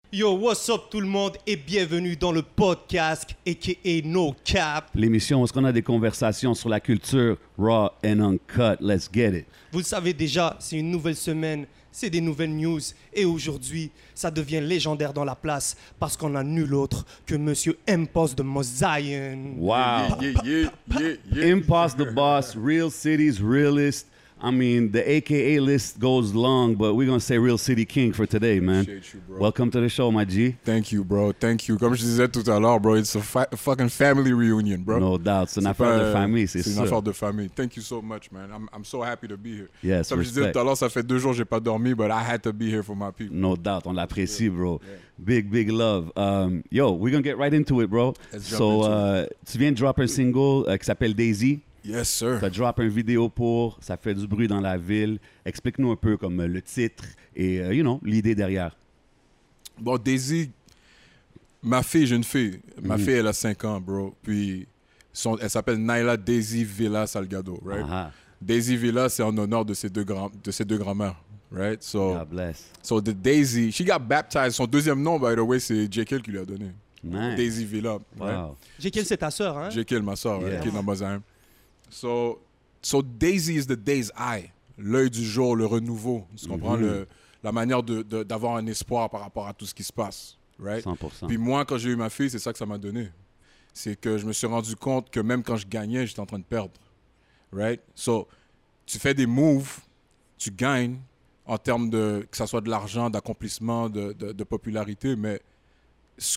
Yo, what's up tout le monde et bienvenue dans le podcast a.k.a. No Cap. L'émission où on a des conversations sur la culture raw and uncut. Let's get it. Vous le savez déjà, c'est une nouvelle semaine, c'est des nouvelles news et aujourd'hui, ça devient légendaire dans la place parce qu'on a nul autre que Monsieur Impost de Mosaïen. Wow. Yeah. Impost the boss, real cities, realist. I mean, the AKA list goes long, but we're going to say Real City King for today, man. Appreciate you, bro. Welcome to the show, my G. Thank you, bro. Thank you. Comme je disais tout à l'heure, bro, it's a fucking family reunion, bro. No doubt. C'est une affaire de famille, c'est sûr. C'est une affaire de famille. Thank you so much, man. I'm so happy to be here. Yes, Comme je disais respect. tout à l'heure, ça fait 2 jours que j'ai pas dormi, but I had to be here for my people. No doubt. On l'apprécie, bro. Big love. Yo, we're going to get right into it, bro. Let's jump So, into tu viens de drop un single qui s'appelle Daisy. Yes, sir. Tu as drop un vidéo pour, ça fait du bruit dans la ville. Explique-nous un peu comme le titre et, l'idée derrière. Bon, Daisy, ma fille, j'ai une fille. Ma fille, elle a 5 ans, bro. Puis, elle s'appelle Naila Daisy Villa Salgado, right? Ah, Daisy Villa, c'est en honneur de ses deux grands-mères, right? So, God bless. So the Daisy, she got baptized. Son deuxième nom, by the way, c'est Jekyll qui lui a donné. Nice. Daisy Villa. Right? Wow. Jekyll, c'est ta sœur, hein? Jekyll, ma soeur, Yeah. qui est dans Mosaïen. So Daisy is the day's eye. L'œil du jour, le renouveau. Tu comprends? La manière d'avoir un espoir par rapport à tout ce qui se passe. Right? 100%. Puis moi, quand j'ai eu ma fille, c'est ça que ça m'a donné. C'est que je me suis rendu compte que même quand je gagnais, j'étais en train de perdre. Right? So, tu fais des moves, tu gagnes en termes de, que ça soit de l'argent, d'accomplissement, de popularité, mais ce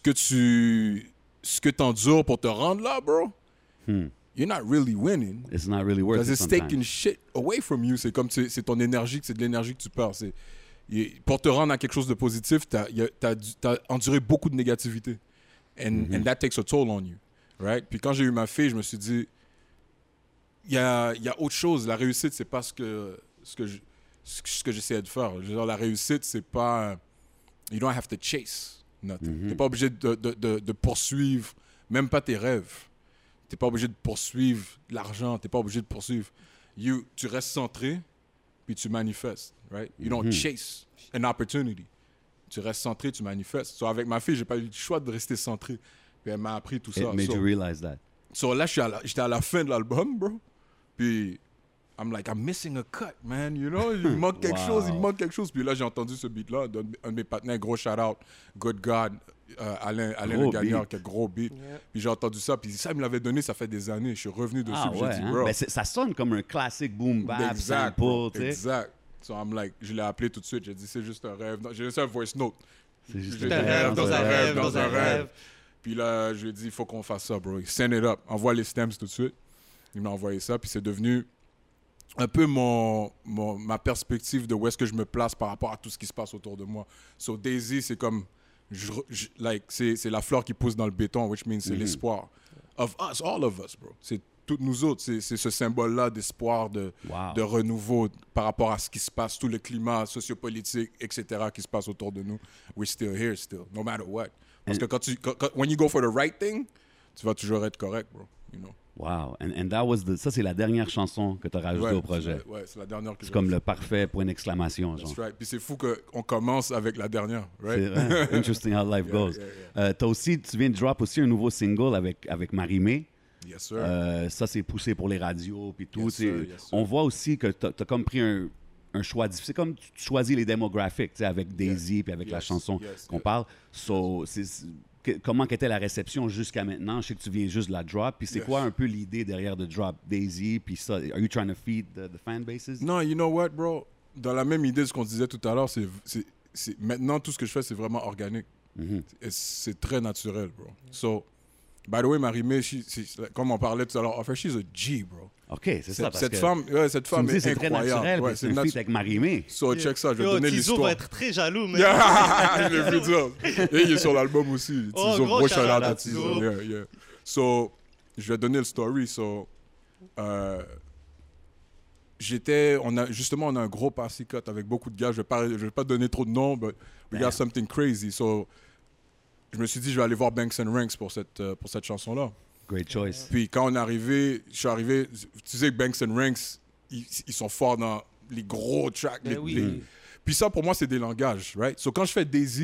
que t'endures pour te rendre là, bro, you're not really winning. It's not really worth Because it it's sometimes. taking shit away from you. C'est comme, c'est ton énergie, c'est de l'énergie que tu perds. Pour te rendre à quelque chose de positif, t'as enduré beaucoup de négativité. And that takes a toll on you. Right? Puis quand j'ai eu ma fille, je me suis dit, il y a autre chose. La réussite, c'est pas ce que j'essayais de faire. Je veux dire, la réussite, c'est pas... You don't have to chase nothing. T'es pas obligé de poursuivre, même pas tes rêves. T'es pas obligé de poursuivre l'argent. T'es pas obligé de poursuivre. Tu restes centré, puis tu manifestes, right? You don't chase an opportunity. Tu restes centré, tu manifestes. So, avec ma fille, j'ai pas eu le choix de rester centré. Puis elle m'a appris tout ça. It made you realize that. So là, j'étais à la fin de l'album, bro. Puis, I'm missing a cut, man, you know? Il me manque quelque chose. Puis là, j'ai entendu ce beat-là d'un de mes partenaires, gros shout-out, Good God, Alain Gros le gagnant, beat. qui est gros beat. Puis j'ai entendu ça, puis ça, il me l'avait donné, ça fait des années. Je suis revenu dessus, Ah puis ouais, j'ai dit, hein? bro. Ben, ça sonne comme un classique boom bap, Exact, sample, bro, tu sais. exact. So I'm like, je l'ai appelé tout de suite, j'ai dit, c'est juste un rêve. Non, j'ai laissé un voice note. C'est juste J'ai un dit, rêve dans un rêve, dans un rêve. Puis là, je lui ai dit, il faut qu'on fasse ça, bro. Send it up. Envoie les stems tout de suite. Il m'a envoyé ça, puis c'est devenu un peu ma perspective de où est-ce que je me place par rapport à tout ce qui se passe autour de moi. So Daisy, c'est comme, c'est la fleur qui pousse dans le béton, which means c'est l'espoir. Of us, all of us, bro. C'est toutes nous autres. C'est ce symbole-là d'espoir, de renouveau par rapport à ce qui se passe, tout le climat sociopolitique, etc., qui se passe autour de nous. We're still here, still, no matter what. Parce que when you go for the right thing, tu vas toujours être correct, bro. You know? Wow. And that was ça, c'est la dernière chanson que tu as rajoutée au projet. Ouais, c'est la dernière que C'est j'ai comme le rajoutée. parfait point d'exclamation, genre. That's right. Puis c'est fou qu'on commence avec la dernière, C'est right? vrai. Interesting how life goes. Tu viens de drop aussi un nouveau single avec Marie-Mé. Yes, sir. Ça, c'est poussé pour les radios puis tout. Yes, sir, tu sais. yes, sir. On voit aussi que tu as comme pris un choix difficile. C'est comme tu choisis les démographiques, tu sais, avec Daisy puis avec la Yes, chanson yes, qu'on yes. parle. So, comment était la réception jusqu'à maintenant? Je sais que tu viens juste de la drop. Puis c'est Yes. quoi un peu l'idée derrière de drop Daisy? Puis ça, are you trying to feed the fan bases? Non, you know what, bro? Dans la même idée de ce qu'on disait tout à l'heure, maintenant, tout ce que je fais, c'est vraiment organique. Et c'est très naturel, bro. So, by the way, Marie-Mé, comme on parlait tout à l'heure, en fait, she's a G, bro. OK, c'est ça. Parce Cette que femme tu me dis, est c'est très incroyable. naturel. Ouais, Puis c'est un feat avec Marie-Mé. So, check ça, je vais Yo, donner Tizo l'histoire. va être très jaloux, mais... Yeah, je l'ai vu dire. Et il est sur l'album aussi. Oh, Tizo, gros gros shout-out shout-out à à Tizo. Tizo. Yeah. So, je vais donner le story. So, on a un gros party cut avec beaucoup de gars. Je vais pas donner trop de noms, but we got something crazy. So, je me suis dit, je vais aller voir Banks and Ranks pour cette chanson-là. Great choice. Puis quand je suis arrivé, tu sais que Banks and Ranks, ils sont forts dans les gros tracks. Ben oui. Puis ça, pour moi, c'est des langages, right? So quand je fais Daisy,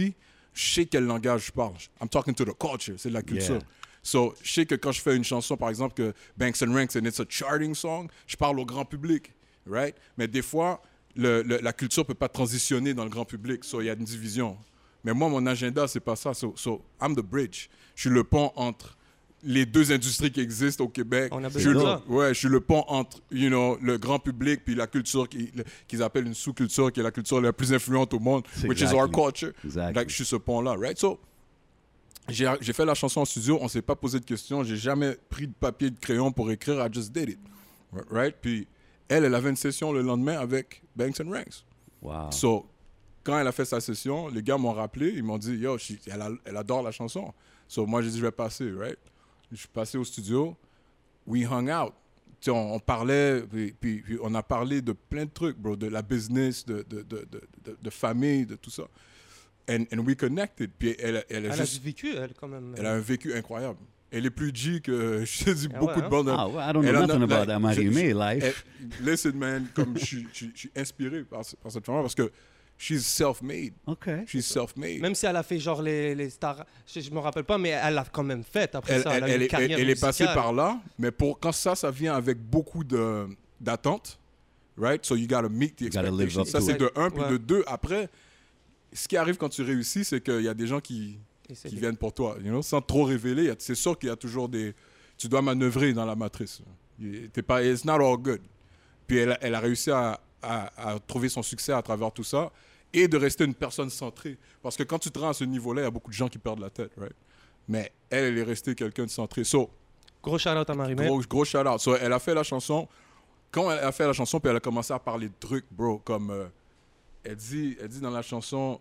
je sais quel langage je parle. I'm talking to the culture, c'est de la culture. Yeah. So, je sais que quand je fais une chanson, par exemple, que Banks and Ranks and it's a charting song, je parle au grand public, right? Mais des fois, la culture peut pas transitionner dans le grand public, so il y a une division. Mais moi, mon agenda, c'est pas ça. So I'm the bridge. Je suis le pont entre les deux industries qui existent au Québec. On a Je suis besoin de ça. ouais, je suis le pont entre, le grand public puis la culture qu'ils appellent une sous-culture, qui est la culture la plus influente au monde, which is our culture. Exactly. Like, je suis ce pont-là, right? So, j'ai fait la chanson en studio, on s'est pas posé de questions, j'ai jamais pris de papier et de crayon pour écrire, I just did it, right? Puis elle avait une session le lendemain avec Banks and Ranks. Wow. So, quand elle a fait sa session, les gars m'ont rappelé, ils m'ont dit, yo, elle adore la chanson. So, moi, j'ai dit, je vais passer, right? Je suis passé au studio, we hung out. Tu sais, on parlait, puis on a parlé de plein de trucs, bro, de la business, de famille, de tout ça. And we connected. Puis elle a juste... vécu, elle, quand même. Elle a un vécu incroyable. Elle est plus G que, je te dis, Ah beaucoup ouais, de hein? bandes. Ah, well, I don't know nothing about that Marie-Mé life. Listen, man, comme je suis inspiré par cette femme parce que she's self-made. Okay. She's self-made. Même si elle a fait genre les stars, je me rappelle pas, mais elle l'a quand même fait après ça. Elle est passée par là, mais quand ça vient avec beaucoup d'attentes, right? So you gotta meet the gotta live expectations. up Ça, to c'est it. de un, puis Ouais. de deux. Après, ce qui arrive quand tu réussis, c'est qu'il y a des gens qui viennent pour toi, sans trop révéler. C'est sûr qu'il y a toujours tu dois manœuvrer dans la matrice. T'es pas, it's not all good. Puis elle a réussi à trouver son succès à travers tout ça et de rester une personne centrée. Parce que quand tu te rends à ce niveau-là, il y a beaucoup de gens qui perdent la tête, right? Mais elle est restée quelqu'un de centré. So, Gros shout-out à Marie-Mé. gros shout-out. So, elle a fait la chanson. Quand elle a fait la chanson, puis elle a commencé à parler de trucs, bro, comme... elle dit dans la chanson...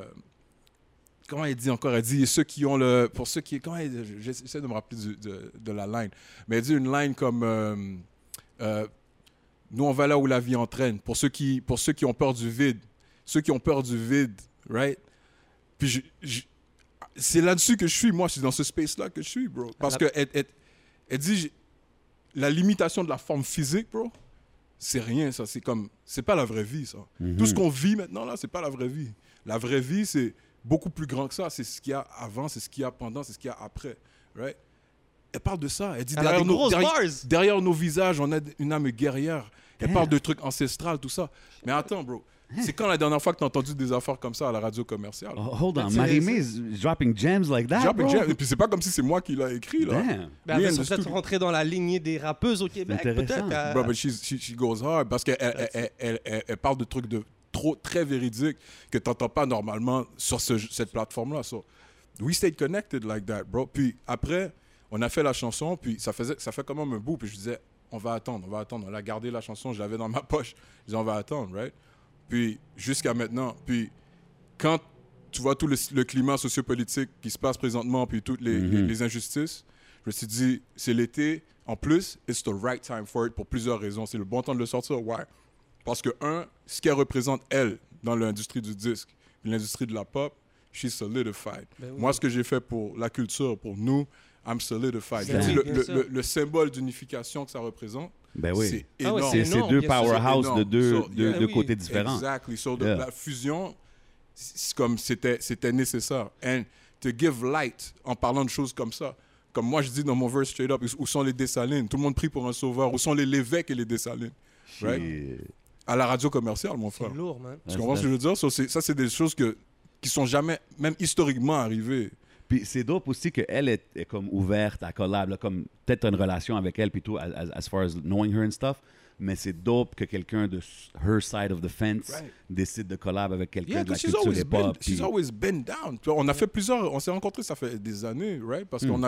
comment elle dit encore? Elle dit ceux qui ont le... Pour ceux qui... Comment j'essaie de me rappeler de la line. Mais elle dit une line comme... nous, on va là où la vie entraîne. Pour ceux qui ont peur du vide. Ceux qui ont peur du vide, right? Puis c'est là-dessus que je suis. Moi, c'est dans ce space-là que je suis, bro. Parce que elle dit... La limitation de la forme physique, bro, c'est rien, ça. C'est pas la vraie vie, ça. Mm-hmm. Tout ce qu'on vit maintenant, là, c'est pas la vraie vie. La vraie vie, c'est beaucoup plus grand que ça. C'est ce qu'il y a avant, c'est ce qu'il y a pendant, c'est ce qu'il y a après, right? Elle parle de ça. Elle dit, Elle a des grosses bars. derrière nos visages, on a une âme guerrière. Elle parle de trucs ancestrales, tout ça. Mais attends, bro. C'est quand la dernière fois que tu as entendu des affaires comme ça à la radio commerciale? Oh, hold on, C'est- Marie-Mé is dropping gems like that, Jump and bro. Jam. Et puis c'est pas comme si c'est moi qui l'ai écrit, là. Damn. Ben, Me elle and va the peut-être studio. rentrer dans la lignée des rappeuses au Québec, Intéressant. peut-être. Bro, but she goes hard parce qu'elle elle parle de trucs très véridiques que tu n'entends pas normalement sur cette plateforme-là. So, we stayed connected like that, bro. Puis après, on a fait la chanson, puis ça fait quand même un bout. Puis je disais, on va attendre. On a gardé la chanson, je l'avais dans ma poche. Je disais, on va attendre, right? Puis jusqu'à maintenant. Puis quand tu vois tout le climat sociopolitique qui se passe présentement, puis toutes les injustices, je me suis dit, c'est l'été. En plus, it's the right time for it pour plusieurs raisons. C'est le bon temps de le sortir. Why? Parce que, ce qu'elle représente, elle, dans l'industrie du disque, puis l'industrie de la pop, she's solidified. Ben oui. Moi, ce que j'ai fait pour la culture, pour nous, I'm solidified. Ben Je dis, oui, bien sûr. le symbole d'unification que ça représente, Ben oui. c'est Ah ouais, énorme. c'est C'est énorme, deux bien sûr. powerhouses énorme. de deux So, yeah, deux oui. côtés différents. Exactly. So, Yeah. la fusion, c'est comme c'était nécessaire. And to give light en parlant de choses comme ça. Comme moi, je dis dans mon verse straight up, où sont les Dessalines? Tout le monde prie pour un sauveur. Où sont les Lévesques et les Dessalines? Right? Shit. À la radio commerciale, mon C'est frère. lourd, man. Tu comprends ce que je veux dire? So, ça, c'est des choses qui sont jamais, même historiquement, arrivées. Puis c'est dope aussi qu'elle est comme ouverte à collab, là, comme peut-être une relation avec elle, puis tout, as far as knowing her and stuff. Mais c'est dope que quelqu'un de her side of the fence Right. décide de collab avec quelqu'un Yeah, de la because culture hip-hop. she's always been down. Tu vois, on s'est rencontrés, ça fait des années, right? Parce qu'on a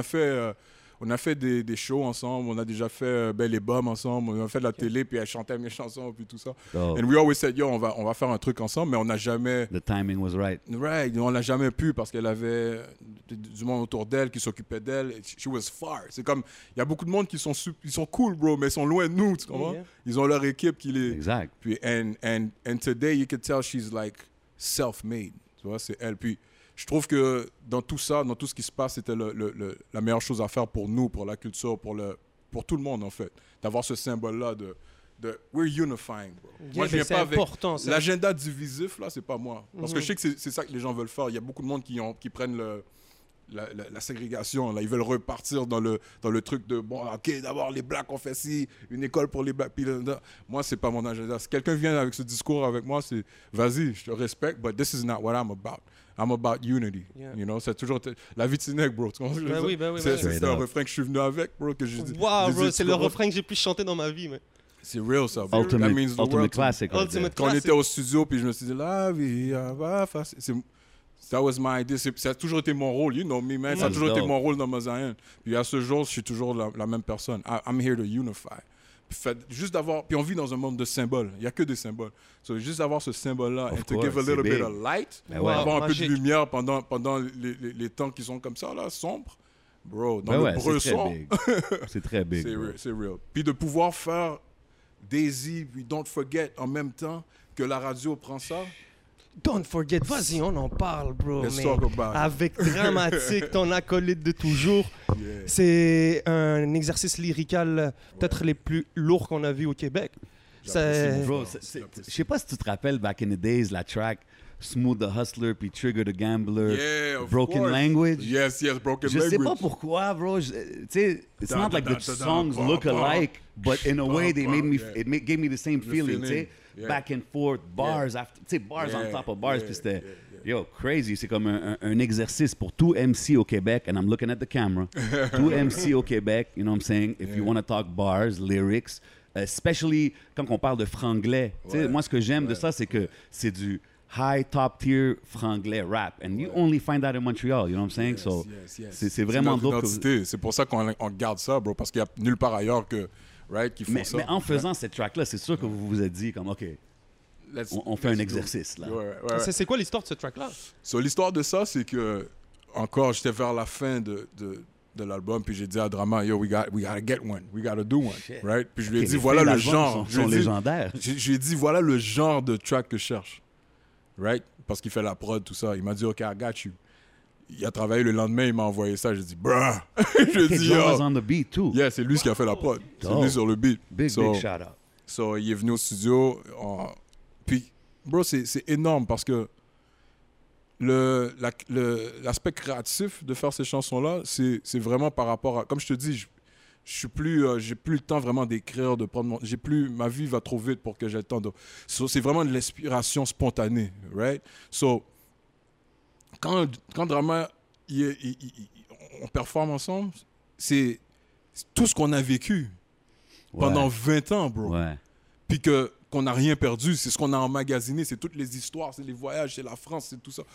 fait des shows ensemble, on a déjà fait Belle et Bob ensemble, on a fait de la télé, puis elle chantait mes chansons, puis tout ça. Dope. And we always said, yo, on va faire un truc ensemble, mais on n'a jamais... The timing was right. Right, on l'a jamais pu parce qu'elle avait du monde autour d'elle qui s'occupait d'elle. She was far. C'est comme, il y a beaucoup de monde qui sont cool, bro, mais ils sont loin de nous, tu comprends? Yeah. Ils ont leur équipe qui les... Exact. Puis, and today, you can tell she's like self-made. Tu vois, c'est elle. Puis, je trouve que dans tout ça, dans tout ce qui se passe, c'était la meilleure chose à faire pour nous, pour la culture, pour tout le monde, en fait. D'avoir ce symbole-là we're unifying, bro. Yeah, Moi, je viens c'est pas avec important, ça. l'agenda divisif, là, c'est pas moi. Parce que je sais que c'est ça que les gens veulent faire. Il y a beaucoup de monde qui prennent la ségrégation, là. Ils veulent repartir dans le truc de, bon, OK, d'abord, les Blacks ont fait ci, une école pour les Blacks. Puis moi, c'est pas mon agenda. Si quelqu'un vient avec ce discours avec moi, c'est, vas-y, je te respecte, but this is not what I'm about. I'm about unity. Yeah. You know, c'est toujours la vie de Sénègue, bro. Tu comprends ce que je veux dire? Oui. C'est un refrain que je suis venu avec, bro, que j'ai dit. Wow, j'ai bro, dit, c'est tu le comprends? refrain que j'ai pu chanter dans ma vie, mais. C'est real, ça, bro. That means the world Ultimate to me. classic. right Ultimate there. Quand on était au studio, puis je me suis dit, la vie, va faire. That was my idea. Ça a toujours été mon rôle, you know me, man. Ça a That's toujours été dope. mon rôle dans Mosaïen. Puis à ce jour, je suis toujours la même personne. I'm here to unify. Juste d'avoir. Puis on vit dans un monde de symboles. Il n'y a que des symboles. So, juste d'avoir ce symbole-là, Of and to course, give a c'est little bit big. of light, Ben ouais. avoir un peu de Magique. lumière pendant les temps qui sont comme ça, là, sombres. Bro, dans Ben le ouais, c'est très bresson, big. C'est très big. c'est bro. real, c'est real. Puis de pouvoir faire Daisy, puis Don't Forget en même temps que la radio prend ça. Don't forget, vas-y, on en parle, bro. Let's mais talk about it. avec Dramatique, ton acolyte de toujours, Yeah. c'est un exercice lyrical peut-être les plus lourds qu'on a vu au Québec. J'apprécie, Bro, mon c'est- frère, c'est- j'apprécie. je sais pas si tu te rappelles, back in the days, la track Smooth the Hustler puis Trigger the Gambler, Yeah, of Broken course. Language. Yes, Broken Je Language. sais pas pourquoi, bro. Tu sais, it's Da, not da, like da, the da, da, songs ba, look ba. alike, but in a way they made me, yeah. gave me the same feeling, tu sais. feeling, yeah. Back and forth, bars after, tu sais, bars Yeah, on top of bars, yeah, puis c'était, yeah, yo, crazy. C'est comme un exercice pour tout MC au Québec, and I'm looking at the camera. Tout MC au Québec, you know what I'm saying? If you want to talk bars, lyrics, especially quand on parle de franglais. Tu sais, Ouais, moi, ce que j'aime de ça, c'est que c'est du high top tier franglais rap, and you only find that in Montreal, you know what I'm saying? Yes, So yes. c'est vraiment notre dope. que- identité. C'est pour ça qu'on garde ça, bro, parce qu'il n'y a nulle part ailleurs que, right, qui font Mais, ça. mais en faisant cette track-là, c'est sûr que vous vous êtes dit comme, OK, on fait un let's do exercice, it. là. Ouais. C'est quoi l'histoire de ce track-là? So, l'histoire de ça, c'est que, encore, j'étais vers la fin de l'album, puis j'ai dit à Drama, yo, we gotta get one, we gotta do one, Shit. right? Puis je lui ai OK, dit, les voilà filles le d'album genre. Je lui sont ai dit- légendaires. Je lui ai dit, voilà le genre de track que je cherche, right? Parce qu'il fait la prod, tout ça. Il m'a dit, OK, I got you. Il a travaillé le lendemain, il m'a envoyé ça. J'ai dit, bruh. Je OK, lui ai dit, John was yo. on the beat, too. Yeah, c'est lui qui a fait la prod. C'est Dope. lui sur le beat. Big So, shout-out. So, il est venu au studio. Puis, bro, c'est énorme parce que l'aspect créatif de faire ces chansons-là, c'est vraiment par rapport à... Comme je te dis, je suis plus... j'ai plus le temps vraiment d'écrire, de prendre mon... Ma vie va trop vite pour que j'ai le temps de... So, c'est vraiment de l'inspiration spontanée, right? So, quand Drama, on performe ensemble, c'est tout ce qu'on a vécu pendant 20 ans, bro. Ouais. Puis qu'on n'a rien perdu, c'est ce qu'on a emmagasiné, c'est toutes les histoires, c'est les voyages, c'est la France, c'est tout ça.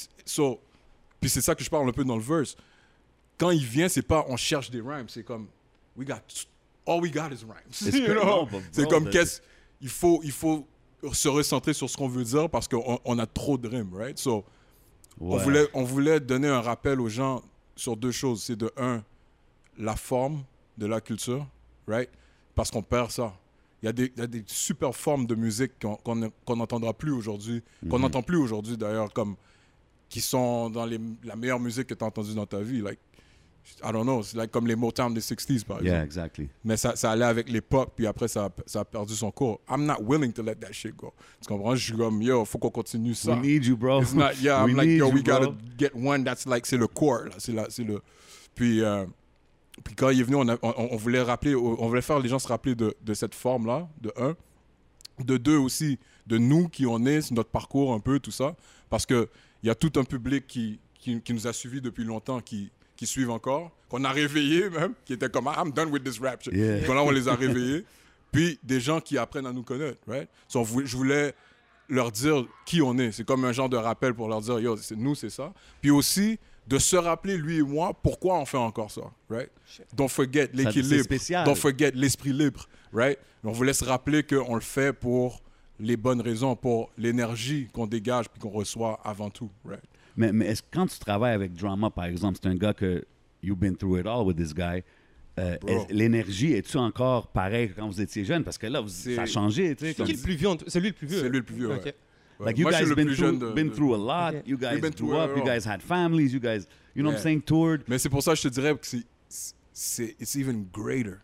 Puis c'est ça que je parle un peu dans le verse. Quand il vient, c'est pas on cherche des rhymes, c'est comme all we got is rhymes. You know? but C'est bro, comme il faut se recentrer sur ce qu'on veut dire parce qu'on a trop de rimes, right? So, Ouais. on voulait donner un rappel aux gens sur deux choses. C'est de un, la forme de la culture, right? Parce qu'on perd ça. Il y a des super formes de musique qu'on n'entendra plus aujourd'hui, qu'on n'entend plus aujourd'hui d'ailleurs, comme qui sont dans la meilleure musique que tu as entendue dans ta vie. Like, I don't know, c'est like comme les Motown des 60s, par exemple. Yeah, exactly. Mais ça allait avec l'époque, puis après, ça a perdu son cours. I'm not willing to let that shit go. Tu comprends? Je suis comme, yo, faut qu'on continue ça. We need you, bro. It's not, yeah, We I'm like, need yo, you, we gotta bro. get one that's like, c'est le core, là. C'est le... Puis quand il est venu, on voulait rappeler, on voulait faire les gens se rappeler de cette forme-là, de un. De deux aussi, de nous qui on est, notre parcours un peu, tout ça. Parce qu'il y a tout un public qui nous a suivis depuis longtemps, qui suivent encore, qu'on a réveillés même, qui étaient comme, I'm done with this rap shit. Yeah. Donc là, on les a réveillés. Puis des gens qui apprennent à nous connaître, right? So, je voulais leur dire qui on est. C'est comme un genre de rappel pour leur dire, yo, c'est nous, c'est ça. Puis aussi, de se rappeler, lui et moi, pourquoi on fait encore ça, right? Don't forget c'est l'équilibre. spécial. Don't forget l'esprit libre, right? On voulait se rappeler qu'on le fait pour les bonnes raisons, pour l'énergie qu'on dégage puis qu'on reçoit avant tout, right? Mais est-ce que quand tu travailles avec Drama, par exemple, c'est un gars que you've been through it all with this guy, Bro. l'énergie, es-tu encore pareil que quand vous étiez jeune? Parce que là, ça a changé, tu sais. C'est comme- qui le plus vieux? C'est lui le plus vieux. C'est lui le plus vieux, Ok. ouais. Like you Moi, je guys suis le been plus through, jeune been through a lot. Ok. You guys We've been through grew it up. You all. guys had families. You guys, you know what I'm Yeah. saying, toured. Mais c'est pour ça que je te dirais que it's even greater.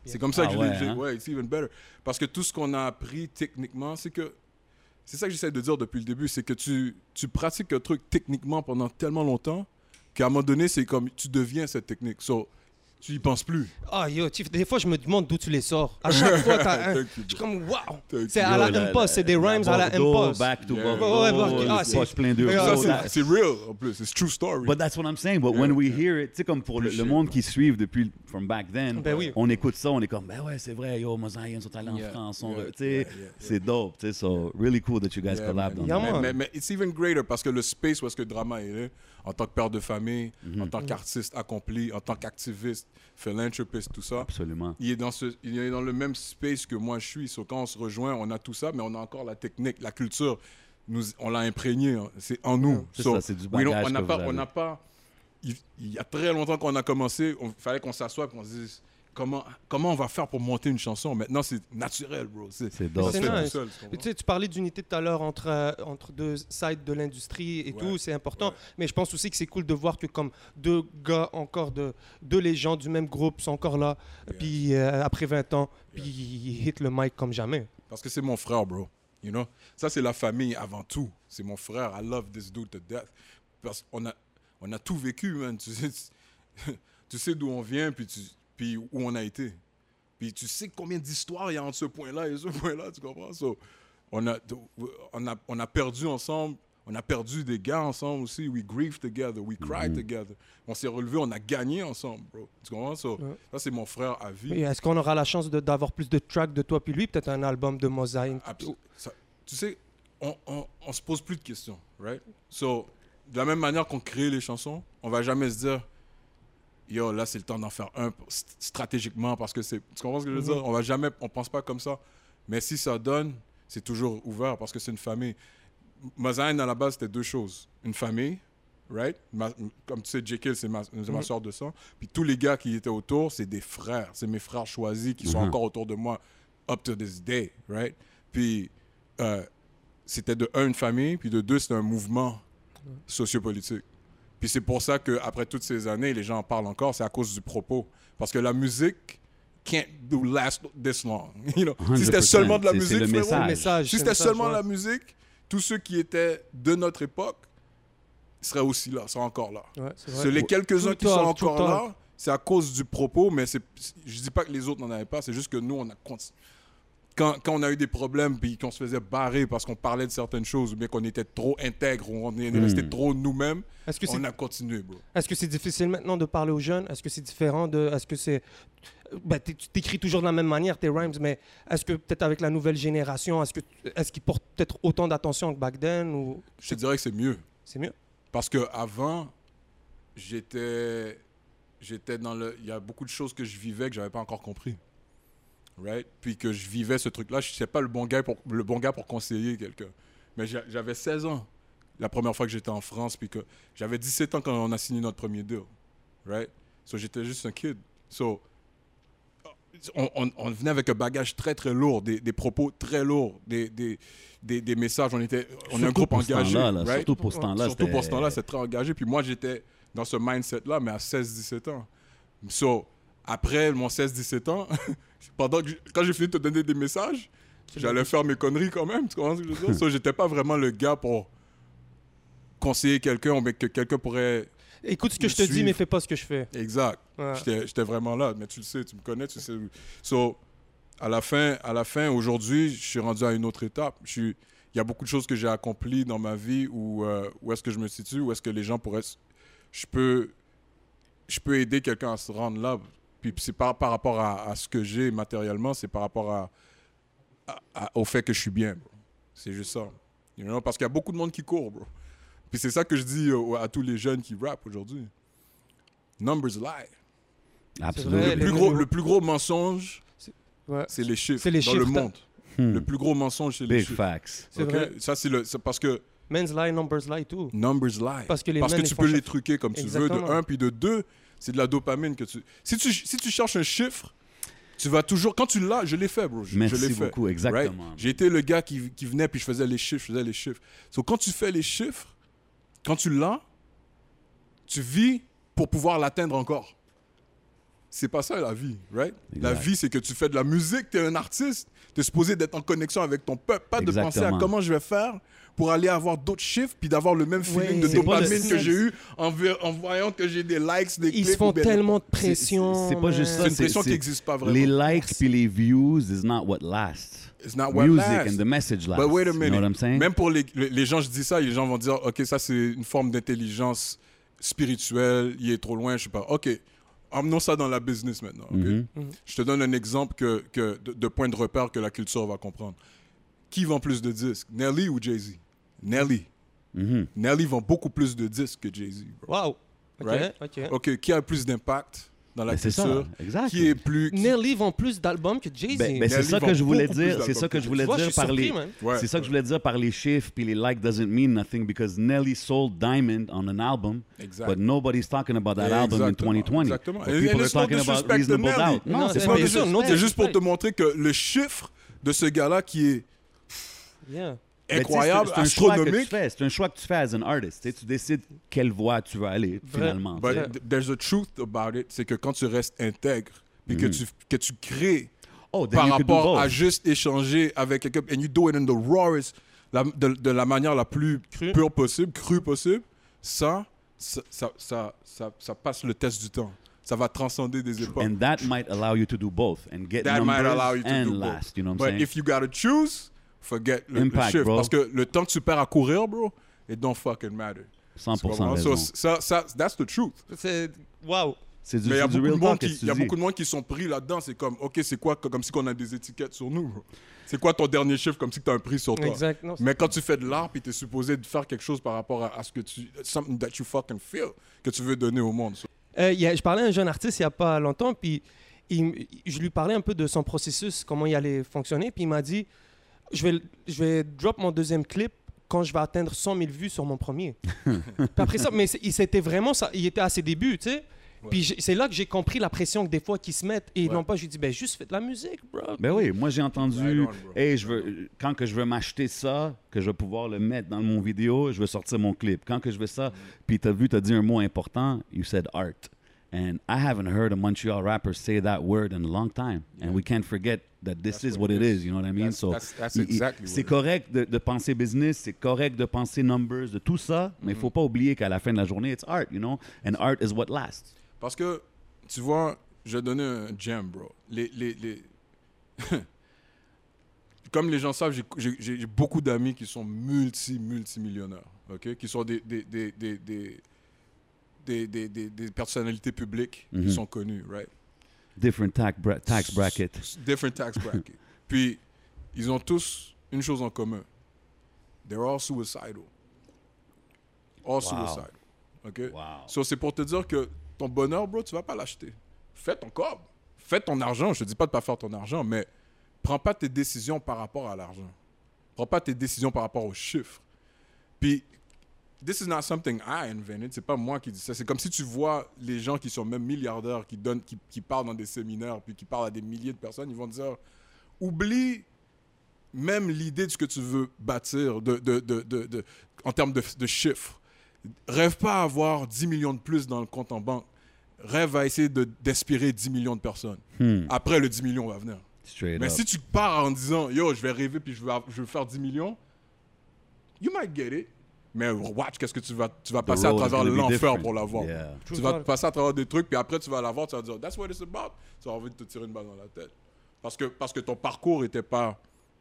C'est comme ça que Ah je ouais, l'ai. hein? Ouais, it's even better. Parce que tout ce qu'on a appris techniquement, c'est que. C'est ça que j'essaie de dire depuis le début, c'est que tu pratiques un truc techniquement pendant tellement longtemps qu'à un moment donné, c'est comme tu deviens cette technique. So, tu y penses plus. Ah, yo, Chief, des fois, je me demande d'où tu les sors. À chaque fois, t'as un... Thank you, Je suis bro. comme, waouh! Thank C'est you. à Yo, la impost, c'est des rhymes à la Bordeaux, impost. back to Yeah. Bordeaux, Ouais, ouais, le c'est- poche plein de Mais, Ça, Bordeaux. c'est real, en plus. It's true story. But that's what I'm saying. But when we hear it, tu sais, comme pour le Appreciate monde it. qui suivent depuis from back then, Ben oui. on écoute ça, on est comme, ben ouais, c'est vrai, yo, Mosaïen sont allés en Yeah, France, yeah, tu sais, yeah, yeah, c'est dope, tu sais, so really cool that you guys Yeah, collabed man. on Yeah, that. man. Mais it's even greater parce que le space où est-ce que Drama est là, en tant que père de famille, Mm-hmm. en tant qu'artiste accompli, en tant qu'activiste, philanthropiste, tout ça, Absolument. il est dans le même space que moi je suis. So, quand on se rejoint, on a tout ça, mais on a encore la technique, la culture. On l'a imprégné, hein. C'est en nous. C'est So, ça, c'est du we don't- bagage on n'a que pas, vous on avez. n'a pas. Il y a très longtemps qu'on a commencé, il fallait qu'on s'assoie et qu'on se dise comment on va faire pour monter une chanson. Maintenant, c'est naturel, bro. C'est dope. ça se fait C'est tout nice. seul, tu comprends? Tu sais, tu parlais d'unité tout à l'heure entre deux sides de l'industrie et Ouais. tout, c'est important. Ouais. Mais je pense aussi que c'est cool de voir que comme deux gars encore, deux légendes du même groupe sont encore là, Yeah. puis après 20 ans, puis ils hit le mic comme jamais. Parce que c'est mon frère, bro. You know? Ça, c'est la famille avant tout. C'est mon frère. I love this dude to death. Parce qu'on a tout vécu, man. Tu sais d'où on vient, puis où on a été. Puis tu sais combien d'histoires il y a entre ce point-là et ce point-là, tu comprends? So, on a perdu ensemble. On a perdu des gars ensemble aussi. We grieved together. We cried together. On s'est relevé, on a gagné ensemble, bro. Tu comprends? So, Ouais. ça, c'est mon frère à vie. Et est-ce qu'on aura la chance d'avoir plus de tracks de toi puis lui, peut-être un album de Mosaïque? Tu sais, on se pose plus de questions, right? So, de la même manière qu'on crée les chansons, on va jamais se dire, yo, là, c'est le temps d'en faire un stratégiquement parce que c'est. Tu comprends ce que je veux dire? On va jamais, on pense pas comme ça. Mais si ça donne, c'est toujours ouvert parce que c'est une famille. Mosaïen, à la base, c'était deux choses. Une famille, right? Comme tu sais, Jekyll, c'est ma soeur de sang. Puis tous les gars qui étaient autour, c'est des frères. C'est mes frères choisis qui sont encore autour de moi up to this day, right? Puis c'était de un, une famille, puis de deux, c'était un mouvement sociopolitique. Puis c'est pour ça qu'après toutes ces années, les gens en parlent encore, c'est à cause du propos. Parce que la musique can't last this long. You know? Si c'était 100%, seulement de la c'est musique, le frérot, message. Message, si c'est c'était le message, seulement ouais. la musique, tous ceux qui étaient de notre époque seraient aussi là, seraient encore là. Ouais, c'est vrai. C'est les quelques-uns Tout qui sont talk, encore tout là, c'est à cause du propos, mais je dis pas que les autres n'en avaient pas, c'est juste que nous, on a continué. Quand on a eu des problèmes puis qu'on se faisait barrer parce qu'on parlait de certaines choses ou bien qu'on était trop intègre ou on est resté trop nous-mêmes, Est-ce que c'est on a continué, bro. Est-ce que c'est difficile maintenant de parler aux jeunes? Est-ce que c'est différent de... Est-ce que c'est... Ben, tu t'écris toujours de la même manière, tes rhymes, mais est-ce que peut-être avec la nouvelle génération, est-ce qu'ils portent peut-être autant d'attention que back then ou... Je te dirais que c'est mieux. C'est mieux? Parce qu'avant, j'étais dans le... Il y a beaucoup de choses que je vivais que j'avais pas encore compris. Right? Puis que je vivais ce truc-là. Je n'étais pas le bon gars pour conseiller quelqu'un. Mais j'avais 16 ans la première fois que j'étais en France. Puis que j'avais 17 ans quand on a signé notre premier deal. Right? So, j'étais juste un kid. So, on venait avec un bagage très, très lourd, des propos très lourds, des messages. On est un groupe pour ce engagé. temps-là, là. Right? Surtout pour ce temps-là. Surtout pour ce temps-là, c'est très engagé. Puis moi, j'étais dans ce mindset-là, mais à 16-17 ans. So, après mon 16-17 ans, quand j'ai fini de te donner des messages, j'allais faire mes conneries quand même. Tu comprends ce que je veux dire? So, j'étais pas vraiment le gars pour conseiller quelqu'un, mais que quelqu'un pourrait... Écoute ce que Me je te dis, suivre. mais fais pas ce que je fais. Exact. Ouais. J'étais vraiment là. Mais tu le sais, tu me connais, tu sais. So, à la fin, aujourd'hui, je suis rendu à une autre étape. Il y a beaucoup de choses que j'ai accomplies dans ma vie où est-ce que je me situe, où est-ce que les gens pourraient... Je peux aider quelqu'un à se rendre là. Puis c'est pas par rapport à ce que j'ai matériellement, c'est par rapport au fait que je suis bien, bro. C'est juste ça. You know? Parce qu'il y a beaucoup de monde qui court, bro. Puis c'est ça que je dis à tous les jeunes qui rappent aujourd'hui. Numbers lie. Absolument. vrai, Le plus gros mensonge, Ouais. c'est les chiffres C'est les dans le chiffres, monde. Le plus gros mensonge, c'est les Big chiffres. facts. C'est Ok? vrai. Ça, c'est parce que Men's lie, numbers lie, tout. numbers lie. Parce que les men, tu ils peux font les chaque- truquer comme tu veux, de Exactement. un, puis de deux, c'est de la dopamine que tu... Si tu cherches un chiffre, tu vas toujours... Quand tu l'as, je l'ai fait, bro. Je Merci l'ai fait. beaucoup, exactement. Right? J'ai été le gars qui venait, puis je faisais les chiffres. So, quand tu fais les chiffres, quand tu l'as, tu vis pour pouvoir l'atteindre encore. c'est pas ça la vie, right? La Exact. vie, c'est que tu fais de la musique, tu es un artiste, tu es supposé d'être en connexion avec ton peuple, pas de penser à Exactement. comment je vais faire pour aller avoir d'autres chiffres, puis d'avoir le même feeling Ouais, de c'est pas dopamine le- que j'ai eu en voyant que j'ai des likes, des Ils clics. se font ou bien- tellement de pression. C'est pas juste C'est ça. une pression qui n'existe pas vraiment. Les likes puis les views is not what lasts. It's not what Music lasts. and the message lasts. But wait a You minute. know what I'm saying? Même pour les gens, je dis ça, et les gens vont dire, OK, ça c'est une forme d'intelligence spirituelle, il est trop loin, je sais pas. OK, emmenons ça dans la business maintenant. OK? Mhm. Je te donne un exemple de point de repère que la culture va comprendre. Qui vend plus de disques, Nelly ou Jay-Z? Nelly. Mhm. Nelly vend beaucoup plus de disques que Jay-Z. Bro. Wow. OK, Right? OK. OK, qui a plus d'impact dans la Ben, c'est ça, culture? exact. Qui est plus... Nelly vend plus d'albums que Jay-Z. Ben, c'est Nelly ça vend que je voulais beaucoup plus dire. C'est d'albums ça que que je voulais Tu vois, je dire suis par les. surpris, man. Ouais, C'est ça que je voulais dire par les chiffres puis les likes doesn't mean nothing because Nelly sold Diamond on an album, Exact. but nobody's talking about that album in Exactement, 2020. exactement. But And people are it's no talking about disrespect to reasonable Nelly. doubt. Non, Non, c'est c'est pas pas bien juste. sûr, non, C'est juste pour disrespect. te montrer que le chiffre de ce gars-là qui est Mais Yeah. tu sais, incroyable, c'est un choix que tu astronomique. fais. C'est un choix que tu fais as an artist. Tu sais, tu décides quelle voie tu veux aller finalement. tu But sais. there's a truth about it, c'est que quand tu restes intègre, puis que tu crées Oh, then par you could do rapport à both. juste échanger avec quelqu'un, and you do it in the rawest, de la manière la plus Crue. pure possible, crue possible, ça passe le test du temps. Ça va transcender des époques. And that might allow you to do both and get That might numbers allow you to and do last. both. You know what I'm But saying? if you gotta choose, forget le Impact, chiffre. bro. Parce que le temps que tu perds à courir, bro, it don't fucking matter. 100% So, raison. that's the truth. C'est... Wow. C'est du, Mais il y a c'est du beaucoup de real monde talk que qui, tu il y a dis. beaucoup de monde qui sont pris là-dedans. C'est comme, OK, c'est quoi, comme si on a des étiquettes sur nous, bro. C'est quoi ton dernier chiffre, comme si tu as un prix sur toi. Exact. Non, Mais quand tu fais de l'art, puis tu es supposé de faire quelque chose par rapport à ce que tu... Something that you fucking feel, que tu veux donner au monde. So, je parlais à un jeune artiste il n'y a pas longtemps, puis je lui parlais un peu de son processus, comment il allait fonctionner, puis il m'a dit, je vais drop mon deuxième clip quand je vais atteindre 100 000 vues sur mon premier. Puis après ça, mais c'était vraiment ça, il était à ses débuts, tu sais. Ouais. Puis c'est là que j'ai compris la pression que des fois qu'ils se mettent, et Ouais. non pas, je lui dis, ben juste fais de la musique, bro. Ben oui, moi j'ai entendu, Right on, bro. hey, quand que je veux m'acheter ça, que je vais pouvoir le mettre dans mon vidéo, je vais sortir mon clip. Quand que je veux ça, puis t'as dit un mot important, you said art. And I haven't heard a Montreal rapper say that word in a long time. And we can't forget that this That's is what what it it is. is, you know what I mean? That's exactly c'est what it is. correct de penser business, c'est correct de penser numbers, de tout ça, mais il faut pas oublier qu'à la fin de la journée, it's art, you know? And art is what lasts. Parce que, tu vois, je vais donner un gem, bro. Comme les gens savent, j'ai beaucoup d'amis qui sont multimillionnaires, ok? Qui sont des personnalités publiques Mhm. qui sont connues, right? Different tax bracket. Different tax bracket. Puis, ils ont tous une chose en commun. They're all suicidal. All suicidal. OK? Wow. So, c'est pour te dire que ton bonheur, bro, tu vas pas l'acheter. Fais ton cob. Fais ton argent. Je te dis pas de pas faire ton argent, mais prends pas tes décisions par rapport à l'argent. Prends pas tes décisions par rapport aux chiffres. Puis, this is not something I invented. C'est pas moi qui dis ça. C'est comme si tu vois les gens qui sont même milliardaires, qui parlent dans des séminaires, puis qui parlent à des milliers de personnes, ils vont te dire, oublie même l'idée de ce que tu veux bâtir en termes de chiffres. Rêve pas à avoir 10 millions de plus dans le compte en banque. Rêve à essayer d'inspirer 10 millions de personnes. Après, le 10 millions va venir. Straight Mais up. si tu pars en disant, yo, je vais rêver puis je veux faire 10 millions, you might get it. Mais watch, qu'est-ce que tu vas passer à road is travers gonna be l'enfer different. pour l'avoir. Yeah. Tu vas passer à travers des trucs, puis après, tu vas l'avoir, tu vas dire, that's what it's about. Tu vas avoir envie de te tirer une balle dans la tête. Parce que ton parcours était pas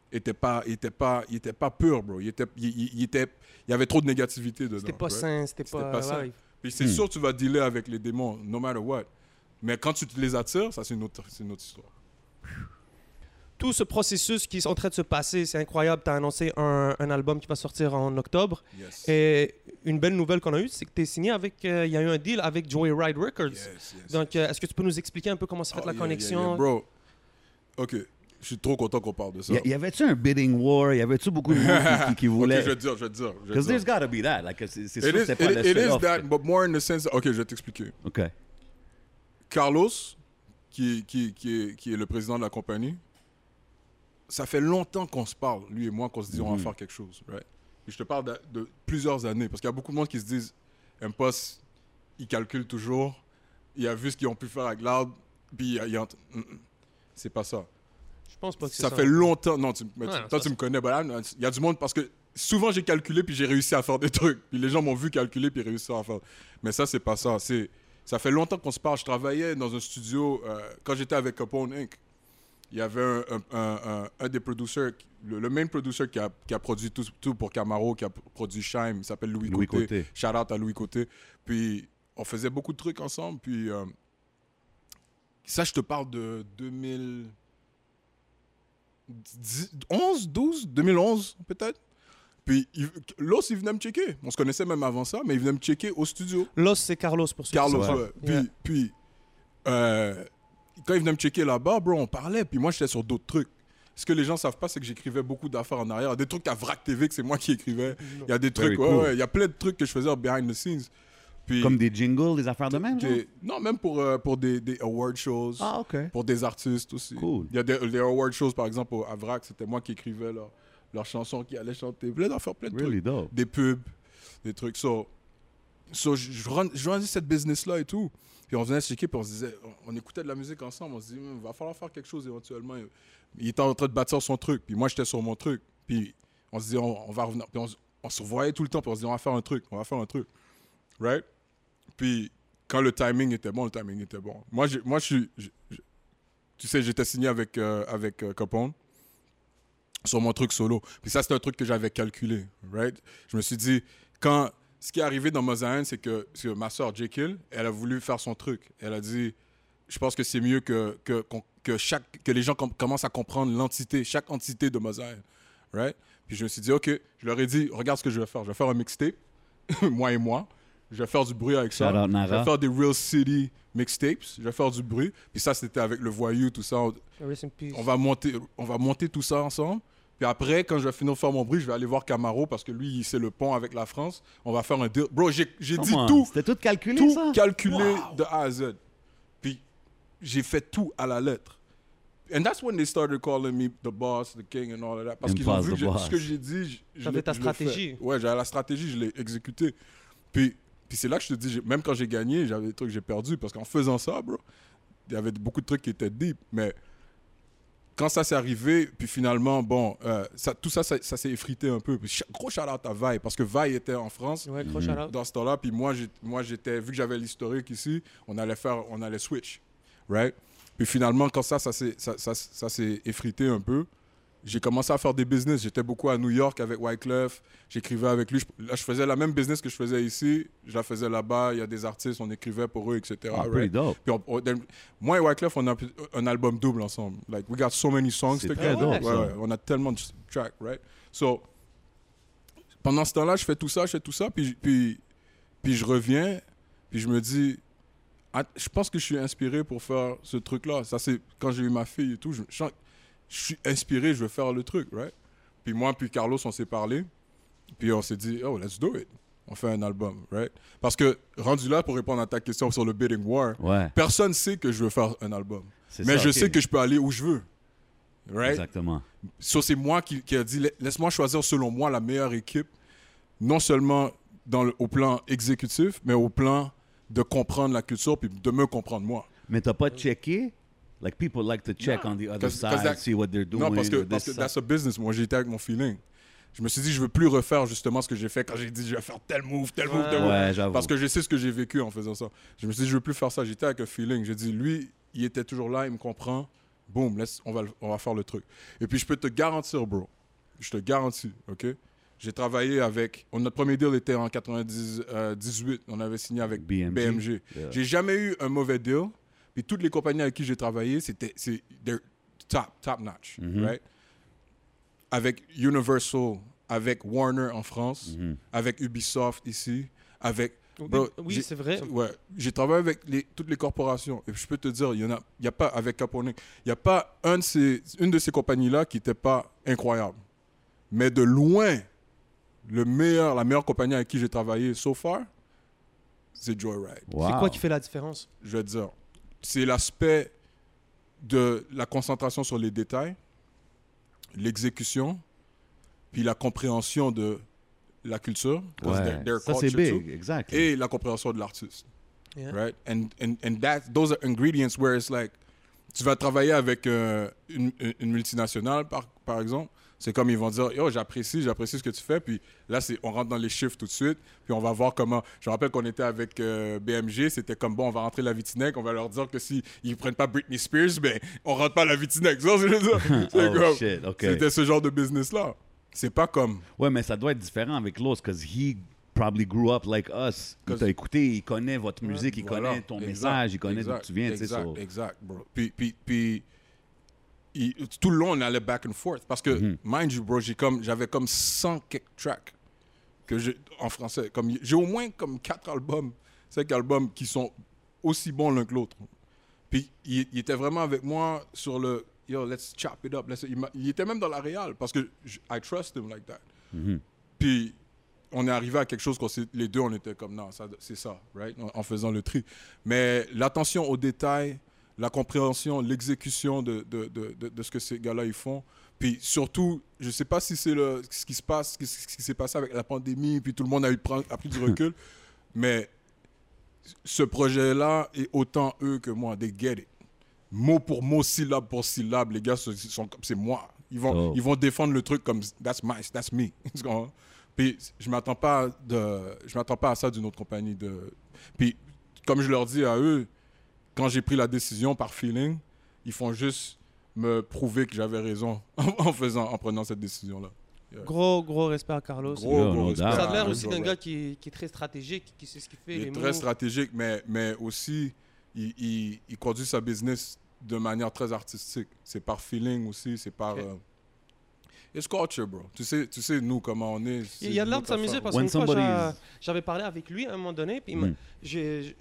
pur, bro. Il y avait trop de négativité dedans. C'était pas right? sain, c'était pas... sain. ouais. Puis c'est sûr que tu vas dealer avec les démons, no matter what. Mais quand tu te les attires, ça, c'est une autre histoire. Tout ce processus qui est en train de se passer, c'est incroyable. Tu as annoncé un album qui va sortir en octobre. Yes. Et une belle nouvelle qu'on a eue, c'est que tu es signé avec... Il y a eu un deal avec Joyride Records. Yes. Donc, est-ce que tu peux nous expliquer un peu comment s'est fait la connexion? Bro, OK. Je suis trop content qu'on parle de ça. Y avait-tu un bidding war? Y avait-tu beaucoup de monde qui voulait... OK, je vais te dire. Because there's gotta be that. Like, c'est sûr It que is, c'est pas it, la it seule is offre. that, but more in the sense... OK, je vais t'expliquer. OK. Carlos, qui est le président de la compagnie, ça fait longtemps qu'on se parle, lui et moi, qu'on se dit on va faire quelque chose. Right? Puis je te parle de plusieurs années, parce qu'il y a beaucoup de monde qui se disent, Impost, il calcule toujours, il a vu ce qu'ils ont pu faire avec Loud, Puis c'est pas ça. Je pense pas que c'est Ça ça. fait longtemps. Non, mais Ouais, toi, ça, tu me connais. Il y a du monde parce que souvent, j'ai calculé puis j'ai réussi à faire des trucs. Puis les gens m'ont vu calculer puis réussir à faire. Mais ça, c'est pas ça. Ça fait longtemps qu'on se parle. Je travaillais dans un studio quand j'étais avec Capone Inc. Il y avait un des producers, le main producer qui a produit tout pour Camaro, qui a produit Shime. Il s'appelle Louis Côté. Shout out à Louis Côté. Puis on faisait beaucoup de trucs ensemble. Puis ça, je te parle de 2011 peut-être. Puis Los, il venait me checker. On se connaissait même avant ça, mais il venait me checker au studio. Los, c'est Carlos pour ceux qui Carlos, savent. ouais. Yeah. Puis quand il venait me checker là-bas, bro, on parlait. Puis moi, j'étais sur d'autres trucs. Ce que les gens savent pas, c'est que j'écrivais beaucoup d'affaires en arrière. Des trucs à Vrac TV, que c'est moi qui écrivais. Il y a des trucs, Very cool. il y a plein de trucs que je faisais behind the scenes. Puis, Comme des jingles, des affaires de même, genre? non, même pour des award shows. Ah, OK. Pour des artistes aussi. Cool. Il y a des award shows, par exemple, à Vrac, c'était moi qui écrivais leurs chansons qui allaient chanter. Plein d'affaires, plein de Really trucs. dope. Des pubs, des trucs. So je rendais cette business-là et tout. Puis on venait se checker, puis on se disait, on écoutait de la musique ensemble. On se dit, il va falloir faire quelque chose éventuellement. Il était en train de bâtir son truc, puis moi, j'étais sur mon truc. Puis on se dit, on va revenir. Puis on se revoyait tout le temps, puis on se dit, on va faire un truc. Right? Puis quand le timing était bon, le timing était bon. Moi, tu sais, j'étais signé avec Capone sur mon truc solo. Puis ça, c'était un truc que j'avais calculé, right? Je me suis dit, ce qui est arrivé dans Mosaïen, c'est que ma soeur, J. Kill, elle a voulu faire son truc. Elle a dit, je pense que c'est mieux que les gens commencent à comprendre chaque entité de Mosaïen, right? Puis je me suis dit, OK, je leur ai dit, regarde ce que je vais faire. Je vais faire un mixtape, moi et moi. Je vais faire du bruit avec ça. Shout out Nara. Je vais faire des Real City mixtapes. Je vais faire du bruit. Puis ça, c'était avec le Voyou, tout ça. Rest in peace. On va monter tout ça ensemble. Puis après, quand je vais finir de faire mon bruit, je vais aller voir Camaro parce que lui, c'est le pont avec la France. On va faire un deal. Bro, j'ai dit Come on. tout. C'était tout calculé, Tout ça? calculé Wow. de A à Z. Puis j'ai fait tout à la lettre. And that's when they started calling me the boss, the king and all of that. Parce qu'ils ont Impossible vu que boss. ce que j'ai dit, T'avais ta je l'ai fait. stratégie. Ouais, j'avais la stratégie, je l'ai exécutée. Puis c'est là que je te dis, même quand j'ai gagné, j'avais des trucs que j'ai perdus. Parce qu'en faisant ça, bro, il y avait beaucoup de trucs qui étaient deep. Mais quand ça s'est arrivé, puis finalement, bon, tout ça s'est effrité un peu. Puis, gros shout-out à Vaille, parce que Vaille était en France Ouais, gros shout-out. dans ce temps-là. Puis moi, j'étais, vu que j'avais l'historique ici, on allait switch, right? Puis finalement, quand ça s'est effrité un peu, j'ai commencé à faire des business. J'étais beaucoup à New York avec Wyclef. J'écrivais avec lui. Là, je faisais la même business que je faisais ici. Je la faisais là-bas. Il y a des artistes, on écrivait pour eux, etc. Ah, pretty dope. Puis moi et Wyclef, on a un album double ensemble. Like, we got so many songs C'est together. très dope, ça. Ouais, on a tellement de tracks, right? So, pendant ce temps-là, je fais tout ça, puis je reviens, puis je me dis, je pense que je suis inspiré pour faire ce truc-là. Ça, c'est quand j'ai eu ma fille et tout, je suis inspiré, je veux faire le truc, right? Puis moi, puis Carlos, on s'est parlé, puis on s'est dit, oh, let's do it. On fait un album, right? Parce que, rendu là, pour répondre à ta question sur le bidding war, Ouais. personne sait que je veux faire un album. C'est Mais ça, je ok. sais que je peux aller où je veux, right? Exactement. So, c'est moi qui a dit, laisse-moi choisir selon moi la meilleure équipe, non seulement au plan exécutif, mais au plan de comprendre la culture puis de me comprendre moi. Mais t'as pas checké? Like, people like to check on the other 'Cause side, that- see what they're doing. Non, parce que this, that's a business. Moi, j'étais avec mon feeling. Je me suis dit, je veux plus refaire justement ce que j'ai fait quand j'ai dit, je vais faire tel move, tel move, tel move. Ouais, j'avoue. Parce que je sais ce que j'ai vécu en faisant ça. Je me suis dit, je veux plus faire ça. J'étais avec un feeling. J'ai dit, lui, il était toujours là, il me comprend. Boom, on va faire le truc. Et puis, je peux te garantir, bro. Je te garantis, OK? J'ai travaillé avec... Notre premier deal était en 98. On avait signé avec BMG. Yeah. J'ai jamais eu un mauvais deal. Puis toutes les compagnies avec qui j'ai travaillé, they're top notch, right? Avec Universal, avec Warner en France, avec Ubisoft ici, avec... Bro, Oui, c'est vrai. Ouais, j'ai travaillé avec toutes les corporations. Et je peux te dire, il y a pas, avec Capone, il n'y a pas une de ces compagnies-là qui n'était pas incroyable. Mais de loin, la meilleure compagnie avec qui j'ai travaillé so far, c'est Joyride. Wow. C'est quoi qui fait la différence? Je vais te dire, c'est l'aspect de la concentration sur les détails, l'exécution, puis la compréhension de la culture, 'cause Ouais. their Ça, c'est culture big, too, exact. et la compréhension de l'artiste. Yeah. right? And those are ingredients where it's like, tu vas travailler avec une multinationale, par exemple. C'est comme ils vont dire, yo, j'apprécie ce que tu fais. Puis là, on rentre dans les chiffres tout de suite. Puis on va voir comment. Je me rappelle qu'on était avec BMG. C'était comme, bon, on va rentrer la Vitinec. On va leur dire que s'ils ne prennent pas Britney Spears, ben, on rentre pas la Vitinec. Ça, Shit, OK. C'était ce genre de business-là. C'est pas comme. Ouais, mais ça doit être différent avec l'autre, parce he probably grew up like us. Il t'a écouté, il connaît votre musique, il connaît ton message, il connaît d'où tu viens. Exact, bro. Puis tout le long, on allait back and forth. Parce que, mind you, bro, j'avais comme 100 quelques tracks en français. J'ai au moins comme 4 albums, 5 albums qui sont aussi bons l'un que l'autre. Puis il était vraiment avec moi sur le yo, let's chop it up. Il était même dans la réal parce que I trust him like that. Puis on est arrivé à quelque chose les deux, on était comme non, c'est ça, right? En faisant le tri. Mais l'attention aux détails, la compréhension, l'exécution de ce que ces gars-là ils font. Puis surtout, je sais pas si c'est ce qui s'est passé avec la pandémie, puis tout le monde a pris du recul, mais ce projet-là est autant eux que moi. They get it. Mot pour mot, syllabe pour syllabe, les gars c'est moi. Ils vont défendre le truc comme that's me. Puis je m'attends pas à ça d'une autre compagnie. Puis comme je leur dis à eux, quand j'ai pris la décision par feeling, ils font juste me prouver que j'avais raison en prenant cette décision-là. Yeah. Gros respect à Carlos. Gros respect. Ça a l'air aussi d'un gars qui est très stratégique, qui sait ce qu'il fait. Il est très stratégique, mais aussi, il conduit sa business de manière très artistique. C'est par feeling aussi, c'est par... It's culture, bro. Tu sais, nous, comment on est. Il y a de l'air de s'amuser parce qu'une fois, j'avais parlé avec lui à un moment donné, puis je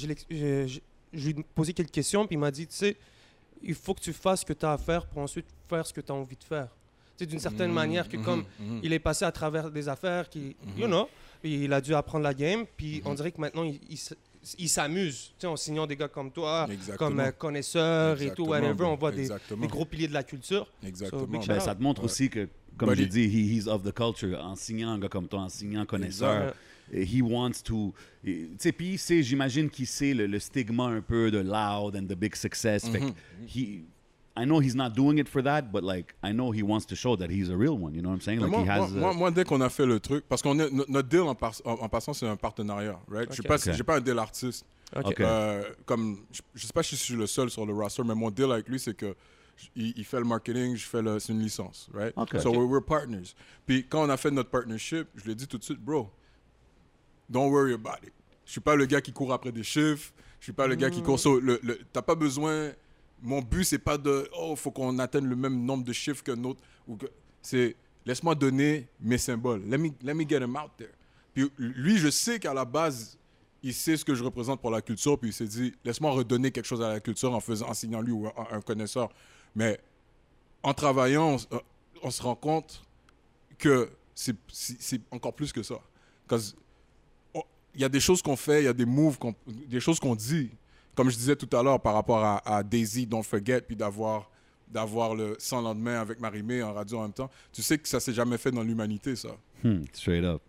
lui ai posé quelques questions, puis il m'a dit, tu sais, il faut que tu fasses ce que tu as à faire pour ensuite faire ce que tu as envie de faire. Tu sais, d'une certaine manière, que comme il est passé à travers des affaires qui, you know, il a dû apprendre la game, puis on dirait que maintenant, il s'amuse, tu sais, en signant des gars comme toi, comme connaisseurs et tout, whatever, on voit des gros piliers de la culture. Exactement. So, ça te montre aussi que, comme j'ai dit, he's of the culture, en signant un gars comme toi, en signant connaisseur. He wants to... Tu sais, puis j'imagine qu'il sait le stigma un peu de loud and the big success. Fait que I know he's not doing it for that, but like I know he wants to show that he's a real one. You know what I'm saying? Like moi, dès qu'on a fait le truc, parce qu'on notre deal en passant, c'est un partenariat, right? Okay. J'ai pas un deal artiste. Comme je sais pas si je suis le seul sur le roster, mais mon deal avec lui, c'est que il fait le marketing, c'est une licence, right? So we're partners. Puis quand on a fait notre partnership, je lui ai dit tout de suite, bro, don't worry about it. Je suis pas le gars qui court après des chiffres. Je suis pas le gars qui court sur t'as pas besoin. Mon but, c'est pas faut qu'on atteigne le même nombre de chiffres que notre. C'est laisse-moi donner mes symboles. Let me get them out there. Puis lui, je sais qu'à la base, il sait ce que je représente pour la culture, puis il s'est dit, laisse-moi redonner quelque chose à la culture en signant lui ou un connaisseur. Mais en travaillant, on se rend compte que c'est encore plus que ça. Parce il y a des choses qu'on fait, il y a des moves, des choses qu'on dit. Comme je disais tout à l'heure par rapport à Daisy, Don't Forget, puis d'avoir le Sans lendemain avec Marie-Mé en radio en même temps. Tu sais que ça s'est jamais fait dans l'humanité, ça. Straight up.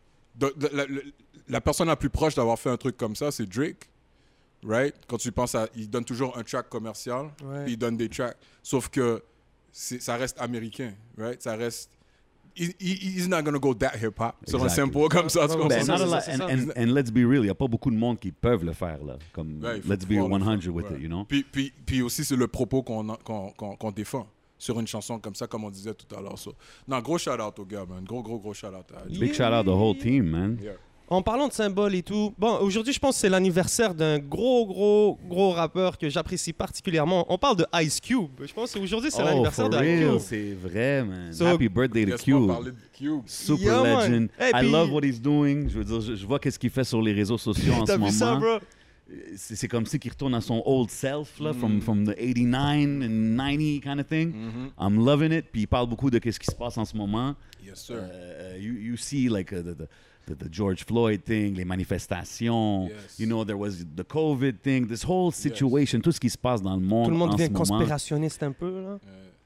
La personne la plus proche d'avoir fait un truc comme ça, c'est Drake, right? Quand tu penses il donne toujours un track commercial, puis il donne des tracks. Sauf que ça reste américain, right? Ça reste... He's not going to go that hip-hop. Sur un sample comme ça. And let's be real, il n'y a pas beaucoup de monde qui peuvent le faire, là. Comme, let's be 100 with it, you know? Puis aussi, c'est le propos qu'on défend sur une chanson comme ça, comme on disait tout à l'heure. So, non, gros shout-out aux gars, man. Gros shout-out à Big shout-out the whole team, man. Yeah. En parlant de symboles et tout, bon, aujourd'hui, je pense que c'est l'anniversaire d'un gros rappeur que j'apprécie particulièrement. On parle de Ice Cube. Je pense qu'aujourd'hui, c'est l'anniversaire de Ice Cube. C'est vrai, man. Happy birthday to Cube. Super legend. Hey, I love what he's doing. Je veux dire, je vois qu'est-ce qu'il fait sur les réseaux sociaux en ce moment. T'as vu ça, bro? C'est comme si qu'il retourne à son old self, là, from the 89 and 90 kind of thing. I'm loving it. Puis il parle beaucoup de qu'est-ce qui se passe en ce moment. Yes, sir. You see, like, the George Floyd thing, les manifestations, you know, there was the COVID thing, this whole situation, tout ce qui se passe dans le monde. Tout le monde en devient ce moment. conspirationniste un peu, là.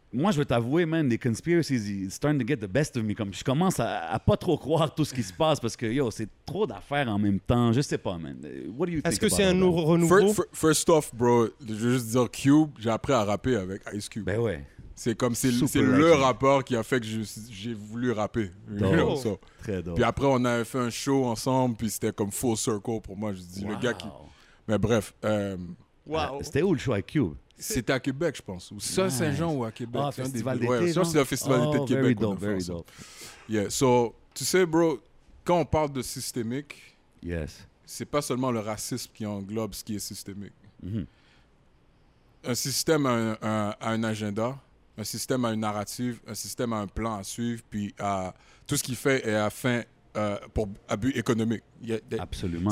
moi, je vais t'avouer, man, les conspiracies, it's starting to get the best of me. Comme je commence à pas trop croire tout ce qui se passe parce que, yo, c'est trop d'affaires en même temps. Je sais pas, man. What do you think Est-ce que about c'est un all that? renouveau? First off, bro, je veux juste dire Cube, j'ai appris à rapper avec Ice Cube. Ben ouais, C'est comme, c'est Super le legend. rappeur qui a fait que j'ai voulu rapper. You Dope. know, so. très dope. Puis après, on avait fait un show ensemble, puis c'était comme full circle pour moi. Je dis, le gars qui... Wow. Mais bref, Wow. C'était où le show avec Cube? c'était à Québec, je pense. Ou ça, Saint-Jean ou à Québec. Ah, C'est un des festival deux. d'été, Ouais, ça, genre? c'est un festival d'été de Oh, Québec. very qu'on a dope, fait very ensemble. dope. Yeah, so, tu sais, bro, quand on parle de systémique, Yes. c'est pas seulement le racisme qui englobe ce qui est systémique. Mhm. Un système a un agenda, un système a une narrative, un système a un plan à suivre, puis tout ce qu'il fait est à fin pour abus économique. Absolument.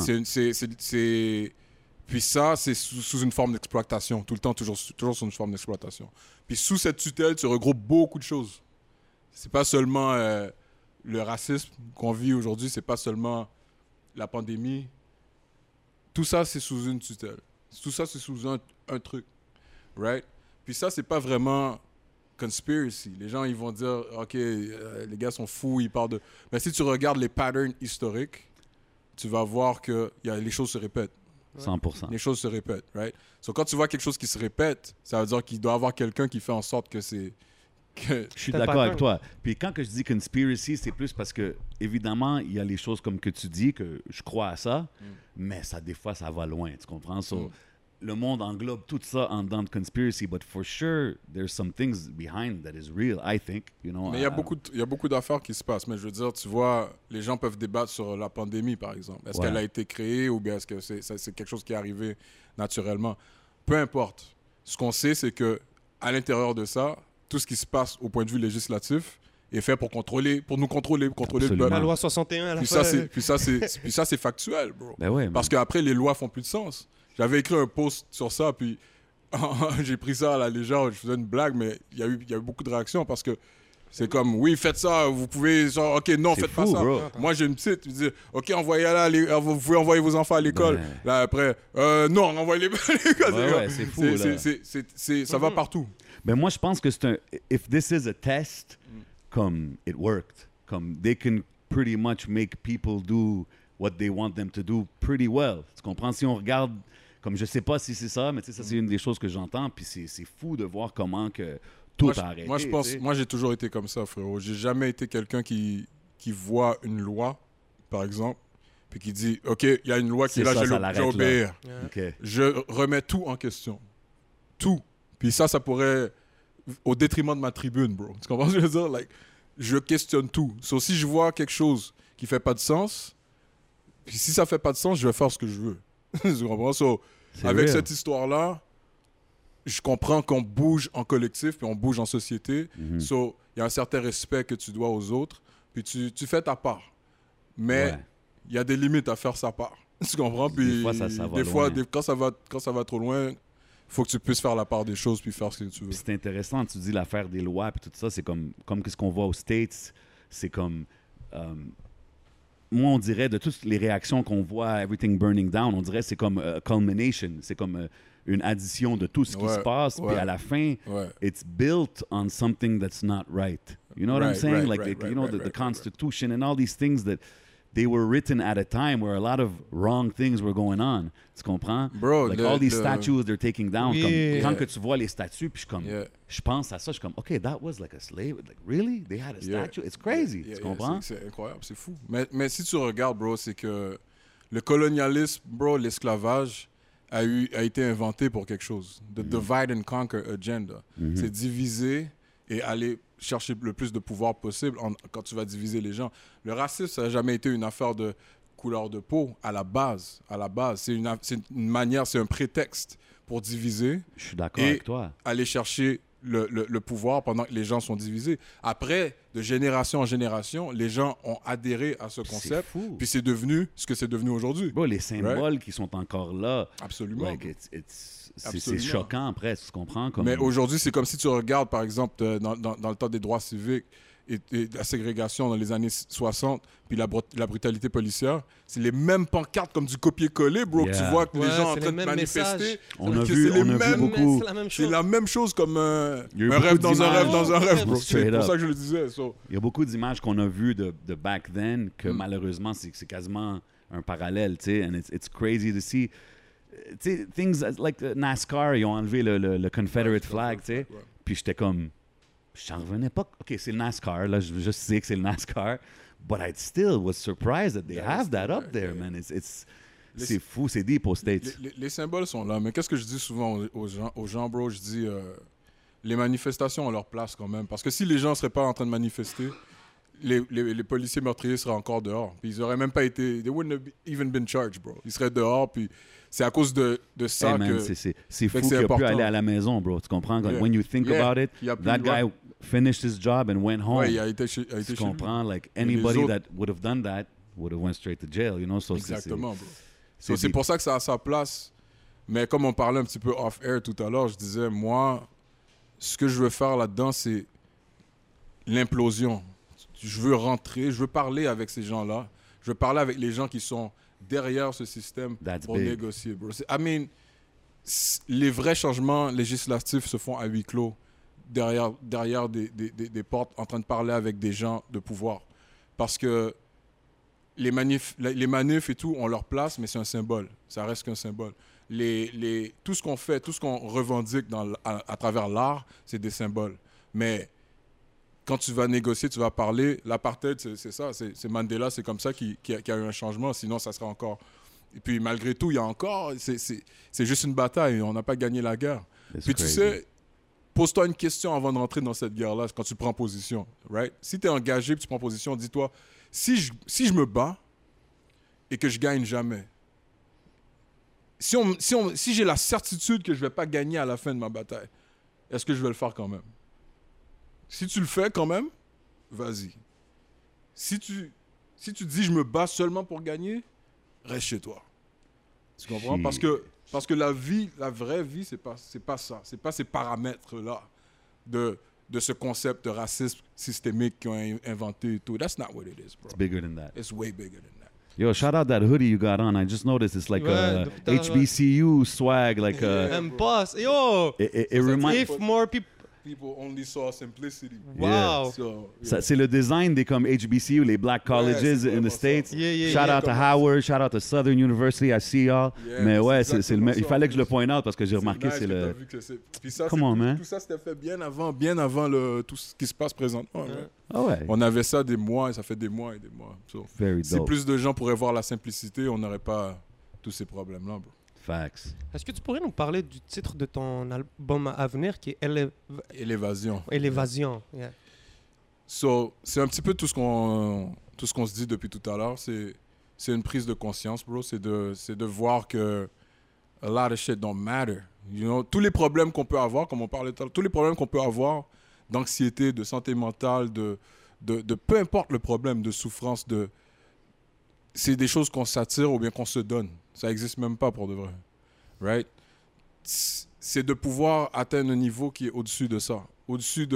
Puis ça, c'est sous une forme d'exploitation, tout le temps, toujours sous une forme d'exploitation. Puis sous cette tutelle, tu regroupes beaucoup de choses. C'est pas seulement le racisme qu'on vit aujourd'hui, c'est pas seulement la pandémie. Tout ça, c'est sous une tutelle. Tout ça, c'est sous un truc. Right? Puis ça, c'est pas vraiment conspiracy. Les gens, ils vont dire, OK, les gars sont fous, ils parlent de... Mais si tu regardes les patterns historiques, tu vas voir que les choses se répètent. 100%. Les choses se répètent, right? So, quand tu vois quelque chose qui se répète, ça veut dire qu'il doit y avoir quelqu'un qui fait en sorte que c'est... Je suis T'as d'accord pas avec peur. toi. Puis quand que je dis conspiracy, c'est plus parce que, évidemment, il y a les choses comme que tu dis, que je crois à ça, mais ça, des fois, ça va loin, tu comprends? So, le monde englobe tout ça en dedans de conspiracy, but for sure, there's some things behind that is real, I think. You know, Mais il y a beaucoup d'affaires qui se passent. Mais je veux dire, tu vois, les gens peuvent débattre sur la pandémie, par exemple. Est-ce Ouais. qu'elle a été créée ou bien est-ce que c'est quelque chose qui est arrivé naturellement? Peu importe. Ce qu'on sait, c'est que à l'intérieur de ça, tout ce qui se passe au point de vue législatif est fait pour nous contrôler le Absolument. peuple. La loi 61, à la Puis fin. ça, c'est factuel, bro. Ben ouais, Parce qu'après, les lois font plus de sens. J'avais écrit un post sur ça, puis j'ai pris ça à la légère, je faisais une blague, mais il y a eu beaucoup de réactions parce que c'est comme, oui, faites ça, vous pouvez, genre, OK, non, C'est faites fou, pas ça. bro. Moi, j'ai une petite, je dis, OK, vous pouvez envoyer vos enfants à l'école. Ben. Là, après, non, envoyez-les pas à l'école. Ouais, c'est fou, là. Ça va partout. Mais moi, je pense que c'est un... If this is a test, comme it worked, comme they can pretty much make people do what they want them to do pretty well. Tu comprends? Si on regarde, comme je sais pas si c'est ça, mais tu sais, ça, c'est une des choses que j'entends, puis c'est fou de voir comment que tout a arrêté. Moi, je pense, tu sais. moi, j'ai toujours été comme ça, frérot. J'ai jamais été quelqu'un qui voit une loi, par exemple, puis qui dit, OK, il y a une loi qui C'est est là, ça, je ça vais l'arrête là. obéir. OK. Je remets tout en question. Tout. Puis ça pourrait... Au détriment de ma tribune, bro. Tu comprends ce que je veux dire? Like, je questionne tout. So, si je vois quelque chose qui fait pas de sens, puis si ça fait pas de sens, je vais faire ce que je veux. Tu comprends? So, C'est avec real. cette histoire-là, je comprends qu'on bouge en collectif, puis on bouge en société. Mhm. So, il y a un certain respect que tu dois aux autres, puis tu fais ta part. Mais Ouais. il y a des limites à faire sa part. Tu comprends? Puis fois, ça va des fois, loin. quand ça va trop loin, faut que tu puisses faire la part des choses puis faire ce que tu veux. Puis c'est intéressant, tu dis l'affaire des lois puis tout ça, c'est comme ce qu'on voit aux States, c'est comme moi on dirait de toutes les réactions qu'on voit, everything burning down, on dirait c'est comme culmination, c'est comme une addition de tout ce qui Ouais, se passe, ouais. puis à la fin, Ouais. it's built on something that's not right. You know what I'm Right, saying? right, Like, right, you know, right, the right, Constitution and all these things that they were written at a time where a lot of wrong things were going on. Tu comprends? Bro, like all these le- statues they're taking down. Yeah. Comme, quand que tu vois les statues, puis je suis comme, Yeah. je pense à ça, je suis comme, OK, that was like a slave. Like, really? They had a Yeah. statue? It's crazy. Yeah, tu yeah, comprends? c'est incroyable, c'est fou. Mais si tu regardes, bro, c'est que le colonialisme, bro, l'esclavage a été inventé pour quelque chose. The divide and conquer agenda. C'est diviser et aller chercher le plus de pouvoir possible quand tu vas diviser les gens. Le racisme, ça n'a jamais été une affaire de couleur de peau à la base. C'est une manière, c'est un prétexte pour diviser, Je suis d'accord Et- avec toi. aller chercher le pouvoir pendant que les gens sont divisés. Après, de génération en génération, les gens ont adhéré à ce C'est concept, fou. puis c'est devenu ce que c'est devenu aujourd'hui. Bro, les symboles qui sont encore là, Absolument. like, c'est Absolument. choquant après, tu comprends? Comme... Mais aujourd'hui, c'est comme si tu regardes, par exemple, dans le temps des droits civiques, et la ségrégation dans les années 60, puis la brutalité policière, c'est les mêmes pancartes comme du copier-coller, bro, que tu vois que les gens en train de manifester. On a vu beaucoup. C'est la même chose comme un beaucoup rêve dans un d'images. rêve dans un rêve, bro. Straight C'est pour up. ça que je le disais. So. Il y a beaucoup d'images qu'on a vues de back then que malheureusement, c'est quasiment un parallèle, tu sais. And it's crazy to see. Tu sais, things like NASCAR, ils ont enlevé le Confederate flag, tu sais. Ouais. Puis j'étais comme... J'en revenais pas. OK, c'est le NASCAR. Là, je sais que c'est le NASCAR. But I still was surprised that they have that up there, man. C'est fou, c'est deep aux States. Les symboles sont là, mais qu'est-ce que je dis souvent aux gens, bro? Je dis, les manifestations ont leur place quand même. Parce que si les gens ne seraient pas en train de manifester, les policiers meurtriers seraient encore dehors. Puis ils n'auraient même pas été... They wouldn't have even been charged, bro. Ils seraient dehors, puis c'est à cause de ça Hey, man, que... c'est fou que qu'il c'est a pu important. aller à la maison, bro. Tu comprends? Like, Yeah. when you think Yeah. about it, Il a plus that le droit. guy finished his job and went home. Ouais, il a été chez Tu lui. comprends? Like, les anybody autres- that would have done that would have went straight to jail, you know? So Exactement, bro. c'est So, c'est deep. pour ça que ça a sa place. Mais comme on parlait un petit peu off-air tout à l'heure, je disais, moi, ce que je veux faire là-dedans, c'est l'implosion. Je veux rentrer, je veux parler avec ces gens-là. Je veux parler avec les gens qui sont derrière ce système That's pour big. négocier, bro. I mean, les vrais changements législatifs se font à huis clos, derrière des portes, en train de parler avec des gens de pouvoir. Parce que les manifs et tout ont leur place, mais c'est un symbole. Ça reste qu'un symbole. Tout ce qu'on fait, tout ce qu'on revendique à travers l'art, c'est des symboles. Mais quand tu vas négocier, tu vas parler, l'apartheid, c'est ça. C'est Mandela, c'est comme ça qu'il y a eu un changement. Sinon, ça serait encore... Et puis, malgré tout, il y a encore... C'est juste une bataille. On n'a pas gagné la guerre. It's Puis, tu crazy. sais, pose-toi une question avant de rentrer dans cette guerre-là, quand tu prends position, right? Si tu es engagé et tu prends position, dis-toi, si je me bats et que je gagne jamais, si j'ai la certitude que je vais pas gagner à la fin de ma bataille, est-ce que je vais le faire quand même? Si tu le fais quand même, vas-y. Si tu dis je me bats seulement pour gagner, reste chez toi. Tu comprends? Parce que la vie, la vraie vie, c'est pas ça. C'est pas ces paramètres-là de ce concept de racisme systémique qu'ils ont inventé et tout. That's not what it is, bro. It's bigger than that. It's way bigger than that. Yo, shout out that hoodie you got on. I just noticed it's like Ouais, a depuis tout à l'heure, HBCU swag. Like Boss, yo! it reminds. If more people... People only saw simplicity. Wow! So, Ça, c'est le design des comme HBCU, les black colleges c'est in vraiment the States. ça. Yeah, Shout out to comme- Howard, shout out to Southern University, I see y'all. Yeah, mais ouais, c'est c'est le exactement il ça, fallait en que je le plus. point out parce que j'ai remarqué c'est nice que t'as le. vu que Puis ça, Come on, man. tout ça, c'était fait bien avant tout ce qui se passe présentement. right? Ah ouais. On avait ça des mois, et ça fait des mois et des mois. So, Very si dope. plus de gens pourraient voir la simplicité, on n'aurait pas tous ces problèmes-là, bro. Facts. Est-ce que tu pourrais nous parler du titre de ton album à venir qui est Et l'évasion. Élévasion? Yeah. So, c'est un petit peu tout ce qu'on se dit depuis tout à l'heure. C'est une prise de conscience, bro. C'est de voir que a lot of shit don't matter. You know, tous les problèmes qu'on peut avoir, comme on parlait tout à l'heure, tous les problèmes qu'on peut avoir d'anxiété, de santé mentale, de peu importe le problème, de souffrance, c'est des choses qu'on s'attire ou bien qu'on se donne. Ça n'existe même pas pour de vrai. Right? C'est de pouvoir atteindre un niveau qui est au-dessus de ça. Au-dessus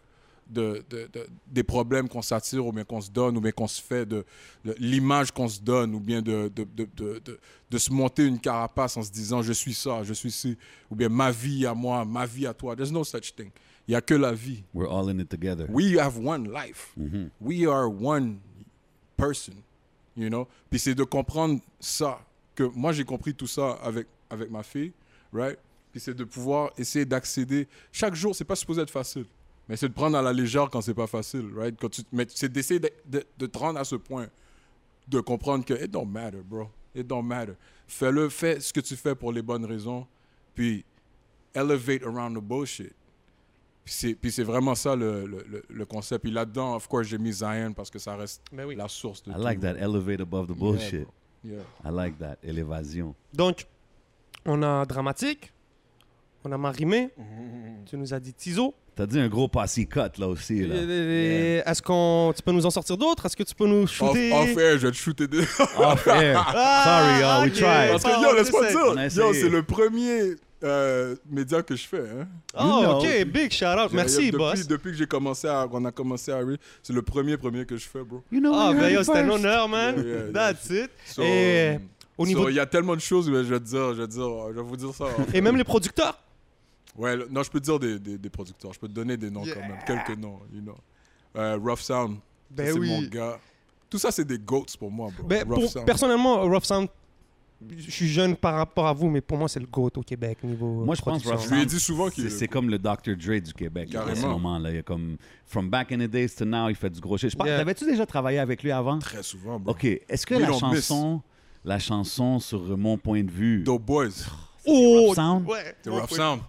des problèmes qu'on s'attire ou bien qu'on se donne ou bien qu'on se fait, de l'image qu'on se donne ou bien de se monter une carapace en se disant je suis ça, je suis ci, ou bien ma vie à moi, ma vie à toi. There's no such thing. Il n'y a que la vie. We're all in it together. We have one life. We are one person. You know? Puis c'est de comprendre ça, que moi j'ai compris tout ça avec ma fille, right? Puis c'est de pouvoir essayer d'accéder. Chaque jour, c'est pas supposé être facile, mais c'est de prendre à la légère quand c'est pas facile, right? Mais c'est d'essayer de te rendre à ce point, de comprendre que it don't matter, bro. It don't matter. Fais ce que tu fais pour les bonnes raisons, puis elevate around the bullshit. Puis c'est vraiment ça le concept. Puis là-dedans, of course, j'ai mis Zion parce que ça reste Ben oui. la source de I tout. like that. Elevate above the bullshit. Yeah. I like that. Élévation. Donc, on a Dramatique, on a Marimé, tu nous as dit Tizo. T'as dit un gros passy cut là aussi. Là. Est-ce que tu peux nous en sortir d'autres? Est-ce que tu peux nous shooter? Off air, je vais te shooter des... Off air. Sorry, y'all. We ok. tried. Parce que, yo, laisse-moi On a te dire, yo, essayé. c'est le premier médias que je fais. Hein. Oh, ok, big shout out. Merci, boss. Depuis que on a commencé à c'est le premier que je fais, bro. You know, Ah, you ben heard yo, it c'est un first. honneur, man. Yeah. That's it. So, Et au niveau. il y a tellement de choses, mais je vais vous dire ça. Et même les producteurs. Ouais, non, je peux te dire des producteurs. Je peux te donner des noms quand même. Quelques noms, you know. Rough Sound, Ben ça, c'est oui. mon gars. Tout ça, c'est des goats pour moi, bro. Ben, Rough Sound. personnellement, Rough Sound, je suis jeune par rapport à vous, mais pour moi, c'est le GOAT au Québec niveau. Moi, je pense production. Rough Je lui ai Sound, dit souvent qu'il c'est comme le Dr. Dre du Québec là, en ce Carrément. moment. Là. Il y a comme, from back in the days to now, il fait du gros shit. Yeah. T'avais-tu déjà travaillé avec lui avant? très souvent, bro. OK. Est-ce que We don't la chanson sur Mon Point de Vue, Dope Boys, Oh, Rough Sound? Ouais. c'est Rough Sound.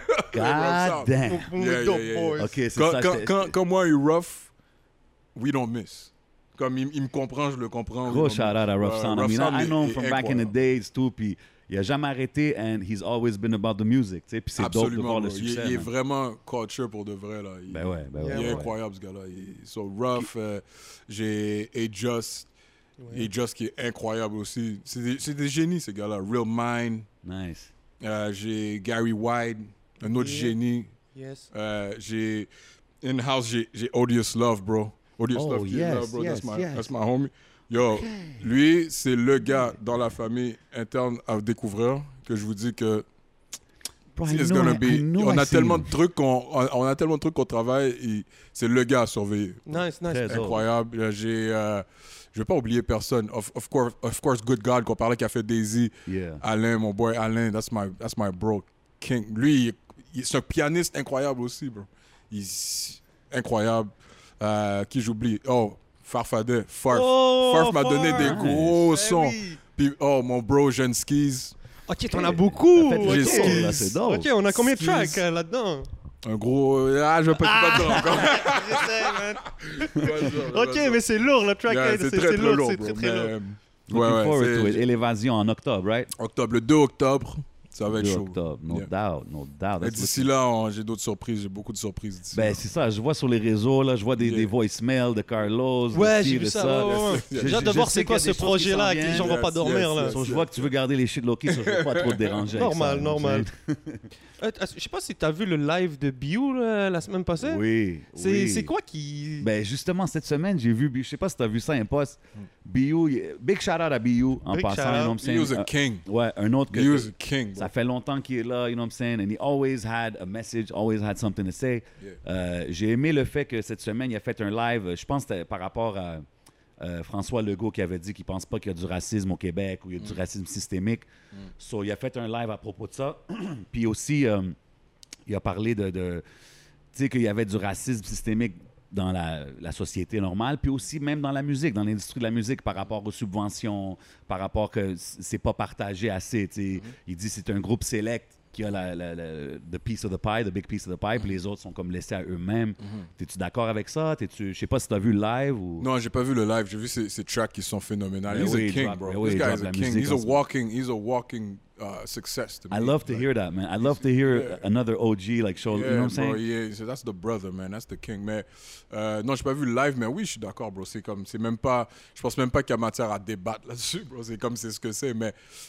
God damn. Yeah. OK, c'est ça. Quand moi, il rough, we don't miss. Comme il me comprend, je le comprends. Gros shout out à Rough Sound. I mean, I know him est from back in the incroyable. days, too, puis il a jamais arrêté, and he's always been about the music, tu sais, puis c'est dope de Absolument, voir le bro. succès. Il est man. vraiment culture pour de vrai, là. Ben ouais. Il est ouais. incroyable, ce gars-là. So, Rough, j'ai A-Just. A-Just qui est incroyable aussi. C'est des génies, ces gars-là. Real Mind. Nice. J'ai Gary White, un autre génie. Yes. J'ai in-house, j'ai Odious Love, bro. Odious Oh, Love qui est là, yes, bro. yes, That's my homie. Yo, lui, c'est le gars dans la famille interne à découvrir que je vous dis que Bro, I it's know gonna I- be. I know On I a see tellement him. de trucs qu'on travaille. C'est le gars à surveiller. Nice. Très dope. Incroyable. Je vais pas oublier personne. Of course, Good God qu'on parlait qui a fait Daisy. Yeah. Alain, mon boy Alain, that's my bro King. Lui, c'est un pianiste incroyable aussi, bro. Incroyable. Qui j'oublie? Oh, Farfadet. Farf. Oh, Farf m'a donné Farf. des gros Eh sons. oui. Puis, oh, mon bro Jeune Skis. Ok, t'en as beaucoup. Faites J'ai le skis. tour, là, c'est dope. Ok, on a combien de Skis. tracks là-dedans? Un gros. Ah, je vais pas dire encore. Ok, mais c'est lourd, le track. Yeah, hein, c'est très lourd, lourd, c'est bro. très lourd. Looking forward to it. c'est Et l'évasion en octobre, right? octobre, le 2 octobre, ça va être 2 chaud. octobre, no Yeah. doubt. Et d'ici là, j'ai d'autres surprises, j'ai beaucoup de surprises d'ici là. Ben, c'est ça, je vois sur les réseaux, là, je vois des voicemails de Carlos. Ouais, de ci, j'ai de vu ça. ouais, ouais. J'ai- J'ai hâte de je voir sais c'est quoi qu'il y a ce des choses qui projet-là, s'en que les viennent. gens vont pas Yes, dormir yes, là. yes. So, je vois que tu veux garder les shit low-key, so je veux pas trop te déranger. avec Normal, ça, normal. tu Je sais pas si t'as vu le live de Biou la semaine passée. sais. Oui. C'est quoi qui. Ben justement, cette semaine, j'ai vu, je sais pas si t'as vu ça, un post, BU, big shout-out à BU, en Big passant, shout-out. you know what I'm He saying? was a king. Ouais, un autre He was a king, bro. ça fait longtemps qu'il est là, you know what I'm saying? And he always had a message, always had something to say. Yeah. J'ai aimé le fait que cette semaine, il a fait un live, je pense que c'était par rapport à François Legault qui avait dit qu'il pense pas qu'il y a du racisme au Québec ou il y a du racisme systémique. So, il a fait un live à propos de ça. Puis aussi, il a parlé de tu sais, qu'il y avait du racisme systémique dans la société normale, puis aussi même dans la musique, dans l'industrie de la musique, par rapport aux subventions, par rapport que c'est pas partagé assez. Tu sais. Il dit que c'est un groupe select qui a the piece of the pie, the big piece of the pie, puis les autres sont comme laissés à eux-mêmes. T'es-tu d'accord avec ça? Je sais pas si t'as vu le live ou... Non, j'ai pas vu le live. J'ai vu ces tracks qui sont phénoménales. Mais He's oui, a il king, drop- bro. mais oui, This il guy drop is la a king. musique He's en a ce moment. walking success to me. I love to hear that, man. I love to hear another OG like show, you know what I'm saying? bro, yeah, so that's the brother, man. That's the king. Mais non, j'ai pas vu le live, mais oui, je suis d'accord, bro. C'est même pas, je pense même pas qu'il y a matière à débattre là-dessus, bro. C'est comme c'est ce que c'est, mais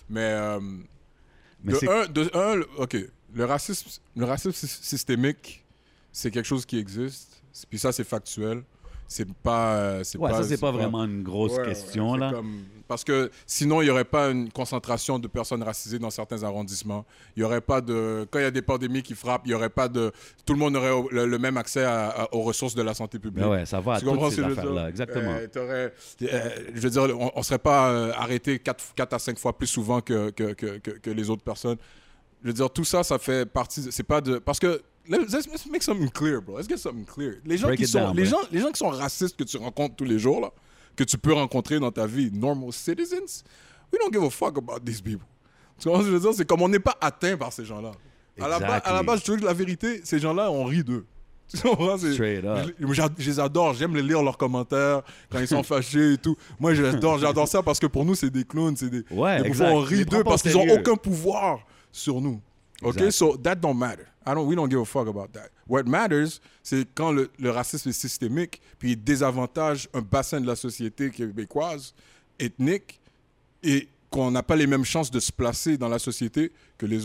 Mais ok, le racisme systémique, c'est quelque chose qui existe. Puis ça, c'est factuel. C'est pas, Ouais, ça, c'est pas vraiment une grosse question, c'est là. parce que sinon, il n'y aurait pas une concentration de personnes racisées dans certains arrondissements. Il y aurait pas de... Quand il y a des pandémies qui frappent, il y aurait pas de... Tout le monde aurait le même accès aux ressources de la santé publique. Ben ouais, ça va à Tu comprends toutes ce ces que je veux dire? affaires-là, exactement. Je veux dire, on ne serait pas arrêté 4 à 5 fois plus souvent que les autres personnes. Je veux dire, tout ça, ça fait partie... C'est pas de... Parce que... Let's make something clear, bro. Let's get something clear. Les gens, Break qui it sont, down, les, bro. gens, les gens qui sont racistes que tu rencontres tous les jours, là, que tu peux rencontrer dans ta vie, normal citizens, we don't give a fuck about these people. Tu comprends ce que je veux dire? C'est comme on n'est pas atteint par ces gens-là. À la base, je te dis la vérité, ces gens-là, on rit d'eux. Tu comprends? Straight up. Je les adore, j'aime les lire leurs commentaires quand ils sont fâchés et tout. Moi, j'adore ça parce que pour nous, c'est des clowns, c'est des... Ouais, des exact. fois, on Les rit prend d'eux pas parce au qu'ils n'ont sérieux. aucun pouvoir sur nous. OK? Exact. So, that don't matter. We don't give a fuck about that. What matters, c'est quand le racisme est systémique, puis il désavantage un bassin de la société québécoise, ethnique, et qu'on n'a pas les mêmes chances de se placer dans la société que les autres.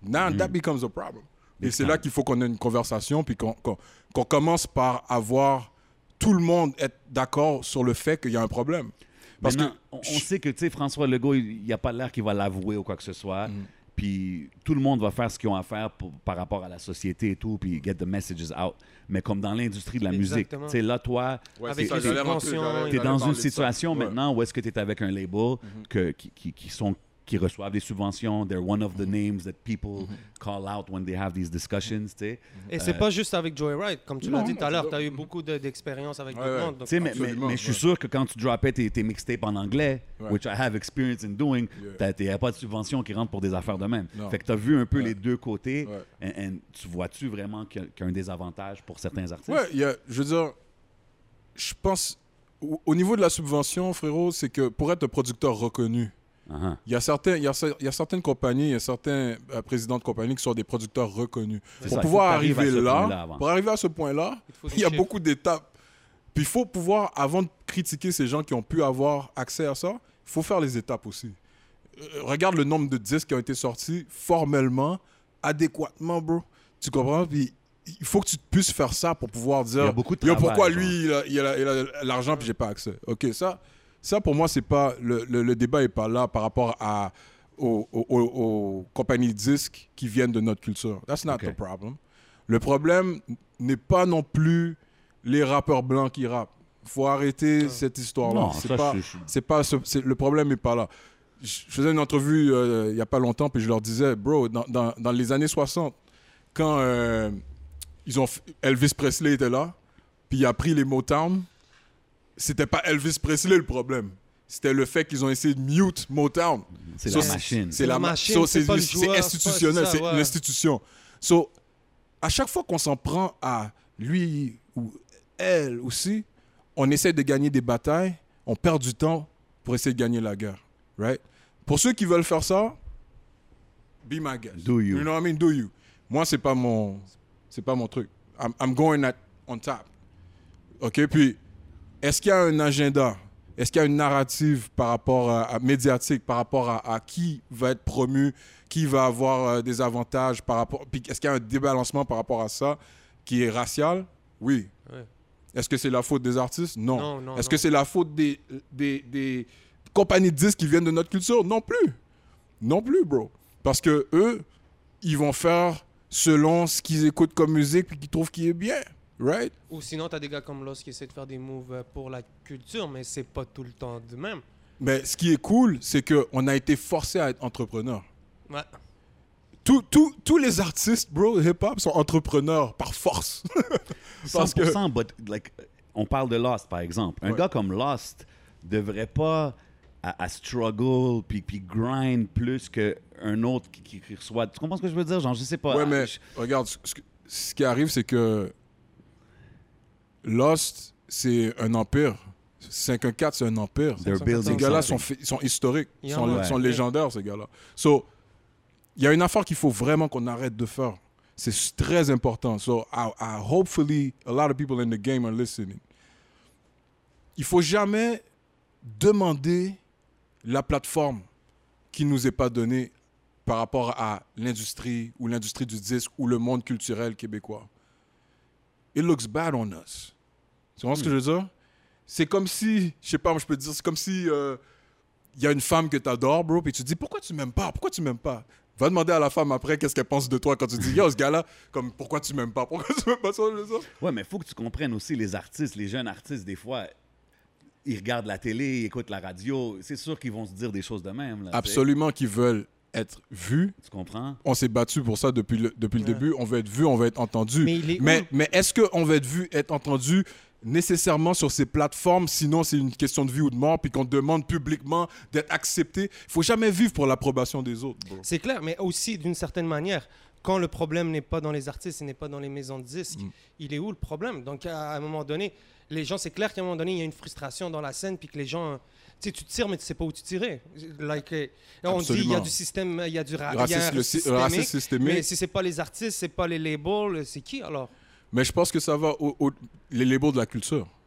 Now that becomes a problem. Et c'est là qu'il faut qu'on ait une conversation, puis qu'on commence par avoir tout le monde être d'accord sur le fait qu'il y a un problème. Parce Maintenant, que on sait que, tu sais, François Legault, il n'y a pas l'air qu'il va l'avouer ou quoi que ce soit. Puis tout le monde va faire ce qu'ils ont à faire par rapport à la société et tout, puis get the messages out. Mais comme dans l'industrie de la musique, tu sais, là, toi, avec ça, les subventions, tu es dans une parler de situation ça. maintenant où est-ce que tu es avec un label qui reçoivent des subventions, they're one of the names that people call out when they have these discussions, tu sais. Et c'est pas juste avec Joyride, comme tu l'as dit tout à l'heure, c'est tu as eu beaucoup d'expérience avec Ouais, d'autres ouais. mondes. donc- Tu sais, mais Absolument, je suis sûr que quand tu droppais tes mixtapes en anglais, Ouais. which I have experience in doing, Yeah. il n'y a pas de subvention qui rentre pour des affaires de même. Non. Fait que tu as vu un peu Ouais. les deux côtés. Ouais. And tu vois-tu vraiment qu'il y a un désavantage pour certains artistes? Ouais, je veux dire, je pense, au niveau de la subvention, frérot, c'est que pour être un producteur reconnu, Uh-huh. il y a certaines compagnies, il y a certains présidents de compagnies qui sont des producteurs reconnus. C'est Pour ça, pouvoir il faut que t'arrives arriver à ce point-là là, avant. pour arriver à ce point-là, faut des il y a chiffres. beaucoup d'étapes. Puis il faut pouvoir, avant de critiquer ces gens qui ont pu avoir accès à ça, il faut faire les étapes aussi. Regarde le nombre de disques qui ont été sortis formellement, adéquatement, bro. Tu comprends? Puis il faut que tu puisses faire ça pour pouvoir dire Il y a beaucoup de yo, travail, pourquoi genre. lui, il a l'argent puis j'ai pas accès. OK, ça pour moi, c'est pas le débat est pas là par rapport aux compagnies de disques qui viennent de notre culture. That's not OK. the problem. Le problème n'est pas non plus les rappeurs blancs qui rappent. Faut arrêter cette histoire-là. Non, C'est ça, pas, c'est pas le problème n'est pas là. Je faisais une entrevue il y a pas longtemps puis je leur disais, bro, dans les années 60, quand Elvis Presley était là, puis il a pris les Motown, c'était pas Elvis Presley le problème. C'était le fait qu'ils ont essayé de mute Motown. C'est So, la machine. C'est la machine, so, c'est pas le c'est joueur, institutionnel, c'est c'est ça, ouais. l'institution. So, à chaque fois qu'on s'en prend à lui ou elle aussi, on essaie de gagner des batailles, on perd du temps pour essayer de gagner la guerre. Right? Pour ceux qui veulent faire ça, be my guest. Do you. You know what I mean? Do you. Moi, c'est pas mon truc. I'm going on top. OK? Puis, est-ce qu'il y a un agenda? Est-ce qu'il y a une narrative par rapport à médiatique, par rapport à qui va être promu, qui va avoir des avantages par rapport... Puis, est-ce qu'il y a un débalancement par rapport à ça qui est racial? Oui. Ouais. Est-ce que c'est la faute des artistes? Non. Non, Est-ce que c'est la faute des compagnies de disques qui viennent de notre culture? Non plus. Non plus, bro. Parce que eux, ils vont faire selon ce qu'ils écoutent comme musique et qu'ils trouvent qui est bien. Right? Ou sinon, tu as des gars comme Lost qui essaient de faire des moves pour la culture, mais c'est pas tout le temps de même. Mais ce qui est cool, c'est qu'on a été forcé à être entrepreneur. Ouais. Tous les artistes, bro, hip-hop sont entrepreneurs par force. Parce que... 100%, but, like, on parle de Lost, par exemple. Un Ouais. gars comme Lost devrait pas à struggle puis grind plus qu'un autre qui reçoit... Tu comprends ce que je veux dire? Genre, je sais pas. Ouais, mais regarde, ce qui arrive, c'est que Lost, c'est un empire. 514, c'est un empire. They're Ces building Ces gars-là something. sont historiques, Yeah, sont, ouais. sont légendaires, ces gars-là. So, il y a une affaire qu'il faut vraiment qu'on arrête de faire. C'est très important. So, hopefully, a lot of people in the game are listening. Il faut jamais demander la plateforme qui nous est pas donnée par rapport à l'industrie ou l'industrie du disque ou le monde culturel québécois. It looks bad on us. Tu vois ce que je veux dire? C'est comme si, je sais pas, moi je peux te dire, c'est comme si il y a une femme que tu adores, bro, puis tu te dis pourquoi tu m'aimes pas? Pourquoi tu m'aimes pas? Va demander à la femme après qu'est-ce qu'elle pense de toi quand tu dis yo, ce gars-là, comme pourquoi tu m'aimes pas? Pourquoi tu m'aimes pas? Ça, je veux dire? Ouais, mais il faut que tu comprennes aussi les artistes, les jeunes artistes, des fois, ils regardent la télé, ils écoutent la radio. C'est sûr qu'ils vont se dire des choses de même. Là, tu sais. Absolument qu'ils veulent être vus. Tu comprends? On s'est battu pour ça depuis le début. On veut être vu, on veut être entendu. Mais il est Mais est-ce qu'on veut être vu, être entendu nécessairement sur ces plateformes, sinon c'est une question de vie ou de mort, puis qu'on demande publiquement d'être accepté? Il faut jamais vivre pour l'approbation des autres, bro. C'est clair, mais aussi d'une certaine manière, quand le problème n'est pas dans les artistes et n'est pas dans les maisons de disques, il est où le problème? Donc à un moment donné, les gens, c'est clair qu'à un moment donné, il y a une frustration dans la scène, puis que les gens, tu sais, tu tires, mais tu sais pas où tu tirais. Like, on dit il y a du système, il y a du il y a un Le racisme systémique. mais si c'est pas les artistes, c'est pas les labels, c'est qui alors? Mais je pense que ça va les labels de la culture.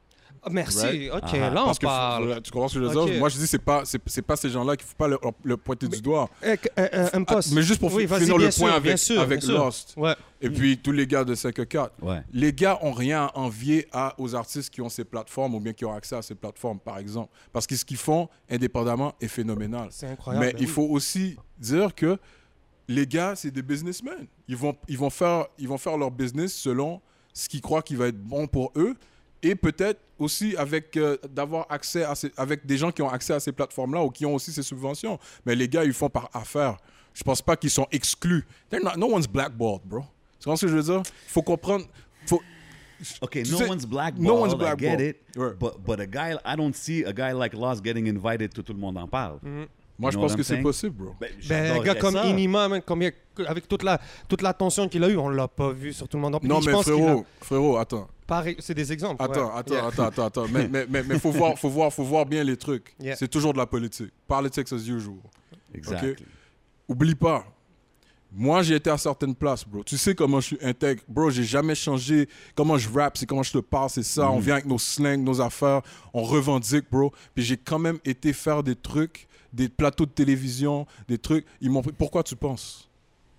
Merci. Right? OK, Ah, là, on Parce que parle. tu comprends ce que je veux Ok. dire? Moi, je dis, c'est pas ces gens-là qu'il faut pas le pointer du doigt. Impost. Mais juste pour Oui, vas-y, finir bien le point sûr, bien avec, sûr, avec bien sûr. Lost. Ouais. Et puis tous les gars de 5-4. Ouais. Les gars ont rien à envier aux artistes qui ont ces plateformes ou bien qui ont accès à ces plateformes, par exemple. Parce que ce qu'ils font indépendamment est phénoménal. C'est incroyable. Mais ben il oui. faut aussi dire que les gars, c'est des businessmen. Ils vont faire leur business selon ce qu'ils croient qui va être bon pour eux. Et peut-être aussi avec d'avoir accès avec des gens qui ont accès à ces plateformes-là ou qui ont aussi ces subventions. Mais les gars, ils font par affaire. Je pense pas qu'ils sont exclus. No one's blackballed, bro. Tu comprends ce que je veux dire? Il faut comprendre. Okay, Tu no sais, one's blackballed. no one's I blackballed. get it. Ouais. But a guy, I don't see a guy like Lost getting invited to Tout le monde en parle. Moi, je You know pense what que I'm c'est saying? possible, bro. Ben, Ben, un j'adorerais gars comme ça. Inima, man, avec toute l'attention qu'il a eue, on l'a pas vu sur tout le monde. Non, Je mais pense qu'il a- frérot, attends. Pareil, c'est des exemples. Attends, ouais. attends. Mais faut voir bien les trucs. Yeah. C'est toujours de la politique. Politics as usual. Exactly. Ok? Oublie pas. Moi, j'ai été à certaines places, bro. Tu sais comment je suis intègre. Bro, j'ai jamais changé. Comment je rappe, c'est comment je te parle, c'est ça. On vient avec nos slangs, nos affaires. On revendique, bro. Puis j'ai quand même été faire des trucs, des plateaux de télévision, des trucs. Ils m'ont pris. Pourquoi tu penses?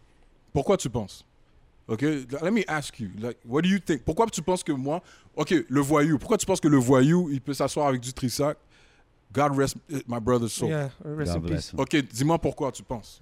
OK? Let me ask you. Like, what do you think? Pourquoi tu penses que moi... OK, le voyou. Pourquoi tu penses que le voyou, il peut s'asseoir avec du Trissac? God rest my brother's soul. Yeah, rest in God bless peace. him. OK, dis-moi pourquoi tu penses.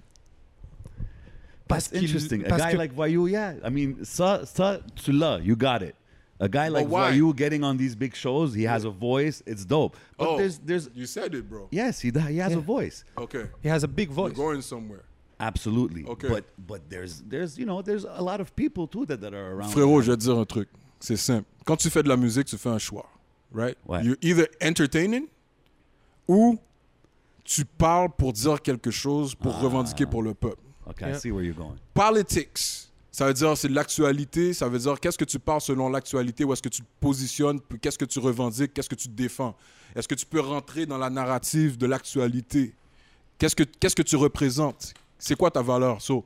Parce That's qu'il- interesting. A parce guy que- like Voyou, yeah. I mean, ça, tu l'as. You got it. A guy like why? Voyou getting on these big shows, he has a voice. It's dope. But Oh. there's You said it, bro. yes, he has Yeah. a voice. OK. He has a big You're voice. going somewhere. Absolutely. Okay. But there's there's a lot of people too that are around. Frérot, je vais te dire un truc. C'est simple. Quand tu fais de la musique, tu fais un choix. Right? Ouais. You're either entertaining ou tu parles pour dire quelque chose, pour revendiquer pour le peuple. Okay, I Yeah. see where you're going. Politics, ça veut dire c'est de l'actualité, ça veut dire qu'est-ce que tu parles selon l'actualité, où est-ce que tu te positionnes, puis qu'est-ce que tu revendiques, qu'est-ce que tu défends. Est-ce que tu peux rentrer dans la narrative de l'actualité? Qu'est-ce que tu représentes? C'est quoi ta valeur? So,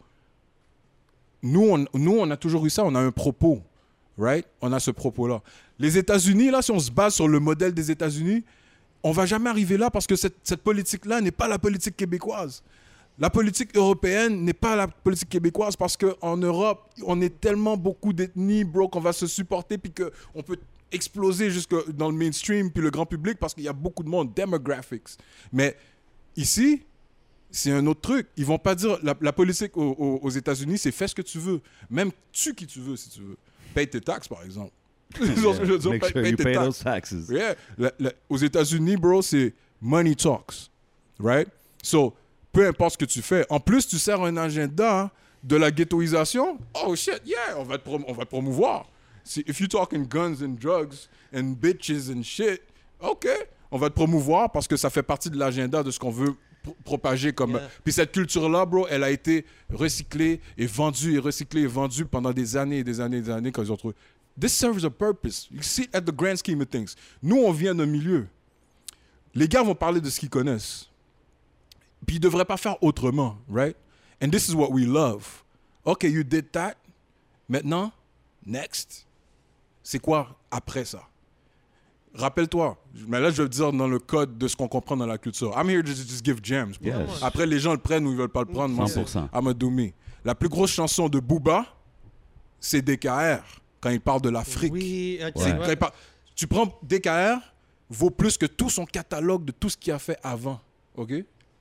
nous, on a toujours eu ça, on a un propos, right? On a ce propos-là. Les États-Unis, là, si on se base sur le modèle des États-Unis, on va jamais arriver là parce que cette politique-là n'est pas la politique québécoise. La politique européenne n'est pas la politique québécoise parce qu'en Europe, on est tellement beaucoup d'ethnies, bro, qu'on va se supporter puis qu'on peut exploser jusque dans le mainstream puis le grand public parce qu'il y a beaucoup de monde, demographics. Mais ici, c'est un autre truc. Ils vont pas dire... La politique aux États-Unis, c'est fais ce que tu veux. Même tue qui tu veux, si tu veux. Paye tes taxes, par exemple. Je veux dire, Make sure you tes pay taxes. those taxes. Yeah. Aux États-Unis, bro, c'est money talks. Right? So, peu importe ce que tu fais. En plus, tu sers un agenda de la ghettoisation. Oh shit, yeah, on va te promouvoir. If you're talking guns and drugs and bitches and shit, OK, on va te promouvoir parce que ça fait partie de l'agenda de ce qu'on veut propager comme... Yeah. Puis cette culture-là, bro, elle a été recyclée et vendue et recyclée et vendue pendant des années et des années et des années quand ils ont trouvé... This serves a purpose. You see it at the grand scheme of things. Nous, on vient d'un milieu. Les gars vont parler de ce qu'ils connaissent. Puis ils ne devraient pas faire autrement, right? And this is what we love. OK, you did that. Maintenant, next. C'est quoi après ça? Rappelle-toi. Mais là, je vais te dire dans le code de ce qu'on comprend dans la culture. I'm here to just give gems. bro. Yes. Après, les gens le prennent ou ils ne veulent pas le prendre. Moi, c'est 100%. I'ma do me. La plus grosse chanson de Booba, c'est DKR. Quand il parle de l'Afrique. Oui, ok, C'est- ouais. quand il parle- Tu prends DKR, vaut plus que tout son catalogue de tout ce qu'il a fait avant. OK?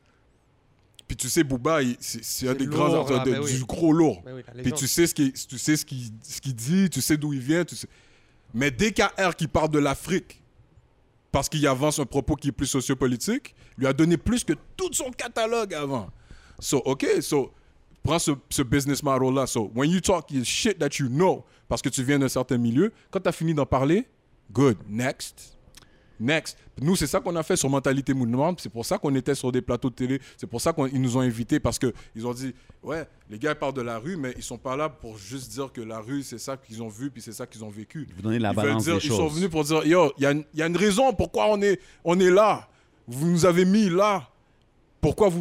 Puis tu sais, Booba, c'est un des lourd, grands là, artistes ben oui. du gros lourd. Ben oui, la Puis légende. tu sais ce qu'il dit, tu sais d'où il vient. Tu sais. Mais DKR qui parle de l'Afrique, parce qu'il avance un propos qui est plus sociopolitique, lui a donné plus que tout son catalogue avant. So, OK, so, prends ce business model-là. So, when you talk your shit that you know, parce que tu viens d'un certain milieu, quand tu as fini d'en parler, good, next. Next. Nous, c'est ça qu'on a fait sur Mentalité Mouvement. C'est pour ça qu'on était sur des plateaux de télé. C'est pour ça qu'ils nous ont invités parce qu'ils ont dit, ouais, les gars ils parlent de la rue, mais ils sont pas là pour juste dire que la rue, c'est ça qu'ils ont vu puis c'est ça qu'ils ont vécu. Vous donnez la Ils veulent balance dire- des Ils sont choses. venus pour dire, yo, il y a une raison pourquoi on est là. Vous nous avez mis là. Pourquoi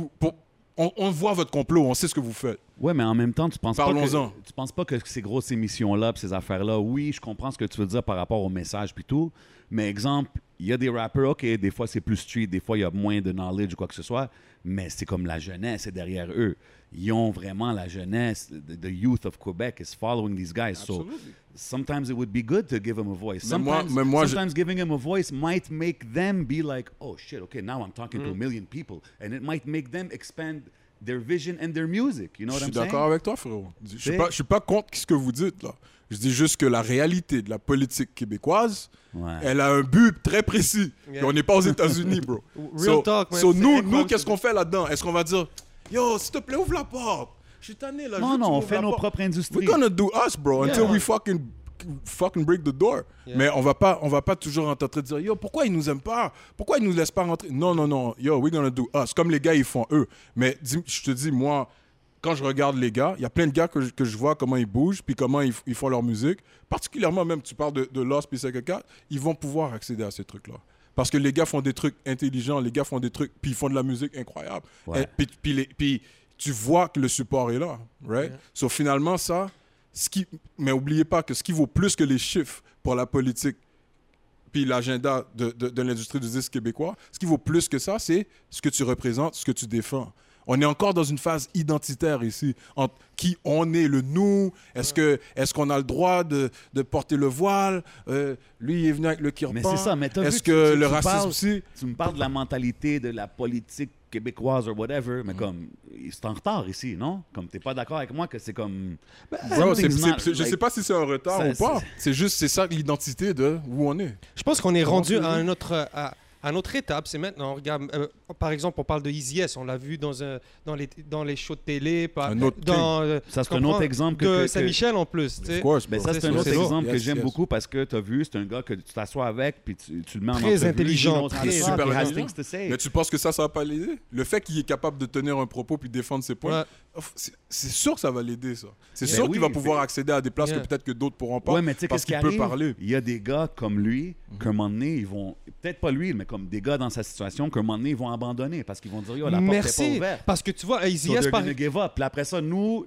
on voit votre complot, on sait ce que vous faites. Ouais, mais en même temps, tu penses Parlons-en. pas que ces grosses émissions-là, puis ces affaires-là, oui, je comprends ce que tu veux dire par rapport au message puis tout, mais exemple, il y a des rappers, OK, des fois c'est plus street, des fois il y a moins de knowledge ou quoi que ce soit, mais c'est comme la jeunesse est derrière eux. Ils ont vraiment la jeunesse. The youth of Quebec is following these guys. Absolutely. So sometimes it would be good to give them a voice. Mais moi, Sometimes giving them a voice might make them be like, oh shit, okay, now I'm talking to a million people. And it might make them expand their vision and their music. You know what I'm saying? Je suis d'accord avec toi, frérot. Je suis pas contre ce que vous dites, là. Je dis juste que la réalité de la politique québécoise, elle a un but très précis. Et on n'est pas aux États-Unis, bro. Real talk, man. Nous, qu'est-ce qu'on fait là-dedans? Est-ce qu'on va dire, yo, s'il te plaît, ouvre la porte? Je suis tanné, là. Non, on fait nos propres industries. We're gonna do us, bro, until we fucking break the door. Yeah. Mais on va pas toujours en train de dire, yo, pourquoi ils nous aiment pas? Pourquoi ils nous laissent pas rentrer? Non. Yo, we're gonna do us. Comme les gars, ils font eux. Mais je te dis, moi, quand je regarde les gars, il y a plein de gars que je vois comment ils bougent, puis comment ils font leur musique. Particulièrement, même, tu parles de Lost, puis CK4, ils vont pouvoir accéder à ces trucs-là. Parce que les gars font des trucs intelligents, les gars font des trucs, puis ils font de la musique incroyable. Ouais. Puis tu vois que le support est là, right? Yeah. So, finalement, ça, mais n'oubliez pas que ce qui vaut plus que les chiffres pour la politique, puis l'agenda de l'industrie du disque québécois, ce qui vaut plus que ça, c'est ce que tu représentes, ce que tu défends. On est encore dans une phase identitaire ici, entre qui on est, le nous, est-ce qu'on a le droit de porter le voile, lui il est venu avec le kirpan, mais c'est ça, mais est-ce que le racisme aussi... Tu me parles de la mentalité de la politique québécoise ou whatever, mais comme, c'est en retard ici, non? Comme, t'es pas d'accord avec moi que c'est comme... Bro, je sais pas si c'est un retard ou pas, c'est ça l'identité de où on est. Je pense qu'on est rendu à un autre... À notre étape, c'est maintenant, regarde, par exemple, on parle de Easy S, on l'a vu dans les shows de télé, ça c'est un autre exemple de Saint-Michel en plus. Mais ça c'est un autre exemple que j'aime beaucoup parce que tu as vu, c'est un gars que tu t'assois avec puis tu le mets en très intelligent, très super intelligent. Mais tu penses que ça va pas l'aider? Le fait qu'il est capable de tenir un propos puis défendre ses points, c'est sûr que ça va l'aider, ça. C'est sûr qu'il va pouvoir accéder à des places que peut-être que d'autres pourront pas parce qu'il peut parler. Il y a des gars comme lui qu'à un moment donné, ils vont, peut-être pas lui, mais comme des gars dans sa situation, qu'à un moment donné, ils vont abandonner parce qu'ils vont dire, yo, la porte n'est pas ouverte. Parce que tu vois, Easy S, give up. Puis après ça, nous,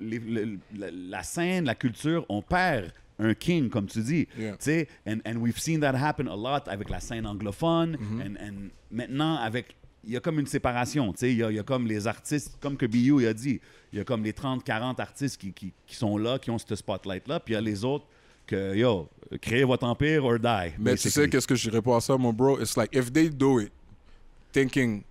la scène, la culture, on perd un king, comme tu dis. Yeah. And we've seen that happen a lot avec la scène anglophone. And maintenant, il y a comme une séparation. Il y a comme les artistes, comme que BU a dit, il y a comme les 30-40 artistes qui sont là, qui ont ce spotlight-là. Puis il y a les autres que, yo, créez votre empire or die. Mais tu sais, qu'est-ce que je réponds à ça, mon bro? It's like, if they do it, thinking,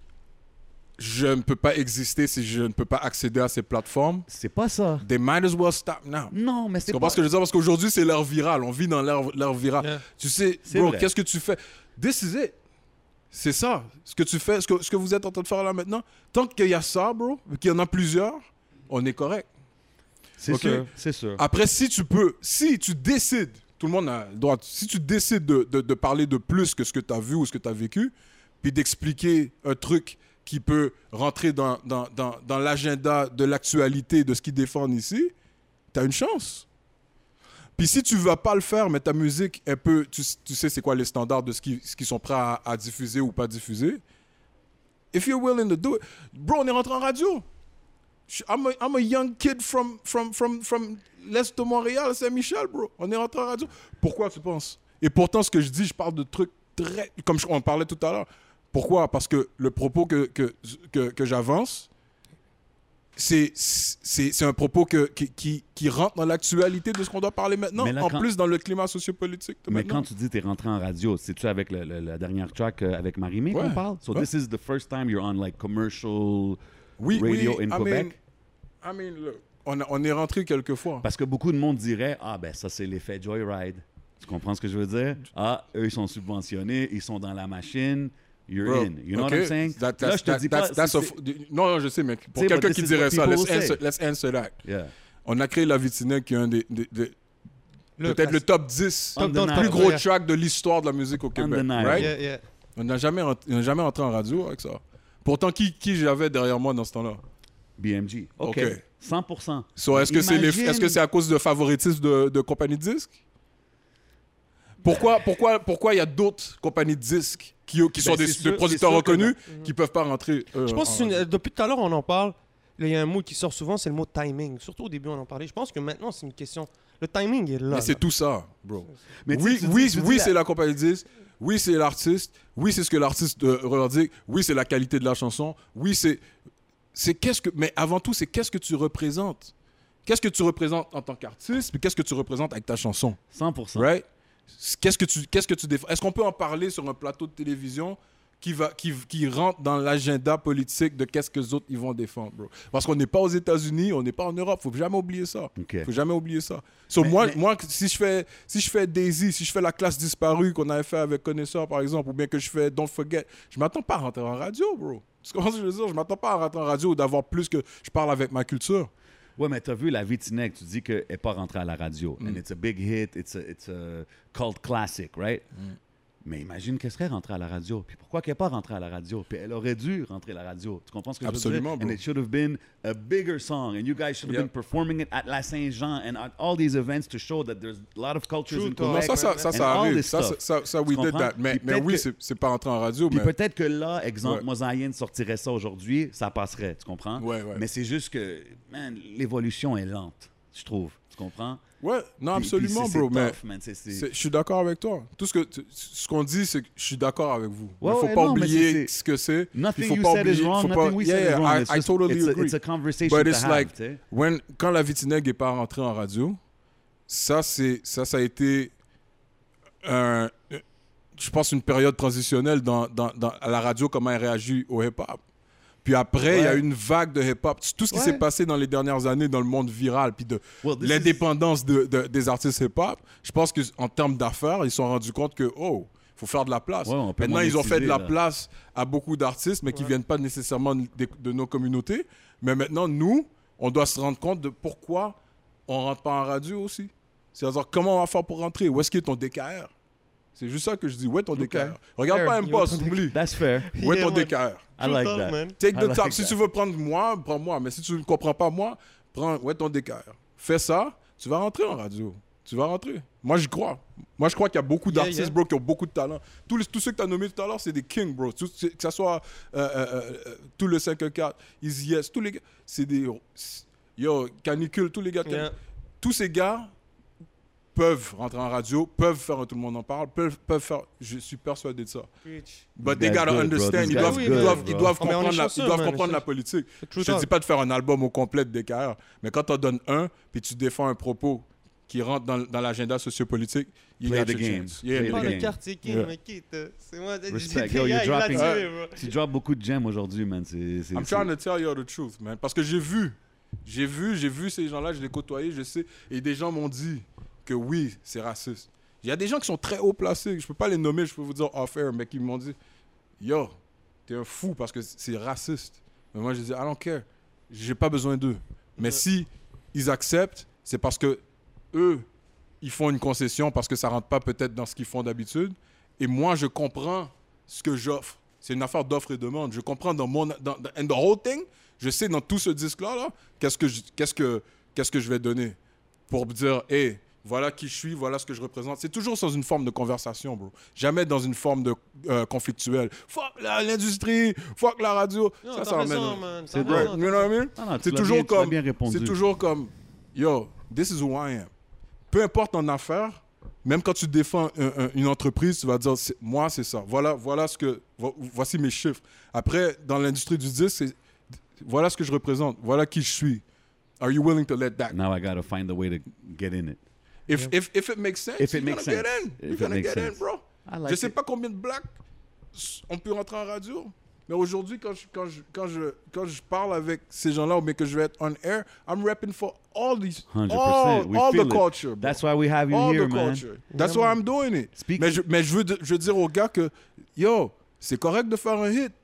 je ne peux pas exister si je ne peux pas accéder à ces plateformes. C'est pas ça. They might as well stop now. Non, mais c'est pas... Tu comprends ce que je veux dire? Parce qu'aujourd'hui, c'est l'heure virale. On vit dans l'heure virale. Yeah. Tu sais, bro, qu'est-ce que tu fais? This is it. C'est ça. Ce que tu fais, ce que vous êtes en train de faire là maintenant, tant qu'il y a ça, bro, qu'il y en a plusieurs, on est correct. C'est sûr, c'est sûr. Après, si tu décides, tout le monde a le droit, si tu décides de parler de plus que ce que tu as vu ou ce que tu as vécu, puis d'expliquer un truc qui peut rentrer dans l'agenda de l'actualité de ce qu'ils défendent ici, tu as une chance. Puis si tu ne vas pas le faire, mais ta musique, un peu, tu sais c'est quoi les standards de ce qu'ils sont prêts à diffuser ou pas diffuser. If you're willing to do it, bro, on est rentré en radio. I'm a young kid from l'Est de Montréal, Saint-Michel, bro. On est rentré en radio. Pourquoi tu penses? Et pourtant, ce que je dis, je parle de trucs très... Comme on parlait tout à l'heure. Pourquoi? Parce que le propos que j'avance, c'est un propos qui rentre dans l'actualité de ce qu'on doit parler maintenant, là, plus dans le climat sociopolitique. Mais quand tu dis que tu es rentré en radio, c'est-tu avec la dernière track avec Marie-Mé qu'on parle? So this is the first time you're on like commercial radio in Quebec? I mean, look, on est rentré quelques fois. Parce que beaucoup de monde dirait, ah ben ça c'est l'effet Joyride. Tu comprends ce que je veux dire? Ah, eux ils sont subventionnés, ils sont dans la machine. You're in. You know what I'm saying? Là, je te dis pas... Non, je sais, mais pour quelqu'un qui dirait ça, let's answer that. Yeah. On a créé La Vitinelle, qui est un des peut-être le top 10 plus gros track de l'histoire de la musique au Québec. Right? Yeah. On n'a jamais entré en radio avec ça. Pourtant, qui j'avais derrière moi dans ce temps-là? BMG. OK. 100%. So, est-ce que c'est à cause de favoritisme de compagnie de disques? Pourquoi il y a d'autres compagnies de disques qui sont des producteurs reconnus qui ne peuvent pas rentrer je pense que depuis tout à l'heure, on en parle. Il y a un mot qui sort souvent, c'est le mot timing. Surtout au début, on en parlait. Je pense que maintenant, c'est une question... Le timing est là. Mais c'est tout ça, bro. Mais oui, c'est la compagnie de disques. oui, c'est l'artiste, oui, c'est ce que l'artiste revendique, oui, c'est la qualité de la chanson, oui, c'est qu'est-ce que... Mais avant tout, c'est qu'est-ce que tu représentes. Qu'est-ce que tu représentes en tant qu'artiste, puis qu'est-ce que tu représentes avec ta chanson. 100%. Right? Qu'est-ce que tu défends? Est-ce qu'on peut en parler sur un plateau de télévision qui rentre dans l'agenda politique de qu'est-ce que les autres ils vont défendre, bro? Parce qu'on n'est pas aux États-Unis, on n'est pas en Europe. Faut jamais oublier ça. Ok. Faut jamais oublier ça. So, moi, si je fais Daisy, si je fais La Classe Disparue qu'on avait fait avec Connaisseur, par exemple, ou bien que je fais Don't Forget, je m'attends pas à rentrer en radio, bro. Tu comprends ce que je veux dire? Je m'attends pas à rentrer en radio ou d'avoir plus que je parle avec ma culture. Ouais, mais t'as vu La Vie de Tineg, tu dis qu'elle n'est pas rentrée à la radio. And it's a big hit, it's a cult classic, right? Mais imagine qu'elle serait rentrée à la radio. Puis pourquoi qu'elle n'est pas rentrée à la radio? Puis elle aurait dû rentrer à la radio. Tu comprends ce que Absolument, je veux dire? bro. And it should have been a bigger song. And you guys should have been performing it at La Saint-Jean and at all these events to show that there's a lot of cultures in Non, Quebec. ça and all arrive. this stuff. Ça, we Tu did comprends? that. Mais Puis oui, peut-être c'est pas rentré en radio. Puis Mais peut-être que là, exemple, Ouais. Mosaïen sortirait ça aujourd'hui, ça passerait, tu comprends? Ouais, ouais. Mais c'est juste que, man, l'évolution est lente, je trouve, tu comprends? ouais, non, Puis- absolument, puis c'est bro. Mais tough, man, je suis d'accord avec toi. Tout ce qu'on dit, c'est que je suis d'accord avec vous. Il Ouais, ne faut ouais, pas non, mais oublier c'est- ce que c'est. Nothing Il faut you pas said is oublier- wrong, faut pas- nothing we said Yeah, is wrong. I totally agree. It's a conversation But to it's have, like, tu sais. quand La Vitineg n'est pas rentrée en radio, ça a été, je pense, une période transitionnelle à la radio, comment elle réagit au hip-hop. Puis après, il y a Ouais. une vague de hip-hop. Tout ce qui Ouais. s'est passé dans les dernières années dans le monde viral, puis de Well, this l'indépendance des artistes hip-hop, je pense qu'en termes d'affaires, ils se sont rendus compte que, oh, il faut faire de la place. Ouais, on peut Maintenant, ils ont fait de la monétiser, là. place à beaucoup d'artistes, mais qui ne viennent pas nécessairement de nos communautés. Mais maintenant, nous, on doit se rendre compte de pourquoi on ne rentre pas en radio aussi. C'est-à-dire, comment on va faire pour rentrer? Où est-ce qu'il est ton DKR? C'est juste ça que je dis. Où est ton DKR? Regarde Fair. pas un Il boss, est où ton oublie. That's fair. Où est Yeah, ton man. DKR? I like True talk, that. man. Take I the like top. Si that. tu veux prendre moi, prends-moi. Mais si tu ne comprends pas moi, prends où est ton DKR. Fais ça, tu vas rentrer en radio. Tu vas rentrer. Moi, j'y crois. Moi, je crois qu'il y a beaucoup d'artistes, yeah. bro, qui ont beaucoup de talent. Tous ceux que tu as nommés tout à l'heure, c'est des kings, bro. Que ce soit tout le 5-4, Easy Yes, tous les gars, c'est des... Yo, Canicule, tous les gars. Yeah. Tous ces gars peuvent rentrer en radio, peuvent faire un Tout le monde en parle, peuvent faire... Je suis persuadé de ça. Preach. But These they guys gotta good, bro. understand. These Ils guys doivent, good, ils doivent, bro. ils doivent Oh, mais on est comprendre, chanceux, ils doivent man. comprendre la politique. True Je te talk. dis pas de faire un album au complet de DKR, mais quand tu en donnes un, puis tu défends un propos qui rentre dans l'agenda sociopolitique, you Play got the your game. chance. Yeah, Play yeah, Pas the le game. quartier king, Yeah. mais quitte. C'est moi. Respect. Yeah, Yo, you're il l'a dropping... tué, bro. Tu drops beaucoup de gems aujourd'hui, man. C'est- I'm trying to tell you the truth, man. Parce que j'ai vu ces gens-là, je les côtoyais, je sais, et des gens m'ont dit que oui, c'est raciste. Il y a des gens qui sont très haut placés, je peux pas les nommer, je peux vous dire off-air, mais qui m'ont dit, yo, t'es un fou parce que c'est raciste. Mais moi, je dis, I don't care, j'ai pas besoin d'eux. Mais si ils acceptent, c'est parce que eux, ils font une concession parce que ça rentre pas peut-être dans ce qu'ils font d'habitude. Et moi, je comprends ce que j'offre. C'est une affaire d'offre et demande. Je comprends and the whole thing, je sais dans tout ce disque-là, là, qu'est-ce que je vais donner pour dire, hey, voilà qui je suis, voilà ce que je représente. C'est toujours dans une forme de conversation, bro. Jamais dans une forme de conflictuelle. Fuck l'industrie, fuck la radio. Non, ça t'as ramène. raison, man. C'est T'as Right. raison. You know what I mean? Ah non, tu C'est l'as toujours bien- tu l'as comme, bien répondu. c'est toujours comme, yo, this is who I am. Peu importe en affaires, même quand tu défends une entreprise, tu vas dire, moi, c'est ça. Voici mes chiffres. Après, dans l'industrie du disque, voilà ce que je représente. Voilà qui je suis. Are you willing to let that? Now I gotta find a way to get in it. If it makes sense, If it you're makes gonna sense. get in. If You're it gonna makes get in, sense. bro. I like Je sais it. pas combien de blacks on peut rentrer en radio, mais aujourd'hui, quand je parle avec ces gens-là, ou bien que je vais être on air, I'm rapping for all these, 100%. We all feel the it. culture, bro. That's why we have you all here, the man. culture. That's Yeah, why man. I'm doing it. Speaking- Mais je veux dire aux gars que, yo, c'est correct de faire un hit.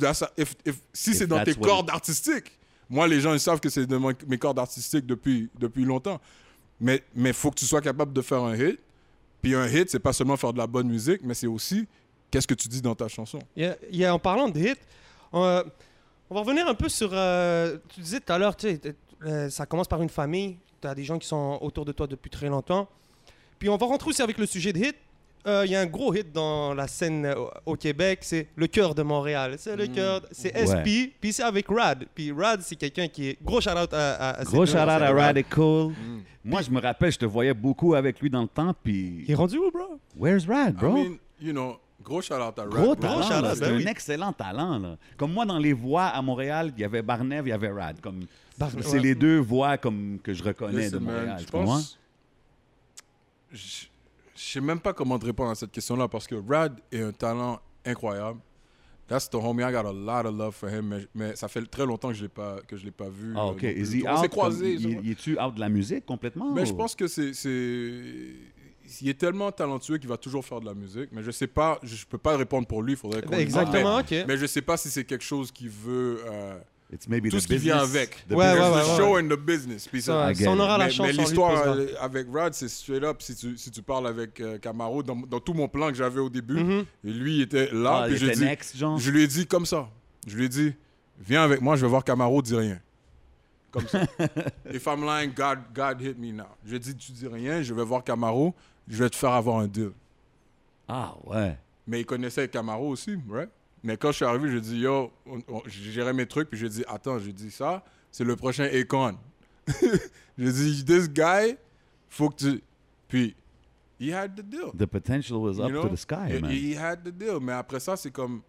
Si c'est dans that's tes what cordes artistiques. Moi, les gens, ils savent que c'est dans mes cordes artistiques depuis longtemps. Mais faut que tu sois capable de faire un hit. Puis un hit, c'est pas seulement faire de la bonne musique, mais c'est aussi qu'est-ce que tu dis dans ta chanson. En parlant de hits, on va revenir un peu sur... tu disais tout à l'heure, tu sais, ça commence par une famille. Tu as des gens qui sont autour de toi depuis très longtemps. Puis on va rentrer aussi avec le sujet de hit. Il y a un gros hit dans la scène au Québec, c'est Le Cœur de Montréal. C'est le cœur, c'est Ouais. SP, puis c'est avec Rad. Puis Rad, c'est quelqu'un qui est... Gros shout-out à Gros ces shout-out deux. à Radical. Moi, je me rappelle, je te voyais beaucoup avec lui dans le temps, Il est puis... rendu où, bro? Where's Rad, bro? I mean, you know, gros shout-out à Rad. Gros bro. talent, shout-out, là. C'est ben un oui. excellent talent. Là. Comme moi, dans les voix à Montréal, il y avait Barnev, il y avait Rad. Comme, Barnev, c'est ouais. les deux voix comme, que je reconnais Listen, de man, Montréal. je Tu comprends? pense... Je sais même pas comment te répondre à cette question-là parce que Rad est un talent incroyable. That's the homie. I got a lot of love for him. Mais ça fait très longtemps que je l'ai pas vu. Ah, OK. non plus. Is he On s'est out? croisés. Il est-tu out de la musique complètement? Mais ou- je pense que il est tellement talentueux qu'il va toujours faire de la musique. Mais je sais pas, je peux pas répondre pour lui. Il faudrait qu'on lui demande. Exactement, ok. Mais je sais pas si c'est quelque chose qui veut It's maybe tout the ce qui vient business, avec. the Ouais, business. There's ouais, the show and the business. Puis Ça, I si get on it. aura la mais chance, on lui l'histoire posera. avec Rad, c'est straight up. Si tu parles avec Camaro, dans tout mon plan que j'avais au début, et lui il était là. Ah, puis il je était dis- next, genre? je lui ai dit comme ça. Je lui ai dit, viens avec moi, je vais voir Camaro, dis rien. Comme ça. If I'm lying, God hit me now. Je lui ai dit, tu dis rien, je vais voir Camaro, je vais te faire avoir un deal. Ah, ouais. Mais il connaissait Camaro aussi, right? Mais quand je suis arrivé, j'ai dit, yo, j'ai géré mes trucs, puis j'ai dit, attends, j'ai dit ça, c'est le prochain Akon. J'ai dit, this guy, faut que tu... Puis, he had the deal. The potential was You up know? to the sky, man. He had the deal. Mais après ça, c'est comme...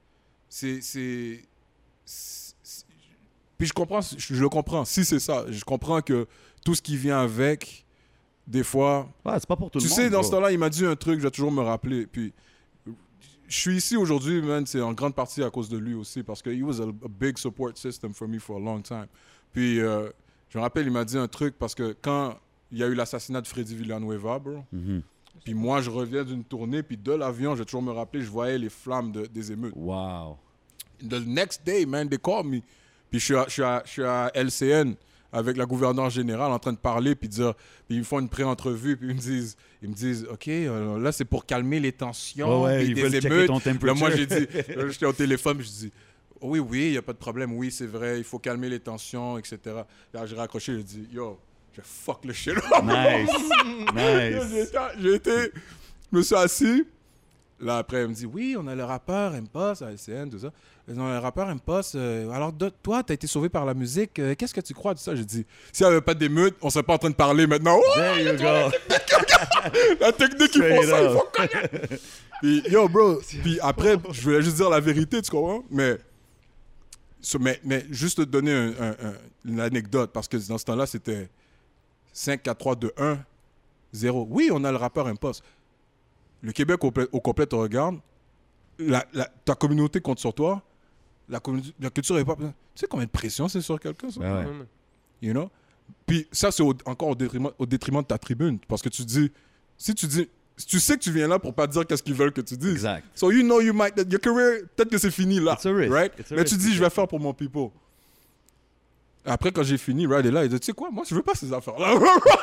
Puis je le comprends. Si c'est ça, je comprends que tout ce qui vient avec, des fois... Ouais, c'est pas pour tout Tu le monde. sais, dans bro. ce temps-là, il m'a dit un truc, je vais toujours me rappeler. Puis, je suis ici aujourd'hui, man, c'est en grande partie à cause de lui aussi, parce que he was a big support system for me for a long time. Puis, je me rappelle, il m'a dit un truc, parce que quand il y a eu l'assassinat de Freddy Villanueva, bro, Mhm. puis moi, je reviens d'une tournée, puis de l'avion, je vais toujours me rappeler, je voyais les flammes des émeutes. Wow. The next day, man, they called me. Puis je suis à LCN avec la gouverneure générale en train de parler, puis dire, puis ils me font une pré-entrevue, puis ils me disent, OK, là, c'est pour calmer les tensions, Ouais, puis ils des veulent checker émeutes. ton Là, temperature. moi, j'ai dit, là, j'étais au téléphone, puis je dis, oui, il n'y a pas de problème, oui, c'est vrai, il faut calmer les tensions, etc. Là, j'ai raccroché, j'ai dit, yo, je fuck le shit up. Nice. Nice. Je me suis assis. Là, après, elle me dit, oui, on a le rappeur M-Post à LCN, tout ça. On a le rappeur M-Post. Alors, toi, t'as été sauvé par la musique. Qu'est-ce que tu crois de ça? J'ai dit, s'il n'y avait pas d'émeute, on serait pas en train de parler maintenant. Oh, There you go. la technique, ils font Straight ça, il up. faut connaître. Puis, yo, bro. Puis après, je voulais juste dire la vérité, tu comprends? Mais juste te donner une anecdote, parce que dans ce temps-là, c'était 5, 4, 3, 2, 1, 0. Oui, on a le rappeur M-Post. Le Québec au complet te regarde. Ta communauté compte sur toi. La culture est pas... Tu sais combien de pression c'est sur quelqu'un, ça? Ben ouais. You know? Puis ça, c'est encore au détriment de ta tribune. Parce que tu dis... Si tu sais que tu viens là pour pas dire qu'est-ce qu'ils veulent que tu dises. Exact. So you know your career, peut-être que c'est fini là. It's a risk. Right? It's a Mais tu risk, dis, je vais faire pour mon people. Après, quand j'ai fini, Rad est là, il dit, tu sais quoi, moi, je veux pas ces affaires-là.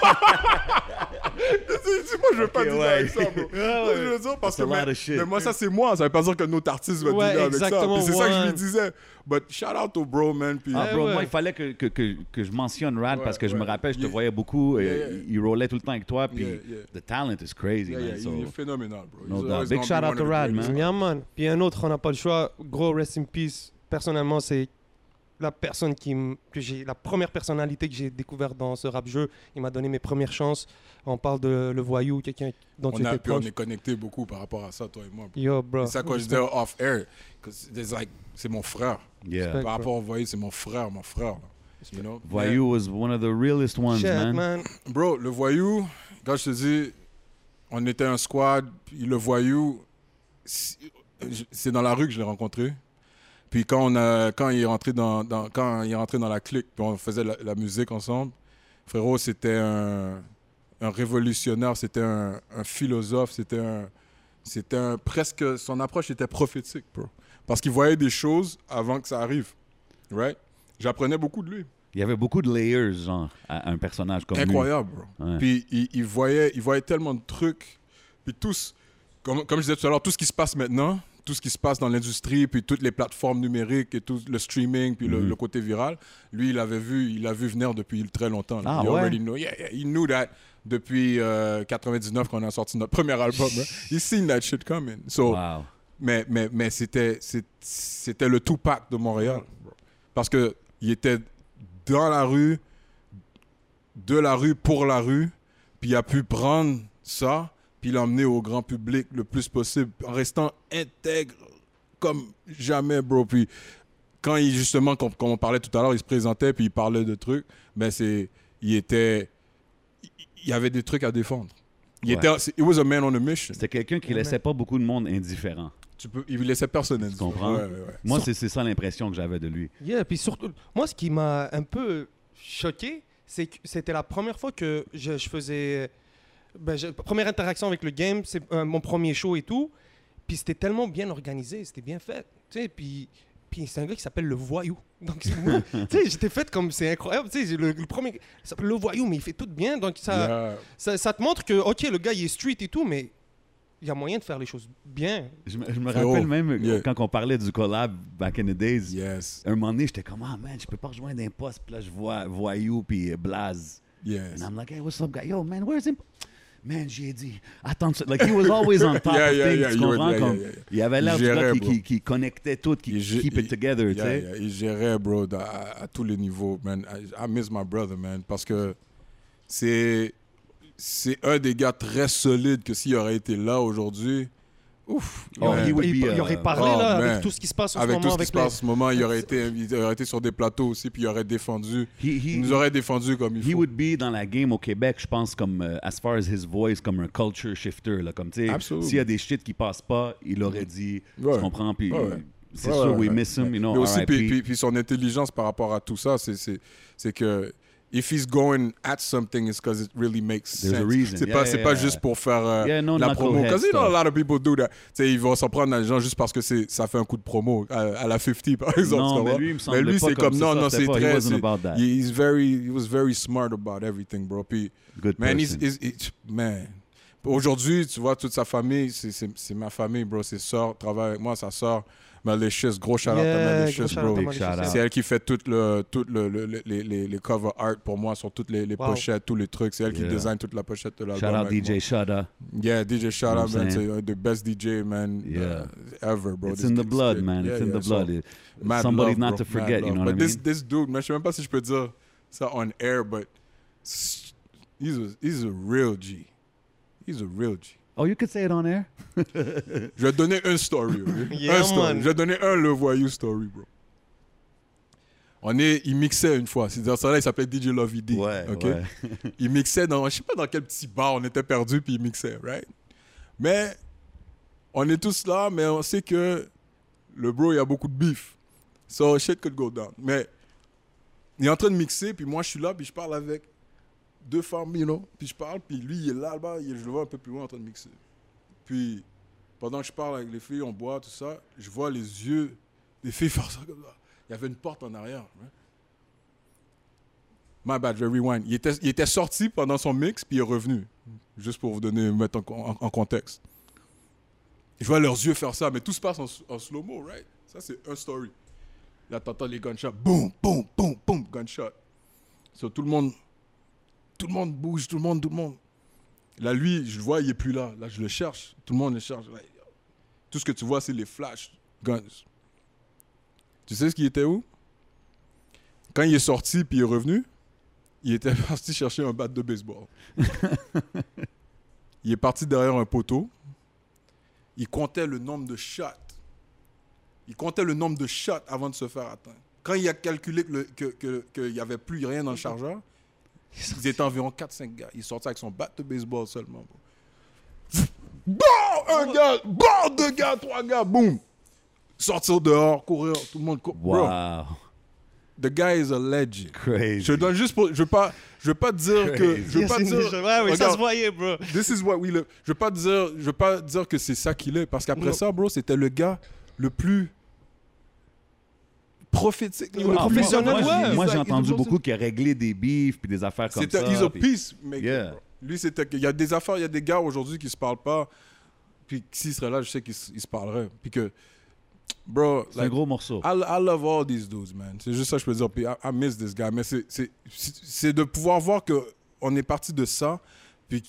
Il dit, moi, je veux pas Ok, dealer ouais. avec ça, bro. Ouais, Moi, ouais. je veux dire, parce que, That's a lot of shit. mais moi, ça, c'est moi. Ça veut pas dire que notre artiste va Ouais, dealer avec ça. exactement, Puis c'est ça que je ouais. lui disais. But shout out au bro, man. Puis, Ah, bro, ouais. moi, il fallait que je mentionne Rad Ouais, parce que je me ouais. rappelle, je te Yeah. voyais beaucoup. Yeah. Il roulait tout le temps avec toi. Puis, Yeah, yeah. the talent is crazy, yeah, man. yeah, so- il est phénoménal, bro. No He's doubt. always Big gonna be shout out one to of the Rad, greatest. man. Yeah, man. Puis un autre, on n'a pas le choix. Gros rest in peace. Personnellement, c'est la personne la première personnalité que j'ai découverte dans ce rap-jeu. Il m'a donné mes premières chances. On parle de Le Voyou, quelqu'un dont tu étais On proche. est connecté beaucoup par rapport à ça, toi et moi. Bro. Yo, bro. C'est ça quand je disais off-air. C'est mon frère. Yeah. Respect. Par rapport au Voyou, c'est mon frère. Là. You know? Voyou was one of the realest ones, Shit, man. man. Bro, le Voyou, quand je te dis, on était un squad, puis le Voyou, c'est dans la rue que je l'ai rencontré. Puis quand il est rentré dans la clique, puis on faisait la musique ensemble, frérot, c'était un révolutionnaire, c'était un philosophe, c'était presque, son approche était prophétique, bro. Parce qu'il voyait des choses avant que ça arrive, right? J'apprenais beaucoup de lui. Il y avait beaucoup de layers, genre, à un personnage comme Incroyable, bro. Ouais. Puis il voyait tellement de trucs. Puis tous, comme je disais tout à l'heure, tout ce qui se passe maintenant, tout ce qui se passe dans l'industrie, puis toutes les plateformes numériques et tout le streaming, puis le côté viral, lui, il l'a vu venir depuis très longtemps. Ah, He ouais? already know. Yeah, he knew that depuis 99 quand on a sorti notre premier album. Hein. He seen that shit coming. So, Wow. mais c'était le Tupac de Montréal. Bro. Parce que il était dans la rue, de la rue pour la rue, puis il a pu prendre ça, puis l'emmener au grand public le plus possible, en restant intègre comme jamais, bro. Puis quand il, justement, comme on parlait tout à l'heure, il se présentait, puis il parlait de trucs, ben il y avait des trucs à défendre. It was a man on a mission. C'était quelqu'un qui laissait pas beaucoup de monde indifférent. Il laissait personne indifférent. Tu comprends? Ouais. Moi, c'est ça l'impression que j'avais de lui. Yeah, puis surtout, moi, ce qui m'a un peu choqué, c'est que c'était la première fois que je faisais... première interaction avec le game, c'est mon premier show et tout. Puis c'était tellement bien organisé, c'était bien fait. Tu sais, puis c'est un gars qui s'appelle Le Voyou. Donc, tu sais, j'étais fait comme... C'est incroyable. Tu sais, le premier... Il s'appelle Le Voyou, mais il fait tout bien. Donc, ça te montre que, OK, le gars, il est street et tout, mais il y a moyen de faire les choses bien. Je me rappelle même quand on parlait du collab back in the days. Yes. Un moment donné, j'étais comme, ah man, je peux pas rejoindre un poste. Puis là, je vois Voyou puis Blaze. Yes. And I'm like, hey, what's up, guy? Yo, man, where's him? Man, j'ai dit, attends, like he was always on top of things. Tu comprends? Il avait l'air du gars qui connectait tout, qui keep it together, tu sais. Il gérait, bro, à tous les niveaux, man. I miss my brother, man, parce que c'est un des gars très solides que s'il aurait été là aujourd'hui, ouf. Il aurait parlé là, avec tout ce qui se passe en ce moment. Avec tout ce qui se passe en ce moment, il aurait été sur des plateaux aussi, puis il aurait défendu. Il nous aurait défendu comme il faut. He would be dans la game au Québec, je pense, comme, as far as his voice, comme un culture shifter. Là, comme, tu sais, s'il y a des shit qui passent pas, il aurait dit, tu comprends, puis c'est sûr, we miss him, you know, mais aussi, RIP. puis son intelligence par rapport à tout ça, c'est que if he's going at something, it's because it really makes sense. There's a reason. C'est pas juste pour faire la promo. Because you know a lot of people do that. T'sais, ils vont s'en prendre à des gens juste parce que ça fait un coup de promo à la 50 par exemple. Non, mais lui, il me semblait lui pas c'est comme non, c'est très. He was very smart about everything, bro. Puis, Good man. Aujourd'hui, tu vois toute sa famille, c'est ma famille, bro. Ses sœurs travaillent avec moi, sa sœur. Malicious, gros shout-out à Malicious, bro. C'est elle qui fait les cover art pour moi sur toutes les pochettes, tous les trucs. C'est elle qui design toute la pochette de l'album. Shout out DJ Shada. Yeah, DJ Shada, man. C'est un des best DJ, man, ever, bro. It's in the blood, man. It's in the blood. Somebody not to forget, you know what I mean? This dude, man, je sais même pas si je peux dire ça on air, but he's a real G. He's a real G. Oh, you could say it on air? Je vais te donner un story. Okay? Yeah, un story. man. Je vais te donner un Le Voyou story, bro. Il mixait une fois. C'est dans ça là, il s'appelait DJ Lovey D. Ouais, okay? ouais. Il mixait dans, je sais pas dans quel petit bar, on était perdus puis il mixait, right? Mais on est tous là, mais on sait que le bro, il y a beaucoup de beef. So shit could go down. Mais il est en train de mixer, puis moi je suis là, puis je parle avec deux femmes, you know, puis je parle, puis lui, il est là-bas, je le vois un peu plus loin en train de mixer. Puis, pendant que je parle avec les filles, on boit, tout ça, je vois les yeux des filles faire ça comme ça. Il y avait une porte en arrière. Right? My bad, je vais rewind. Il était sorti pendant son mix, puis il est revenu. Juste pour vous mettre en contexte. Je vois leurs yeux faire ça, mais tout se passe en slow-mo, right? Ça, c'est un story. Là, t'entends les gunshots. Boum, boum, boum, boum, gunshot. So, tout le monde bouge, tout le monde. Là, lui, je le vois, il est plus là. Là, je le cherche. Tout le monde le cherche. Là, tout ce que tu vois, c'est les flash guns. Tu sais ce qu'il était où? Quand il est sorti puis il est revenu, il était parti chercher un bat de baseball. Il est parti derrière un poteau. Il comptait le nombre de shots. Il comptait le nombre de shots avant de se faire atteindre. Quand il a calculé qu'il n'y avait plus rien dans le chargeur, ils étaient environ 4-5 gars. Il sortait avec son bat de baseball seulement. Bon, un gars, bon, deux gars, trois gars, boum. Sortir dehors, courir, tout le monde court. Wow. Bro, the guy is a legend. Crazy. Je donne juste pour, je veux pas dire que, je veux pas dire. Ouais, ça se voyait, bro. This is what we live. Je veux pas dire que c'est ça qu'il est, parce qu'après ça, bro, c'était le gars le plus prophétique. Professionnel, ouais. Moi, j'ai entendu beaucoup qu'il a réglé des beefs puis des affaires comme ça. He's a peacemaker, Yeah. bro. Lui, il y a des affaires, il y a des gars aujourd'hui qui se parlent pas, puis s'ils seraient là, je sais qu'ils se parleraient. Puis que, bro, C'est un gros morceau. I love all these dudes, man. C'est juste ça que je peux dire. Puis I miss this guy. Mais c'est de pouvoir voir qu'on est parti de ça, puis...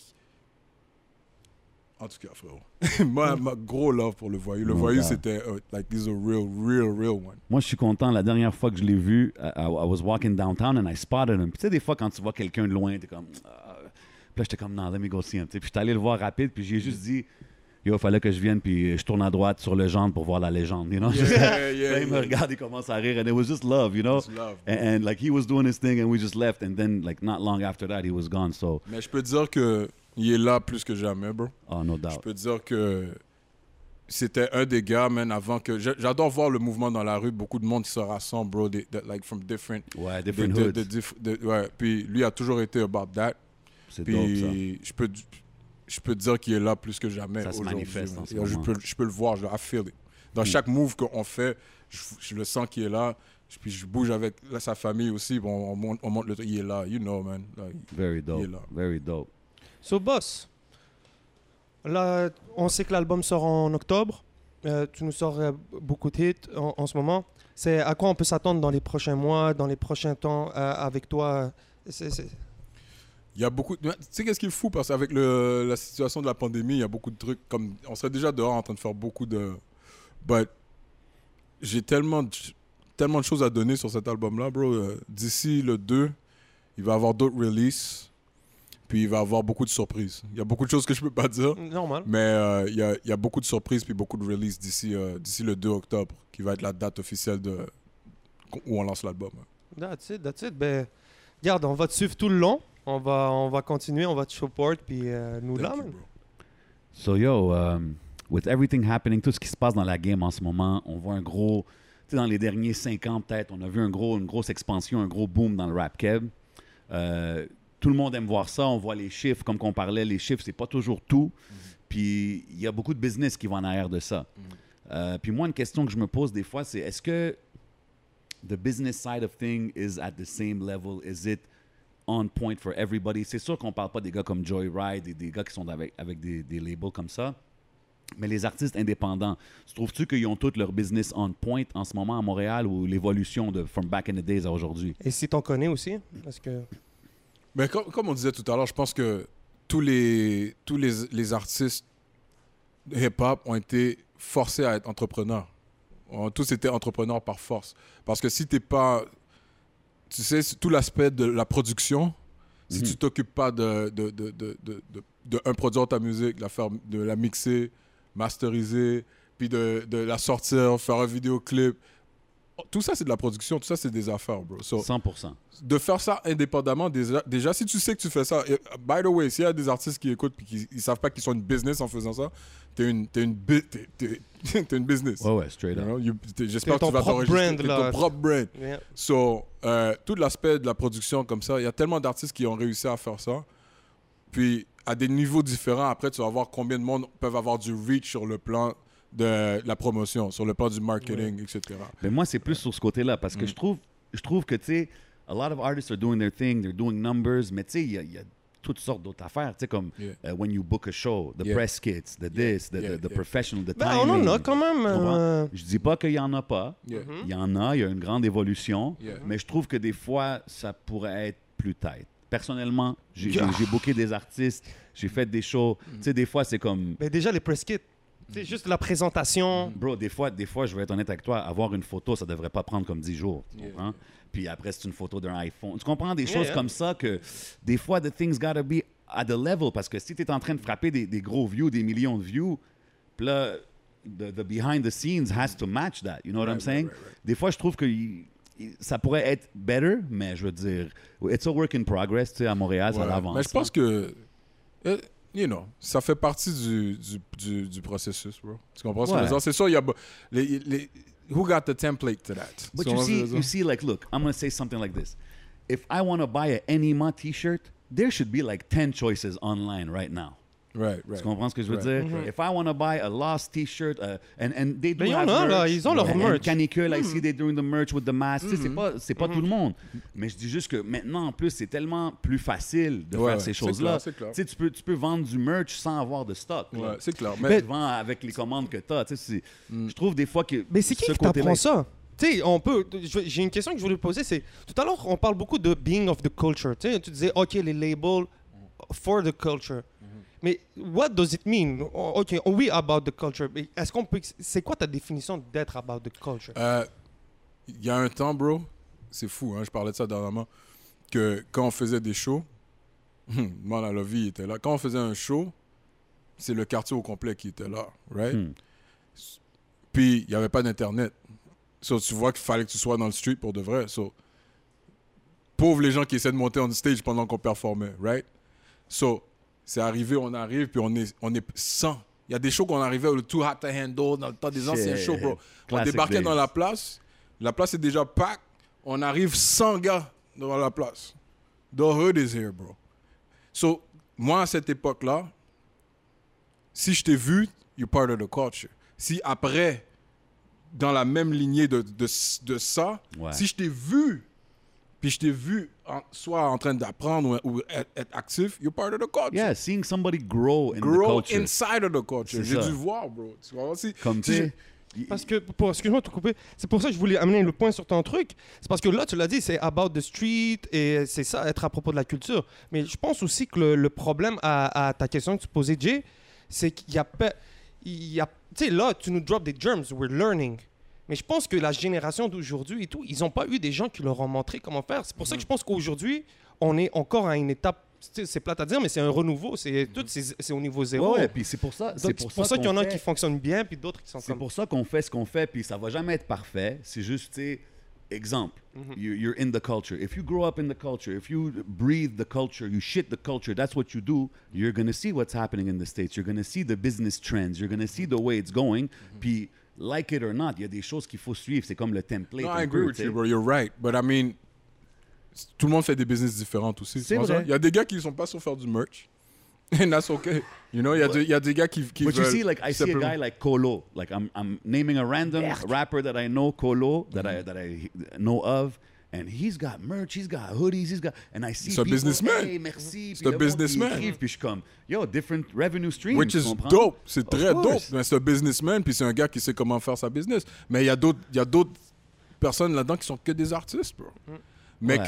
En tout cas, frérot. Moi, gros love pour le Voyou. Le Voyou, c'était like, he's a real one. Moi, je suis content. La dernière fois que je l'ai vu, I was walking downtown and I spotted him. Puis tu sais, des fois, quand tu vois quelqu'un de loin, t'es comme... là, j'étais comme, non, let me go see him. Puis j'étais allé le voir rapide, puis j'ai juste dit, yo, il fallait que je vienne, puis je tourne à droite sur le genre pour voir la légende, you know? Là, il me regarde, il commence à rire, and it was just love, you know? It's love, and like, he was doing his thing, and we just left, and then, like, not long after that, he was gone, so... Mais je peux te dire que il est là plus que jamais, bro. Oh, no Je doubt. peux te dire que c'était un des gars, man, avant que... J'adore voir le mouvement dans la rue, beaucoup de monde qui se rassemble, bro, like from different... Ouais, different hoods. Ouais, puis lui a toujours été about that. C'est dope, ça. Puis je peux te dire qu'il est là plus que jamais Ça se aujourd'hui. manifeste en ce man. moment. Je peux le voir, I feel it. Dans chaque move qu'on fait, je le sens qu'il est là. Puis je bouge avec sa famille aussi. Bon, on monte le truc, il est là, you know, man. Like, Very il est dope, là. very dope. So, boss, là, on sait que l'album sort en octobre. Tu nous sors beaucoup de hits en ce moment. C'est à quoi on peut s'attendre dans les prochains mois, dans les prochains temps avec toi? Il y a beaucoup... Tu sais qu'est-ce qui est fou? Parce qu'avec la situation de la pandémie, il y a beaucoup de trucs comme... On serait déjà dehors en train de faire beaucoup de... But j'ai tellement de choses à donner sur cet album-là, bro. D'ici le 2, il va y avoir d'autres releases. Puis il va y avoir beaucoup de surprises. Il y a beaucoup de choses que je peux pas dire. Normal. Mais il y a beaucoup de surprises puis beaucoup de releases d'ici le 2 octobre, qui va être la date officielle où on lance l'album. That's it. Ben, regarde, on va te suivre tout le long. On va continuer, on va te support, puis nous là, Thank you, man. bro. So, yo, with everything happening, tout ce qui se passe dans la game en ce moment, on voit un gros... Tu sais, dans les derniers 5 ans, peut-être, on a vu une grosse expansion, un gros boom dans le rap keb. Tout le monde aime voir ça. On voit les chiffres, comme qu'on parlait, les chiffres, c'est pas toujours tout. Puis il y a beaucoup de business qui va en arrière de ça. Puis moi, une question que je me pose des fois, c'est est-ce que the business side of things is at the same level? Is it on point for everybody? C'est sûr qu'on parle pas des gars comme Joyride et des gars qui sont avec des labels comme ça. Mais les artistes indépendants, trouves-tu qu'ils ont tous leur business on point en ce moment à Montréal ou l'évolution de from back in the days à aujourd'hui? Et si t'en connais aussi, parce que... Mais comme on disait tout à l'heure, je pense que tous les artistes hip-hop ont été forcés à être entrepreneurs. On a tous été entrepreneurs par force. Parce que si t'es pas... Tu sais, c'est tout l'aspect de la production, si tu t'occupes pas de produire ta musique, de la mixer, masteriser, puis de la sortir, faire un vidéoclip, tout ça, c'est de la production. Tout ça, c'est des affaires, bro. So, 100%. de faire ça indépendamment, déjà, si tu sais que tu fais ça... By the way, s'il y a des artistes qui écoutent et qui ne savent pas qu'ils sont une business en faisant ça, t'es une business. Ouais, straight up. You know? J'espère que ton tu vas propre t'enregistrer. brand, T'es là. ton propre brand. Yeah. So, tout l'aspect de la production comme ça, il y a tellement d'artistes qui ont réussi à faire ça. Puis, à des niveaux différents, après, tu vas voir combien de monde peuvent avoir du reach sur le plan de la promotion, sur le plan du marketing, etc. Mais moi, c'est plus sur ce côté-là, parce que je trouve que, tu sais, a lot of artists are doing their thing, they're doing numbers, mais tu sais, il y a toutes sortes d'autres affaires, tu sais, comme when you book a show, the press kits, the this, the professional, the Ben, timing. on en a quand même. Tu comprends? Je dis pas qu'il y en a pas. Yeah. Il y en a, il y a une grande évolution, Yeah. mais je trouve que des fois, ça pourrait être plus tight. Personnellement, j'ai booké des artistes, j'ai fait des shows. Tu sais, des fois, c'est comme... Ben, déjà, les press kits. C'est juste la présentation. Bro, des fois, je vais être honnête avec toi, avoir une photo, ça devrait pas prendre comme 10 jours. Tu comprends? Puis après, c'est une photo d'un iPhone. Tu comprends des choses comme ça que des fois, the things gotta be at the level. Parce que si tu es en train de frapper des gros views, des millions de views, puis là, the behind the scenes has to match that. You know what I'm saying? Des fois, je trouve que ça pourrait être better, mais je veux dire, it's a work in progress. Tu sais, à Montréal, ça avance. Mais je pense que... You know, ça fait partie du processus, bro. Tu comprends ce que je veux dire? C'est sûr, il y a... who got the template to that? But you see, like, look, I'm going to say something like this. If I want to buy an Enima t-shirt, there should be like 10 choices online right now. Right. Tu comprends ce que je veux dire? If I want to buy a Lost t-shirt, and they do Mais il y have en a, merch. là, ils ont leur And merch. Canicule, I see they're doing the merch with the mask. Tu sais, c'est pas tout le monde. Mais je dis juste que maintenant, en plus, c'est tellement plus facile de faire ces choses-là. C'est clair. Tu sais, tu peux vendre du merch sans avoir de stock. là. Ouais, c'est clair. Tu vends avec les commandes que tu as. Tu sais, je trouve des fois que Mais c'est qui ce qui côté-là t'apprend ça? Tu sais, j'ai une question que je voulais te poser, c'est... Tout à l'heure, on parle beaucoup de being of the culture. Tu sais, tu disais, OK, les labels for the culture. Mais what does it mean? OK, we about the culture. Mais est-ce qu'on peut... C'est quoi ta définition d'être about the culture? Il y a un temps, bro, c'est fou, hein, je parlais de ça dernièrement, que quand on faisait des shows, Moi, la vie était là. Quand on faisait un show, c'est le quartier au complet qui était là, right? Puis, il n'y avait pas d'Internet. So, tu vois qu'il fallait que tu sois dans le street pour de vrai. So, pauvres les gens qui essaient de monter on stage pendant qu'on performait, right? So, c'est arrivé, on arrive, puis on est 100. Il y a des shows qu'on arrivait, le Too Hot to Handle, dans le temps des anciens shows, bro. On débarquait dans la place est déjà packed, on arrive 100 gars devant la place. The hood is here, bro. So, moi, à cette époque-là, si je t'ai vu, you're part of the culture. Si après, dans la même lignée de ça, si je t'ai vu, puis je t'ai vu soit en train d'apprendre ou être actif, you're part of the culture. Yeah, seeing somebody grow in the culture. Inside of the culture. J'ai dû voir, bro. Tu vois aussi? Comme tu sais... Parce que, excuse-moi de te couper, c'est pour ça que je voulais amener le point sur ton truc. C'est parce que là, tu l'as dit, c'est about the street et c'est ça, être à propos de la culture. Mais je pense aussi que le problème à ta question que tu posais, Jay, c'est qu'il y a... Tu sais, là, tu nous drops des germs, we're learning. Mais je pense que la génération d'aujourd'hui et tout, ils n'ont pas eu des gens qui leur ont montré comment faire. C'est pour ça que je pense qu'aujourd'hui, on est encore à une étape, c'est plate à dire, mais c'est un renouveau. C'est au niveau zéro. Ouais, puis c'est pour ça. C'est pour ça qu'il y en a qui fonctionnent bien, puis d'autres qui sont C'est pour ça qu'on fait ce qu'on fait, puis ça va jamais être parfait. C'est juste, tu sais, exemple, you're in the culture. If you grow up in the culture, if you breathe the culture, you shit the culture, that's what you do, you're going to see what's happening in the States. You're going to see the business trends. You're going to see the way it's going. Puis, like it or not, il y a des choses qu'il faut suivre. C'est comme le template. No, I agree with you, bro. You're right. But I mean, tout le monde fait des business différents aussi. C'est vrai. Il y a des gars qui ne sont pas sur faire du merch. And that's okay. You know, il y a des gars qui But you veulent see, like, I see a guy like Colo. Like, I'm naming a random rapper that I know, Colo, that I know of. And he's got merch, he's got hoodies, and I see C'est un people, businessman. hey, merci. C'est un businessman. Puis je suis comme, yo, different revenue streams. Which is comprends? dope. C'est très Of dope. course. Mais c'est un businessman, puis c'est un gars qui sait comment faire sa business. Mais il y a d'autres personnes là-dedans qui sont que des artistes, bro. Mais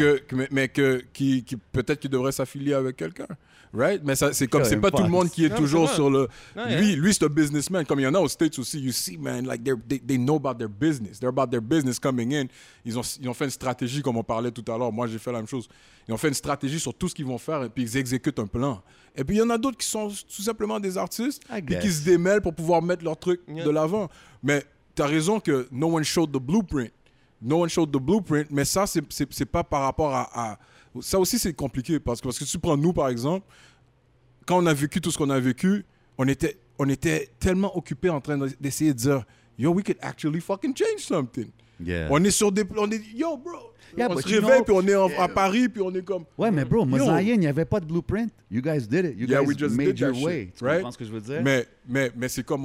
qui peut-être qu'ils devraient s'affilier avec quelqu'un. Right? Mais ça, c'est comme, c'est pas tout le monde qui est toujours sur le... Lui, c'est un businessman. Comme il y en a aux States aussi, you see, man, like, they know about their business. They're about their business coming in. Ils ont fait une stratégie, comme on parlait tout à l'heure. Moi, j'ai fait la même chose. Ils ont fait une stratégie sur tout ce qu'ils vont faire, et puis ils exécutent un plan. Et puis, il y en a d'autres qui sont tout simplement des artistes, puis qui se démêlent pour pouvoir mettre leur truc de l'avant. Mais t'as raison que no one showed the blueprint. No one showed the blueprint, mais ça, c'est pas par rapport à... Ça aussi, c'est compliqué, parce que si tu prends nous, par exemple, quand on a vécu tout ce qu'on a vécu, on était tellement occupés en train d'essayer de dire « Yo, we could actually fucking change something. Yeah. On est sur des... Yo, bro! Yeah, on but se you réveille, know- puis on est à Paris, puis on est comme... Ouais, mais bro, Mosaïen, il n'y avait pas de blueprint. You guys did it. You Yeah, guys we just made did your that way. shit, Tu right? comprends ce que je veux dire? Mais c'est comme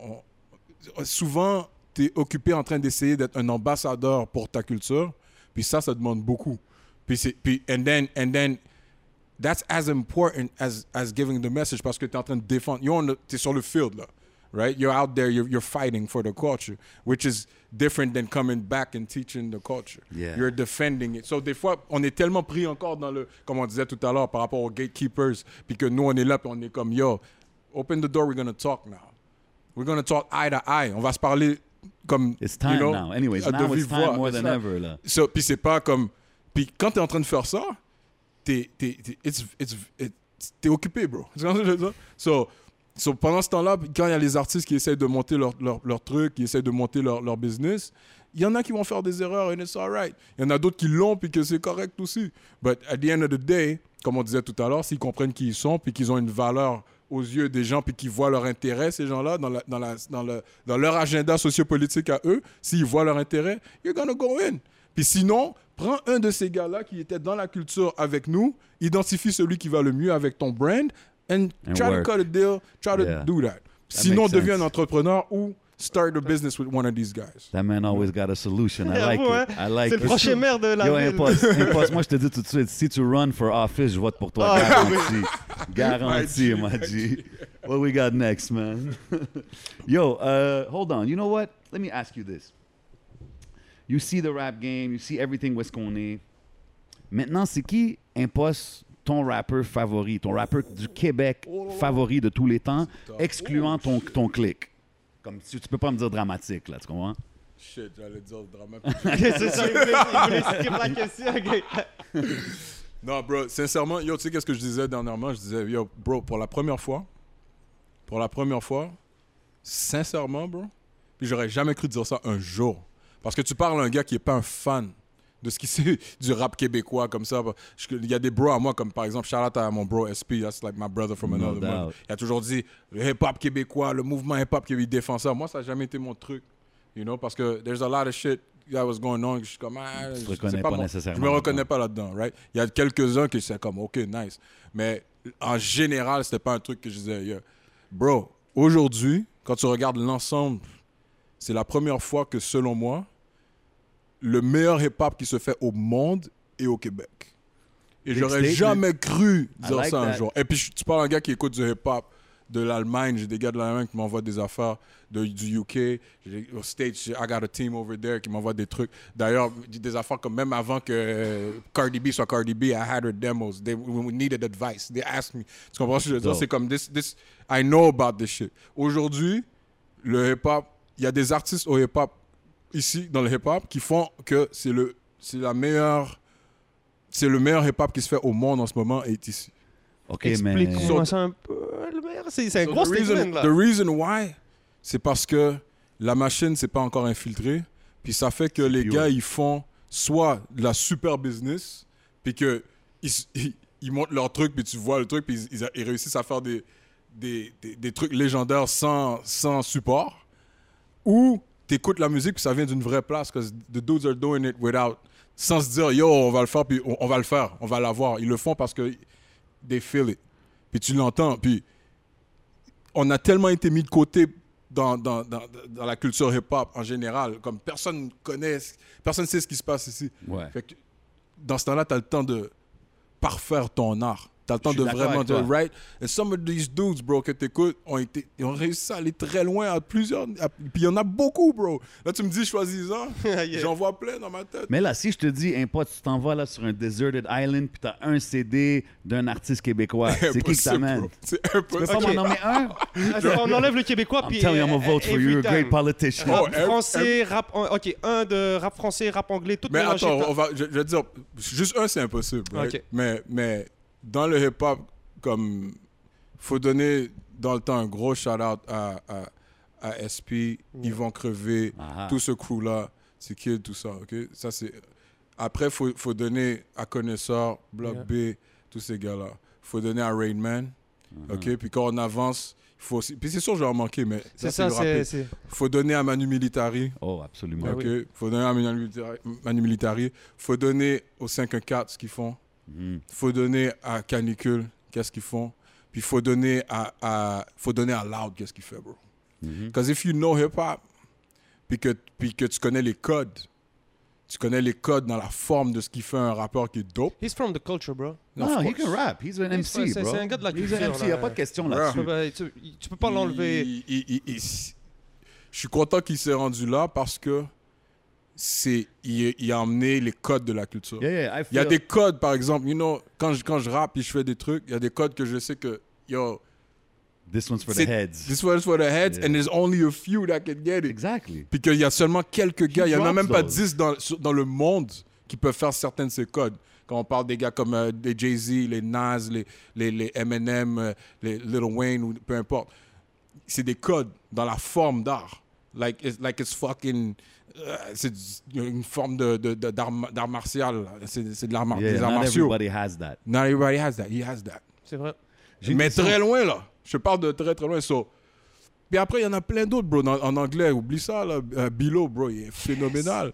souvent, tu es occupé en train d'essayer d'être un ambassadeur pour ta culture, puis ça demande beaucoup. And then that's as important as giving the message, parce que tu es en train de défendre. Tu es sur le field, là. Right? You're out there, you're fighting for the culture, which is different than coming back and teaching the culture. Yeah. You're defending it. So, des fois, on est tellement pris encore dans le, comme on disait tout à l'heure, par rapport aux gatekeepers, puis que nous, on est là, puis on est comme, yo, open the door, we're going to talk now. We're going to talk eye to eye. On va se parler comme, It's time you know, now. Anyways, de now it's vive voix, time more c'est than ça. ever, là. So, puis c'est pas comme... Puis quand t'es en train de faire ça, t'es occupé, bro. Tu vois ce que je veux dire? So, pendant ce temps-là, quand il y a les artistes qui essayent de monter leur truc, qui essayent de monter leur business, il y en a qui vont faire des erreurs, and it's all right. Il y en a d'autres qui l'ont, puis que c'est correct aussi. But at the end of the day, comme on disait tout à l'heure, s'ils comprennent qui ils sont, puis qu'ils ont une valeur aux yeux des gens, puis qu'ils voient leur intérêt, ces gens-là, dans leur agenda sociopolitique à eux, s'ils voient leur intérêt, you're gonna go in. Puis sinon, prends un de ces gars-là qui était dans la culture avec nous, identifie celui qui va le mieux avec ton brand, and try work. to cut a deal, try to Yeah. do that. Sinon, makes deviens sense. un entrepreneur ou start a business with one of these guys. That man always got a solution. I like J'avoue, it. hein? I like C'est it. le prochain maire de la Yo, ville. Impost, moi je te dis tout de suite, si tu run for office, je vote pour toi. Garanti. Garanti, My G. What we got next, man? Yo, hold on. You know what? Let me ask you this. You see the rap game, you see everything où est-ce qu'on est. Maintenant, c'est qui Impost ton rappeur favori, ton rappeur du Québec favori de tous les temps, excluant ton clic? Comme si tu peux pas me dire dramatique, là, tu comprends? Shit, j'allais dire dramatique. Ok, c'est ça, il voulait skip la question. ok. Non, bro, sincèrement, yo, tu sais qu'est-ce que je disais dernièrement? Je disais, yo, bro, pour la première fois, sincèrement, bro, puis j'aurais jamais cru dire ça un jour. Parce que tu parles à un gars qui est pas un fan de ce qui c'est du rap québécois comme ça. Il y a des bros à moi, comme par exemple, shout out à mon bro SP, that's like my brother from another mother. Il a toujours dit, le hip-hop québécois, le mouvement hip-hop qui défend ça. Moi, ça n'a jamais été mon truc, you know, parce que there's a lot of shit that was going on. Je suis comme, tu te reconnais pas nécessairement. Je me reconnais pas là-dedans, right? Il y a quelques-uns qui c'est comme, OK, nice. Mais en général, c'était pas un truc que je disais, yeah. Bro, aujourd'hui, quand tu regardes l'ensemble, c'est la première fois que, selon moi, le meilleur hip-hop qui se fait au monde est au Québec. Et j'aurais jamais cru dire ça un jour. Et puis, tu parles à un gars qui écoute du hip-hop de l'Allemagne. J'ai des gars de l'Allemagne qui m'envoient des affaires du UK. Au States, I got a team over there qui m'envoie des trucs. D'ailleurs, des affaires comme même avant que Cardi B soit Cardi B, I had her demos. We needed advice. They asked me. Tu comprends ce que je veux dire? C'est comme this, I know about this shit. Aujourd'hui, le hip-hop, il y a des artistes au hip-hop ici, dans le hip-hop, qui font que c'est le meilleur hip-hop qui se fait au monde en ce moment est ici. OK, explique-moi ça un peu. C'est un gros statement, là. The reason why, c'est parce que la machine s'est pas encore infiltrée, puis ça fait que les gars, ils font soit de la super business, puis que ils montent leur truc, puis tu vois le truc, puis ils réussissent à faire des trucs légendaires sans support, ou t'écoutes la musique puis ça vient d'une vraie place parce que the dudes are doing it sans se dire yo on va le faire puis on va le faire, on va l'avoir. Ils le font parce que they feel it. Puis tu l'entends. Puis on a tellement été mis de côté dans la culture hip-hop en général, comme personne sait ce qui se passe ici. Ouais. Fait que dans ce temps-là, t'as le temps de parfaire ton art. T'as le temps de vraiment dire, right? And some of these dudes, bro, que t'écoutes, ils ont réussi à aller très loin à plusieurs. Puis il y en a beaucoup, bro. Là, tu me dis, choisis-en. Yeah. J'en vois plein dans ma tête. Mais là, si je te dis, un pote, tu t'en vas là sur un deserted island, puis t'as un CD d'un artiste québécois, c'est qui que t'amènes? C'est impossible. Tu peux pas m'en nommer un? On enlève le québécois, puis... I'm telling you, I'm gonna vote for you. You're a great politician. Rap français, rap... OK, un de rap français, rap anglais, tout mélangé. Mais attends, je vais te dire, juste un, c'est impossible. Right? Okay. Mais dans le hip-hop, comme faut donner dans le temps un gros shout-out à SP, Ils vont crever, tout ce crew-là, c'est Kid, tout ça, OK? Ça, c'est... Après, faut donner à Connaisseur, Block B, tous ces gars-là. Faut donner à Rain Man, OK? Puis quand on avance, il faut aussi... Puis c'est sûr, je vais en manquer, mais c'est ça, c'est... Faut donner à Manu Militari. Oh, absolument. OK? Faut donner à Manu Militari. Faut donner aux 514 ce qu'ils font. Faut donner à Canicule qu'est-ce qu'ils font, puis faut donner à Loud qu'est-ce qu'il fait, bro. Because if you know hip-hop, puis que tu connais les codes dans la forme de ce qui fait un rappeur qui est dope. He's from the culture, bro. No, he can rap. He's an MC, bro. C'est un gars de la culture. He's an MC, il n'y a pas de question là-dessus. Tu peux pas l'enlever. Je suis content qu'il s'est rendu là parce que il a emmené les codes de la culture. Il y a des codes, par exemple, you know, quand je rappe et je fais des trucs, il y a des codes que je sais que, yo... This one's for the heads. This one's for the heads, and there's only a few that can get it. Exactly. Puis qu'il y a seulement quelques gars, il n'y en a même pas 10 dans le monde qui peuvent faire certains de ces codes. Quand on parle des gars comme les Jay-Z, les Nas, les Eminem, les Lil Wayne, ou peu importe. C'est des codes dans la forme d'art. Like it's fucking... c'est une forme d'art martial. C'est de l'art des arts martiaux. Not everybody has that. Not everybody has that. He has that. C'est vrai. Mais très loin, là. Je parle de très, très loin. Puis après, il y en a plein d'autres, bro. En anglais, oublie ça, là. Bilo, bro, il est phénoménal.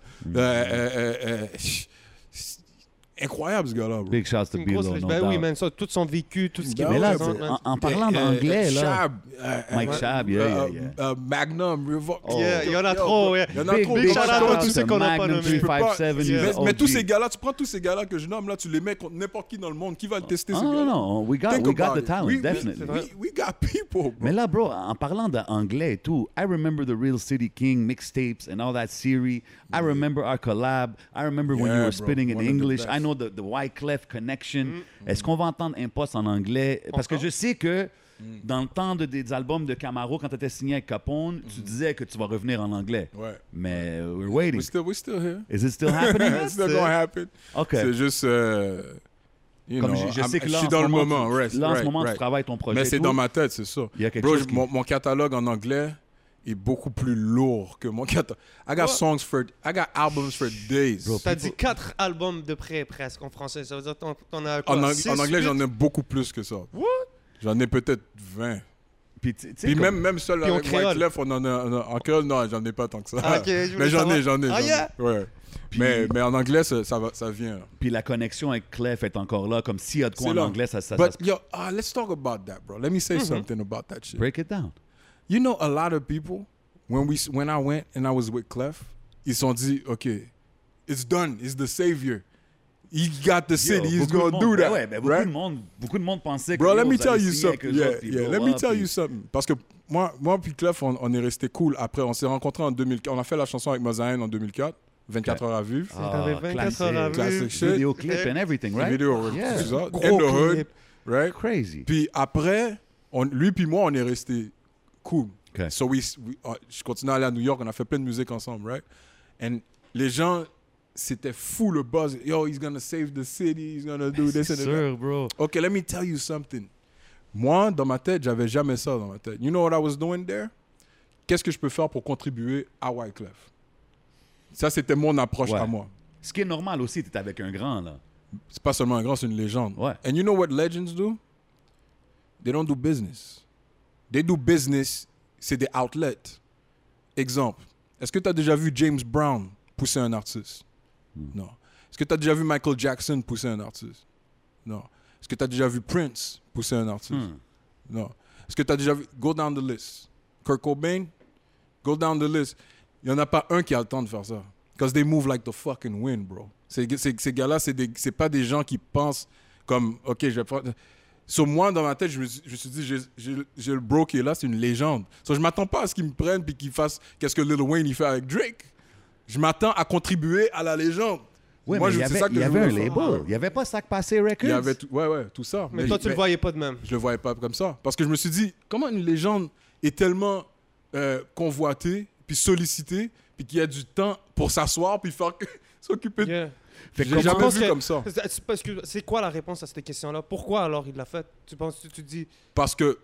Incroyable, ce gars-là, bro. Big shots to Bilo, no doubt. Oui, man, ça, tout son vécu, tout ce qu'il mais là, en parlant d'anglais, là... Mike Shab, Magnum, Revolt. Il y en a trop, yeah. Il y en a trop. Big shout-out à tous ceux qu'on n'a pas nommés. Mais tous ces gars-là, tu prends tous ces gars-là que je nomme, là, tu les mets contre n'importe qui dans le monde. Qui va le tester, ce gars-là? Non, we got the talent, definitely. We got people, bro. Mais là, bro, en parlant d'anglais et tout, I remember the Real City King mixtapes and all that series. I remember our collab. I remember when you were spitting in English. I know the Wyclef connection. Est-ce qu'on va entendre un poste en anglais? Parce que je sais que dans le temps des albums de Camaro, quand tu étais signé avec Capone, tu disais que tu vas revenir en anglais. Ouais. Mais we're waiting. We're still here. Is it still happening? It's still going to happen. Okay. C'est juste... You Comme know, je sais que je là, suis en dans ce le moment, moment. là, en ce moment, tu travailles ton projet. Mais c'est tout. dans ma tête, c'est ça. Il y a quelque Bro, chose qui... mon catalogue en anglais est beaucoup plus lourd que mon catalogue. I got songs I got albums for days. Bro, T'as dit 4 albums de près presque en français. Ça veut dire t'en as quoi, En 6, anglais, 8? j'en ai beaucoup plus que ça. What? J'en ai peut-être 20. Puis, tu sais, Puis comme- même seul Puis en avec créole. Wyclef, on en a... En créole, non, j'en ai pas tant que ça. Ah, ok, je voulais mais j'en ai. savoir. Ah, yeah? Ouais. Puis- Mais en anglais, ça vient. Puis la connexion avec Clef est encore là, comme s'il y a de quoi C'est en là. anglais, ça But se... yo, let's talk about that, bro. Let me say something about that shit. Break it down. You know, a lot of people, when I went and I was with Clef, ils se sont dit, okay, it's done. He's the savior. He got the city. He's beaucoup de gonna do monde- that. Ouais, ben, right? beaucoup de monde pensait que... Bro, yo, let me vous tell allez you signer avec something. eux Yeah, autres, puis yeah. blow Let me up, tell puis- you something. Parce que moi puis Clef, on est resté cool. Après, on s'est rencontrés en 2004. On a fait la chanson avec Mozaïen en 2004. 24 heures à vivre. T'avais 24 heures à classic vivre. shit. Video clip and everything, right? Vidéo, Yeah. tout ça. Gros In the hood, clip. right? Crazy. Puis après, lui puis moi, on est resté cool. Okay. So je continue à aller à New York, on a fait plein de musique ensemble, right? And les gens, c'était fou le buzz. Yo, he's gonna save the city, he's gonna do this and that. sûr, bro. Okay, let me tell you something. Moi, dans ma tête, j'avais jamais ça dans ma tête. You know what I was doing there? Qu'est-ce que je peux faire pour contribuer à Wyclef? Ça, c'était mon approche Ouais. à moi. Ce qui est normal aussi, t'es avec un grand, là. C'est pas seulement un grand, c'est une légende. Ouais. And you know what legends do? They don't do business. They do business, c'est des outlets. Exemple, est-ce que tu as déjà vu James Brown pousser un artiste? Non. Est-ce que tu as déjà vu Michael Jackson pousser un artiste? Non. Est-ce que tu as déjà vu Prince pousser un artiste? Non. Est-ce que tu as déjà vu... Go down the list. Kurt Cobain? Go down the list. Il n'y en a pas un qui a le temps de faire ça. Because they move like the fucking wind, bro. Ces gars-là, c'est pas des gens qui pensent comme, OK, je vais faire... Sur moi, dans ma tête, je me suis dit, j'ai le bro qui est là, c'est une légende. So, je m'attends pas à ce qu'ils me prennent puis qu'ils fassent qu'est-ce que Lil Wayne il fait avec Drake. Je m'attends à contribuer à la légende. Oui, Moi, mais c'est ça que il y je avait un voulais faire. label. Il n'y avait pas Sac Passé Records. Il y avait tout ça. Mais toi, tu le voyais pas de même. Je le voyais pas comme ça. Parce que je me suis dit, comment une légende est tellement convoitée, puis sollicitée, puis qu'il y a du temps pour s'asseoir, puis faire s'occuper de... Yeah. Fait que J'ai comment- jamais penses vu que- comme ça. Parce que c'est quoi la réponse à cette question-là? Pourquoi alors il l'a fait? Tu penses, tu te dis... Parce que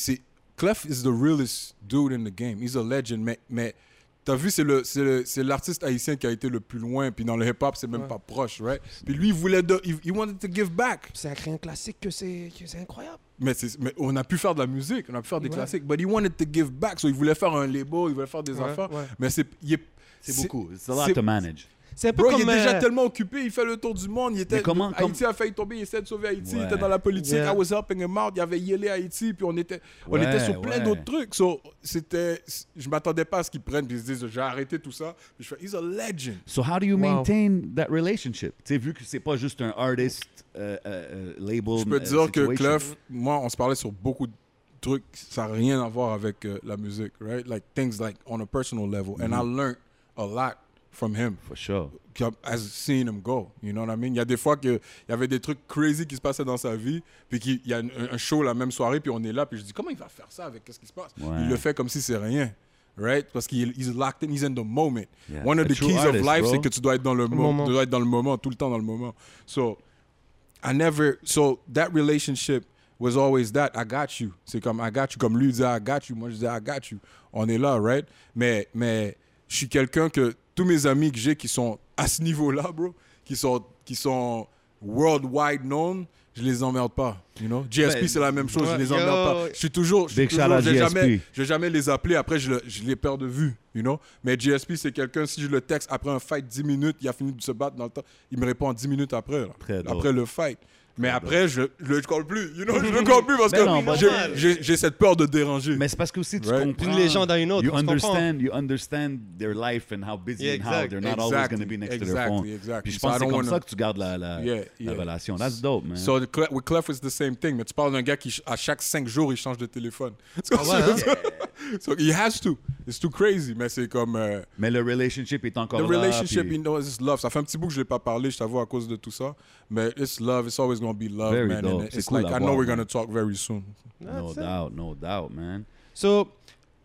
Clef is the realest dude in the game. He's a legend. Mais t'as vu, c'est l'artiste haïtien qui a été le plus loin. Puis dans le hip-hop, c'est même pas proche, right? Puis lui, il voulait... he wanted to give back. C'est un classique que c'est incroyable. Mais on a pu faire de la musique, on a pu faire des Ouais. classiques. But he wanted to give back. So il voulait faire un label, il voulait faire des Ouais, affaires. ouais. Mais C'est beaucoup. It's a lot c'est- to manage. C'est un peu Bro, comme... il est déjà tellement occupé, il fait le tour du monde. Mais comment- Haïti a failli tomber, il essaie de sauver Haïti, il Ouais. était dans la politique, Yeah. I was helping him out, il y avait yellé Haïti, puis on était Ouais, sur plein ouais. d'autres trucs. So, je m'attendais pas à ce qu'ils prennent, puis ils se disent, j'ai arrêté tout ça. Puis je fais, he's a legend. So how do you Wow. maintain that relationship? Tu sais, vu que c'est pas juste un artist label. Je peux te dire que situation. Clef, moi, on se parlait sur beaucoup de trucs, ça n'a rien à voir avec la musique, right? Like things like on a personal level. And I learned a lot from him. For sure. As seeing him go, you know what I mean? Il y a des fois qu'il y avait des trucs crazy qui se passaient dans sa vie, puis qu'il y a un show la même soirée, puis on est là, puis je dis, comment il va faire ça avec qu'est-ce qui se passe? Ouais. Il le fait comme si c'est rien, right? Parce qu'il he's locked in, he's in the moment. Yeah. One of A the true keys artist, of life, bro. c'est que tu dois être dans le moment. tu dois être dans le moment, tout le temps dans le moment. So that relationship was always that, I got you. C'est comme, I got you, comme lui disait, I got you, moi je disais, I got you. On est là, right? Mais je suis quelqu'un que tous mes amis que j'ai qui sont à ce niveau-là, bro, qui sont worldwide known, je les emmerde pas, you know? GSP, Ben, c'est la même chose, je ouais, les emmerde yo. pas. Je suis toujours, Big shout out je GSP. vais jamais les appeler, après je les perds de vue, you know? Mais GSP, c'est quelqu'un, si je le texte après un fight 10 minutes, il a fini de se battre dans le temps, il me répond 10 minutes après, là, Très drôle. après le fight. Mais après, je le colle plus, you know? Je le colle plus parce Ben non, que j'ai cette peur de déranger. Mais c'est parce que aussi tu Right. comprends. D'une légende à une autre, You on se comprend. understand their life and how busy Yeah, and how exact. they're not always going to be next to their phone. Exactly. Puis je So pense I que c'est don't comme wanna- ça que tu gardes la Yeah, yeah. relation. That's dope, man. So with Clef, it's the same thing. Mais tu parles d'un gars qui, à chaque 5 jours, il change de téléphone. So, Ah ouais, hein? so he has to. It's too crazy. Mais c'est comme... Mais le relationship est encore the là. relationship, puis- you know, it's love. Ça fait un petit bout que je l'ai pas parlé, je t'avoue, à cause de tout ça. Mais it's love. It's always going to be love, Very man. dope. And C'est it's cool like, à I know voir, we're man. going to talk very soon. No That's it. doubt, man. So,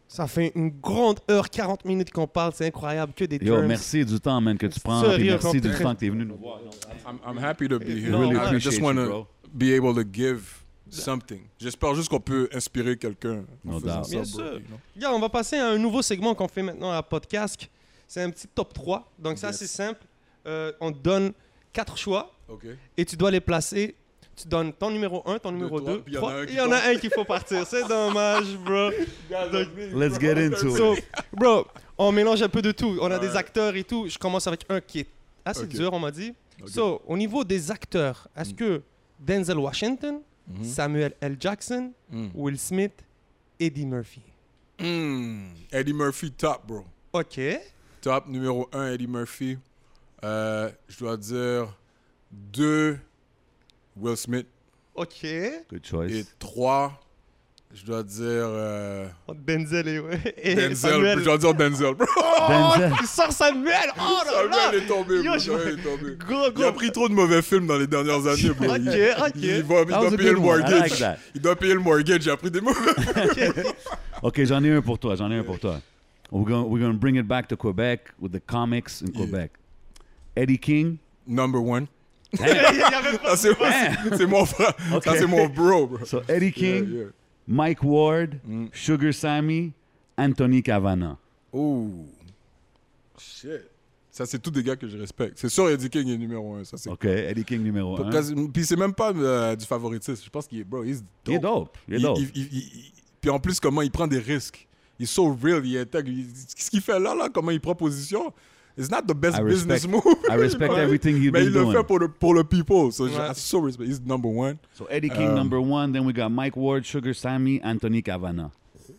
Ça fait une grande heure, 40 minutes qu'on parle. C'est incroyable. Que des Yo, drums. merci du temps, man, que tu prends. Sérieux, Puis merci du complet. temps que t'es venu nous voir. I'm happy to be here. No, Really I appreciate just you, want to bro. be able to give something. J'espère juste qu'on peut inspirer quelqu'un en No faisant doubt. ça, Bien bro, sûr. you know? Regarde, on va passer à un nouveau segment qu'on fait maintenant à Podcast. C'est un petit top 3. Donc, ça, Yes. c'est simple. On te donne 4 choix OK. et tu dois les placer. Tu donnes ton numéro 1, ton numéro trois, 2, puis il y en a 3. un Et qui il y en a un qu'il faut partir. C'est dommage, bro. Let's get into So, it. bro, on mélange un peu de tout. On a des Ouais. acteurs et tout. Je commence avec un qui est assez Ok. dur, on m'a dit. Ok. So, au niveau des acteurs, est-ce que Denzel Washington, Samuel L. Jackson, Mm. Will Smith, Eddie Murphy? Eddie Murphy, top, bro. OK. Top numéro 1, Eddie Murphy. Je dois dire 2, Will Smith. OK. Good Et choice. 3, je dois dire Denzel et Denzel. Samuel. Je dois dire Denzel, bro. Denzel. Tu sors Samuel! Oh là là! Samuel est tombé, Yo, bro. je- Samuel est tombé. Gros, Il a gros. pris trop de mauvais films dans les dernières années, bro. OK, Il OK. doit That was a payer le good one. I like mortgage. that. Il doit payer le mortgage. Il a pris des mauvais. OK, j'en ai un pour toi. We're gonna bring it back to Quebec with the comics in Quebec. Eddie King. Number 1. Il y avait pas- Ça, c'est mon frère. Ok. Ça, c'est mon bro, bro. So Eddie King, Yeah, yeah. Mike Ward, Mm. Sugar Sammy, Anthony Cavana. Oh. Shit. Ça, c'est tous des gars que je respecte. C'est sûr, Eddie King est numéro 1. Ça, c'est OK, Eddie King numéro 1. Puis c'est même pas du favoritisme. Je pense qu'il est, bro, he's dope. Il est dope. Il est dope. Puis en plus, comment il prend des risques. Il est so real, il est intègre. Ce qu'il fait là, comment il prend position, it's not the best I business respect- move. I respect Ouais. everything he's Mais been il le doing. fait pour le people. So Ouais. I so respect. He's number 1. So Eddie King number 1, then we got Mike Ward, Sugar Sammy, Anthony Cavana.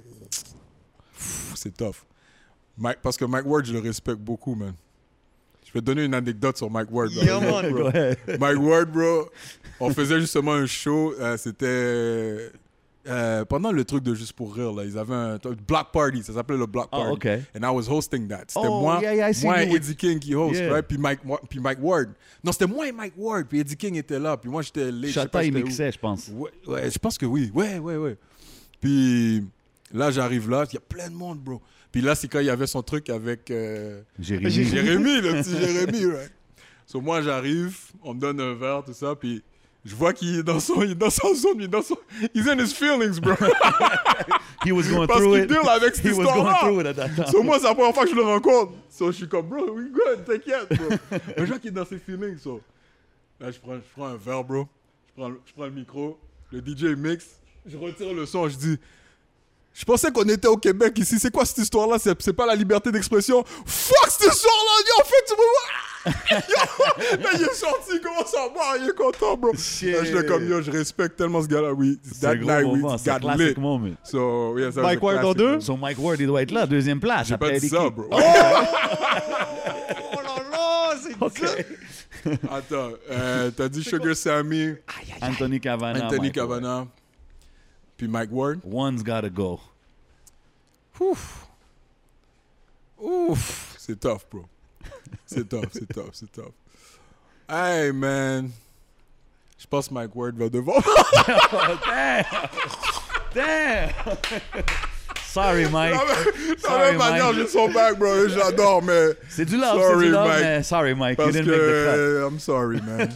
C'est tough. Parce que Mike Ward, je le respecte beaucoup, man. Je vais te donner une anecdote sur Mike Ward. bro. Yeah, man, bro. Go ahead. Mike Ward, bro, on faisait justement un show. C'était pendant le truc de Juste pour rire. Là, ils avaient un block party. Ça s'appelait le block Oh, party. okay. And I was hosting that. C'était Oh, moi, yeah, I see moi you et Eddie King qui host, Yeah. right? Puis Mike Ward. Non, c'était moi et Mike Ward. Puis Eddie King était là. Puis moi, j'étais late. je sais pas Chata, il j'étais où. mixait, je pense. Ouais, je pense que oui. Ouais. Puis là, j'arrive là. Il y a plein de monde, bro. Puis là, c'est quand il y avait son truc avec... Jérémy. Jérémy, le petit Jérémy, right? So moi, j'arrive, on me donne un verre, tout ça, puis je vois qu'il est dans son zone, he's in his feelings, bro. He was going Parce through qu'il it. deal avec cette He was going histoire-là. through it at that time. So moi, c'est la première fois que je le rencontre. So je suis comme, bro, we good, t'inquiète, bro. Mais je vois qu'il est dans ses feelings, so. Là, je prends un verre, bro. Je prends le micro, le DJ mix, je retire le son, je dis... Je pensais qu'on était au Québec ici. C'est quoi cette histoire-là? C'est pas la liberté d'expression. Fuck cette histoire-là! Yo, en fait, tu me vois. Là, il est sorti, il commence à boire, il est content, bro. Là, j'étais comme, yo, je respecte tellement ce gars-là. Oui, C'est that un gros night, we moment, c'est un got lit. classic moment. So, yeah, ça, Mike c'est Ward en classic, 2? bro. So Mike Ward, il doit être là, deuxième place. J'ai après pas dit Eddie ça, King. bro. Oh là là, c'est OK. Attends, t'as dit Sugar Sammy, Anthony Cavana. Anthony Mike Ward. Cavana, puis Mike Ward. One's gotta go. Ouf, c'est tough, bro. C'est tough. Hey, man. Je pense que Mike Ward va devoir. Damn! Sorry, Mike. De la Sorry, même manière, Mike. j'ai son back, bro. J'adore, mais. C'est du love, Sorry, c'est du love, Mike. mais sorry, Mike. You Parce didn't make the que. I'm sorry, man.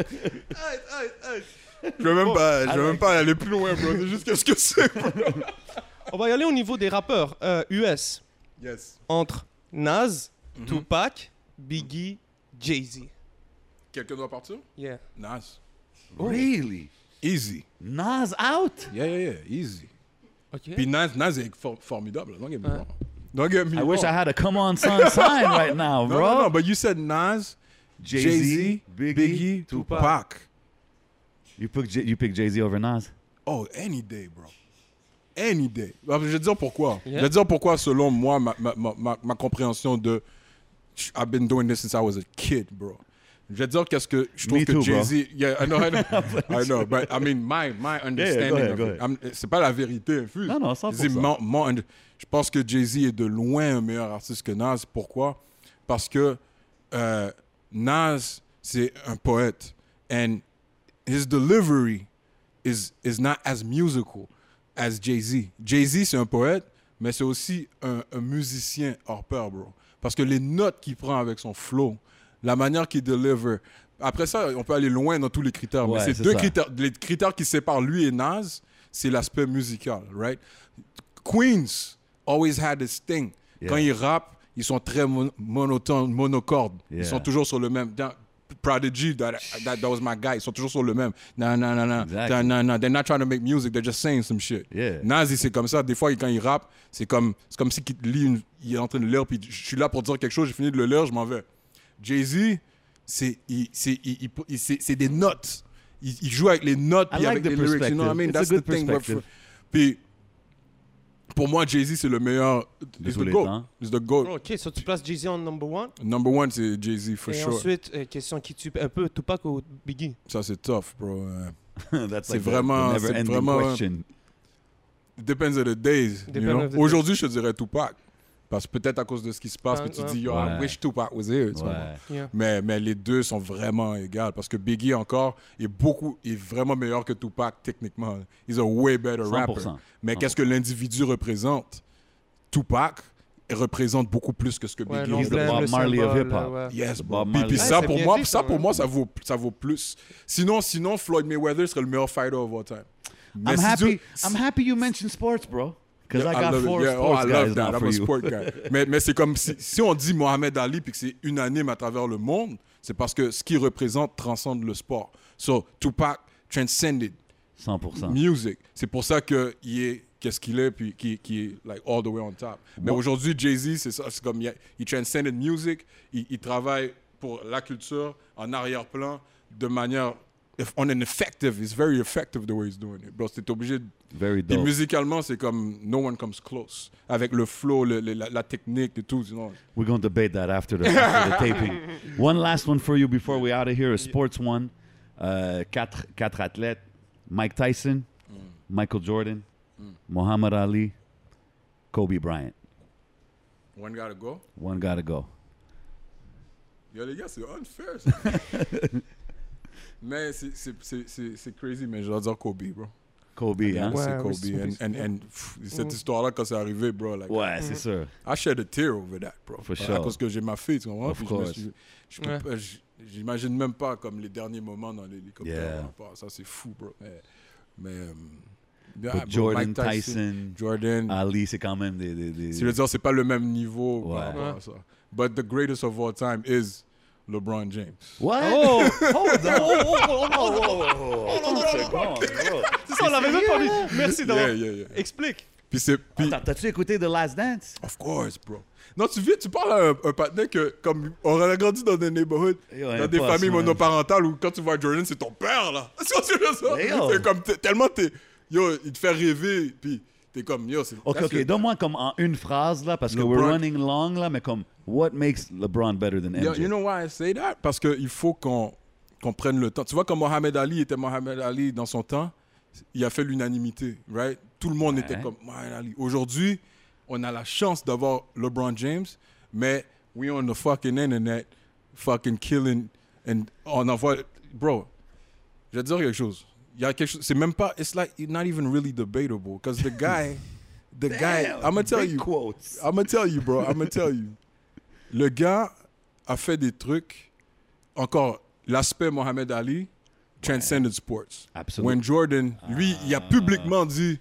Je veux même pas aller plus loin, bro. C'est juste qu'est-ce que c'est, bro. On va y aller au niveau des rappeurs US. Yes. Entre Nas, Tupac, Biggie, Jay-Z. Quelqu'un doit partir? Yeah. Nas. cut. Really? Easy. Nas out? Yeah. Easy. OK. Puis Nas est formidable. Don't get me wrong. Don't get me I wrong. wish I had a come on son sign right now, bro. No, but you said Nas, Jay-Z, Biggie, Tupac. You pick Jay-Z over Nas? Oh, any day, bro. Any day. Je vais te dire pourquoi. Yeah. Je vais te dire pourquoi, selon moi, ma compréhension de... I've been doing this since I was a kid, bro. Je vais te dire qu'est-ce que je trouve Me que too, Jay-Z... Yeah, I know, but I mean, my understanding go of ahead. it. C'est pas la vérité infuse. Non, 100%. Je pense que Jay-Z est de loin un meilleur artiste que Nas. Pourquoi? Parce que Nas, c'est un poète. And his delivery is not as musical as Jay-Z. Jay-Z, c'est un poète, mais c'est aussi un musicien hors pair, bro. Parce que les notes qu'il prend avec son flow, la manière qu'il deliver. Après ça, on peut aller loin dans tous les critères, Ouais, mais c'est c'est deux ça. critères. Les critères qui séparent lui et Nas, c'est l'aspect musical, right? Queens always had this thing. Yeah. Quand ils rappent, ils sont très monotones, monocordes. Yeah. Ils sont toujours sur le même. Prodigy, that was my guy. Ils sont toujours sur le même. Non. Exactly. Non. They're not trying to make music. They're just saying some shit. Yeah. Nazi, c'est comme ça. Des fois, quand il rappe, c'est comme si il est en train de lire, puis je suis là pour dire quelque chose, j'ai fini de le lire, je m'en vais. Jay-Z, c'est des notes. Il joue avec les notes, I puis like avec the les lyrics. You know what I mean? perspective. It's That's a the good thing. perspective. Puis, pour moi, Jay-Z, c'est le meilleur. De He's tous the les GOAT. temps. He's the GOAT. Ok, so tu places Jay-Z en number 1. Number one, c'est Jay-Z, for Et sure. ensuite, question qui tue un peu Tupac ou Biggie. Ça, c'est tough, bro. That's C'est like vraiment- the c'est never-ending vraiment- question. It depends of the days. you Depend know? of the Aujourd'hui, je te dirais Tupac. Parce que peut-être à cause de ce qui se passe, Ouais, puis tu ouais. dis, yo, Ouais. I wish Tupac was here. tu vois. Ouais. Yeah. Mais les deux sont vraiment égales. Parce que Biggie, encore, est vraiment meilleur que Tupac, techniquement. He's a way better 100%. rapper. Mais qu'est-ce que l'individu représente? Tupac représente beaucoup plus que ce que Ouais, Biggie He's the l'emblème, Bob le Marley of symbole, hip-hop. ouais. Yes, bro. Bob Puis Marley. ça, Ouais, pour c'est moi, bien dit, ça, ouais. ça vaut plus. Sinon, Floyd Mayweather serait le meilleur fighter of all time. Mais I'm si happy. tu- I'm happy you mentioned sports, bro. Because Yeah, I got love it. four Yeah, sports I guys love that. now I'm for a you. sport guy. mais c'est comme si on dit Mohamed Ali puis que c'est unanime à travers le monde, c'est parce que ce qu'il représente transcende le sport. So Tupac transcended 100%. music. C'est pour ça qu'il est qu'est-ce qu'il est puis qui est like all the way on top. Mais Moi- aujourd'hui Jay-Z c'est ça, c'est comme il transcended music, il travaille pour la culture en arrière-plan de manière on an effective, it's very effective the way he's doing it. Bro, c'est obligé de Very puis dope. musicalement, c'est comme no one comes close. Avec le flow, la technique et tout. You know. We're going to debate that after the taping. One last one for you before we out of here. A sports one. Quatre athlètes. Mike Tyson, Michael Jordan, Muhammad Ali, Kobe Bryant. One gotta go. One gotta go. Yo, les gars, c'est unfair. Ça. Mais c'est crazy, mais je dois dire Kobe, bro. Kobe, hein? Ouais, c'est Kobe. oui, Cette histoire-là, quand c'est arrivé, bro, like, Ouais, c'est sûr. I shed a tear over that, bro. For À sure. cause que j'ai ma fille, tu comprends? Of Puis course. je peux Ouais. pas- j'imagine même pas comme les derniers moments dans l'hélicoptère. Yeah. par rapport à Ça, c'est fou, bro. Mais But bro, Jordan, Mike Tyson, Jordan, Ali, c'est quand même des... je veux dire, c'est pas le même niveau Ouais. par rapport à ça. But the greatest of all time is LeBron James. What? Oh! Hold on. C'est ça, on l'avait même pas vu. Merci d'avoir. Yeah. Explique. Puis c'est... Puis, Attends, t'as-tu écouté The Last Dance? of course, bro. Non, tu parles à un partenaire que, comme, on a grandi dans des neighborhoods, Yo, dans des pas familles ça, man. monoparentales où quand tu vois Jordan, c'est ton père, là. Est-ce que tu veux ça? Mais yo. C'est comme, tellement yo, il te fait rêver, puis t'es comme, yo, c'est... Ok, that's ok, your- donne-moi comme en une phrase, là, parce que LeBron- we're running long, là, mais comme, what makes LeBron better than Yo, MJ? you know why I say that? Parce qu'il faut qu'on prenne le temps. Tu vois, comme Mohamed Ali était Mohamed Ali dans son temps, il a fait l'unanimité, right? Tout le monde était comme Mohamed Ali. Aujourd'hui, on a la chance d'avoir LeBron James, mais we on the fucking internet, fucking killing, and on envoie... Bro, je vais te dire quelque chose. Il y a quelque chose... C'est même pas... It's like not even really debatable, because the guy... I'm gonna tell big you... quotes. I'm gonna tell you, bro. I'm gonna tell you. Le gars a fait des trucs. Encore, l'aspect Mohamed Ali transcended sports. Absolument. When Jordan, lui, il a publiquement dit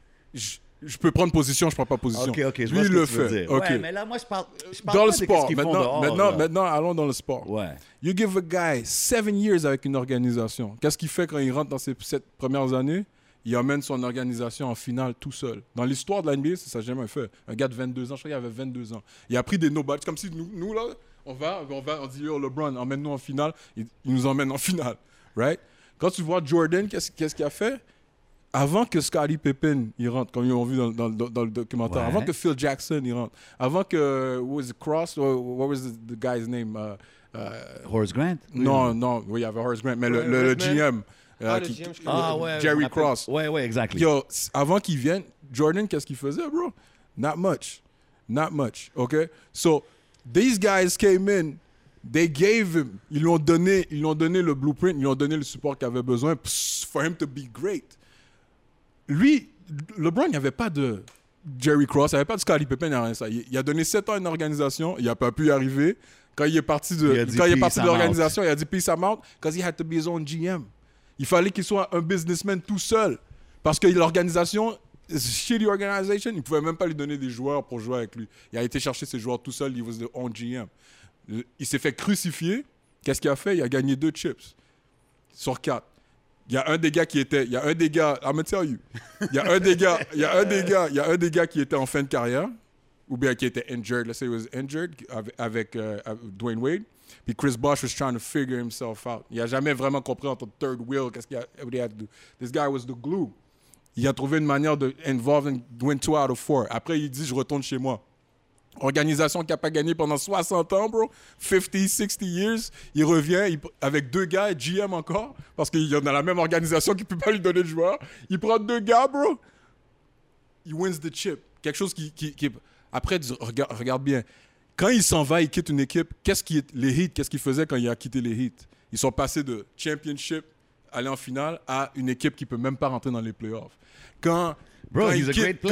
je peux prendre position, je prends pas position. Ok, ok, je lui, vois ce il que le tu veux fait. dire. Ok. Ouais, mais là, moi, je parle Dans pas le de qu'est-ce sport. qu'ils font dehors, là. Maintenant, allons dans le sport. Ouais. You give a guy 7 years avec une organisation. Qu'est-ce qu'il fait quand il rentre dans ses 7 premières années? Il emmène son organisation en finale tout seul. Dans l'histoire de la NBA, ça n'a jamais fait. Un gars de 22 ans, je crois qu'il avait 22 ans. Il a pris des nobody. C'est comme si nous là, on dit, yo, LeBron, emmène-nous en finale. Il nous emmène en finale. Right? Quand tu vois Jordan, qu'est-ce qu'il a fait? Avant que Scottie Pippen il rentre, comme ils l'ont vu dans le documentaire, Ouais. avant que Phil Jackson il rentre, avant que, what was it, Cross, or what was the guy's name? Horace Grant? Non, oui, il y avait Horace Grant, mais le Redman. GM. Ah, le GM, je Ah, ouais. je Jerry me rappelle. Cross. Ouais, exactly. Yo, avant qu'il vienne, Jordan, qu'est-ce qu'il faisait, bro? Not much, okay? So, these guys came in, they gave him, ils lui ont donné le blueprint, ils lui ont donné le support qu'il avait besoin for him to be great. Lui, LeBron, il n'y avait pas de Jerry Cross, il n'y avait pas de Scottie Pippen, il n'y a rien de ça. Il a donné 7 ans à une organisation, il n'a pas pu y arriver. Quand il est parti de l'organisation, il a dit peace I'm out, because he had to be his own GM. Il fallait qu'il soit un businessman tout seul. Parce que l'organisation, shitty organization, il ne pouvait même pas lui donner des joueurs pour jouer avec lui. Il a été chercher ses joueurs tout seul, il was the own GM. Il s'est fait crucifier. Qu'est-ce qu'il a fait? Il a gagné 2 chips sur 4. Il y a un des gars, I'm gonna tell you. Il y a un des gars qui était en fin de carrière, ou bien qui était injured. Let's say he was injured avec Dwayne Wade. Puis Chris Bosh was trying to figure himself out. Il n'a jamais vraiment compris entre third wheel, qu'est-ce qu'il a to do. This guy was the glue. Il a trouvé une manière de involve and win 2 out of 4. Après, il dit, je retourne chez moi. Organisation qui n'a pas gagné pendant 60 ans, bro. 50, 60 years. Il revient avec 2 gars, GM encore, parce qu'il y en a la même organisation qui ne peut pas lui donner de joueur. Il prend 2 gars, bro. Il wins the chip. Quelque chose qui... Après, regarde bien. Quand il s'en va, il quitte une équipe. Les Heat, qu'est-ce qu'il faisait quand il a quitté les Heat? Ils sont passés de championship, aller en finale, à une équipe qui ne peut même pas rentrer dans les playoffs. Quand il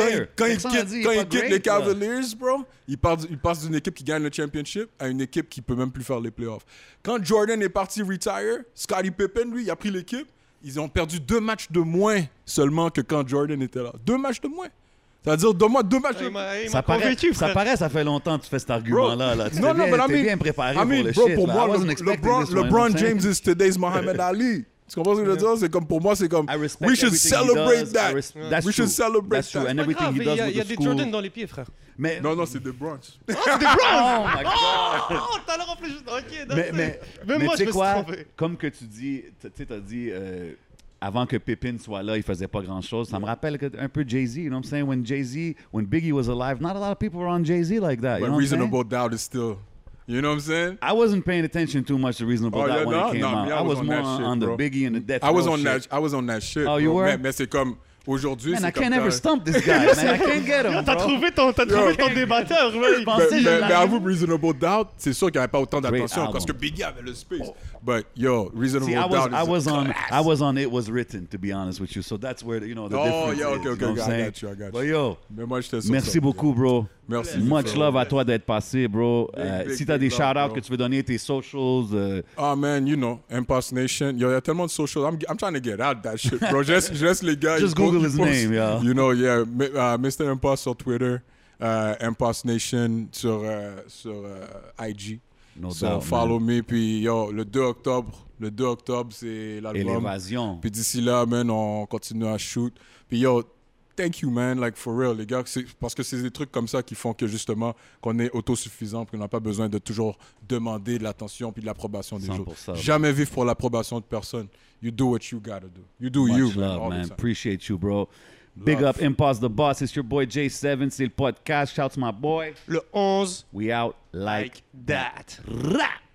quitte les Cavaliers, bro, il passe d'une équipe qui gagne le championship à une équipe qui peut même plus faire les playoffs. Quand Jordan est parti retire, Scottie Pippen, lui, il a pris l'équipe. Ils ont perdu 2 matchs de moins seulement que quand Jordan était là. 2 matchs de moins. C'est-à-dire, donne-moi 2 matchs de moins. Ça paraît, ça fait longtemps que tu fais cet argument-là. Là. Tu t'es bien préparé pour le bro, shit. Pour moi, LeBron James is today's Muhammad Ali. Tu comprends ce que je veux dire? C'est comme, pour moi, c'est comme, we should celebrate that. We should celebrate that. And everything he does with the school. Il y a des Jordan dans les pieds, frère. Mais... Non, c'est des Bronx. Oh, c'est des Bronx! Oh my God! Oh, t'as l'air en plus juste... OK, mais moi, tu sais je me quoi? suis trompé. Comme que tu dis, tu sais, t'as dit... avant que Pippen soit là, il faisait pas grand-chose. Ça me rappelle un peu Jay-Z, you know what I'm saying? When Biggie was alive, not a lot of people were on Jay-Z like that. But Reasonable Doubt is still... You know what I'm saying? I wasn't paying attention too much to Reasonable Doubt when it came out. I was more on the Biggie and the Death Row shit. I was on that shit. Oh, you were? Mais c'est comme... Aujourd'hui, man, c'est I can't ever stump this guy, man. I can't get him, T'as bro. trouvé ton débatteur, mais avoue, Reasonable Doubt, c'est sûr qu'il n'y avait pas autant d'attention album. parce que Biggie avait le space. But yo, Reasonable Doubt I was on It Was Written, to be honest with you. So that's where the difference yeah, is. okay, You know what I'm I saying? got you. But yo, Mais moi, j'étais sur merci ça. beaucoup, bro. Merci. Much love à toi d'être passé, bro. Big, Si t'as des big love, shout-outs bro. que tu veux donner, tes socials. Oh man, you know, Impasse Nation. Yo, il y a tellement de social. I'm trying to get out that shit, bro. Je laisse les gars. Just ils Google postent- his name, yo. You know, yeah. Mr. Impasse sur Twitter. Impasse Nation sur IG. No So doubt, follow man. me. Puis yo, le 2 octobre, c'est l'album. Élévation. Puis d'ici là, man, on continue à shoot. Puis yo, thank you, man, like for real, les gars. Parce que c'est des trucs comme ça qui font que justement, qu'on est autosuffisant, qu'on n'a pas besoin de toujours demander de l'attention puis de l'approbation des 100%, autres. bro. Jamais vivre pour l'approbation de personne. You do what you gotta do. You do you, Much man. love, all the man. time. Appreciate you, bro. Big Love. up Impasse the Boss. It's your boy J7. C'est le podcast. Shout to my boy. Le 11, We out like that. that.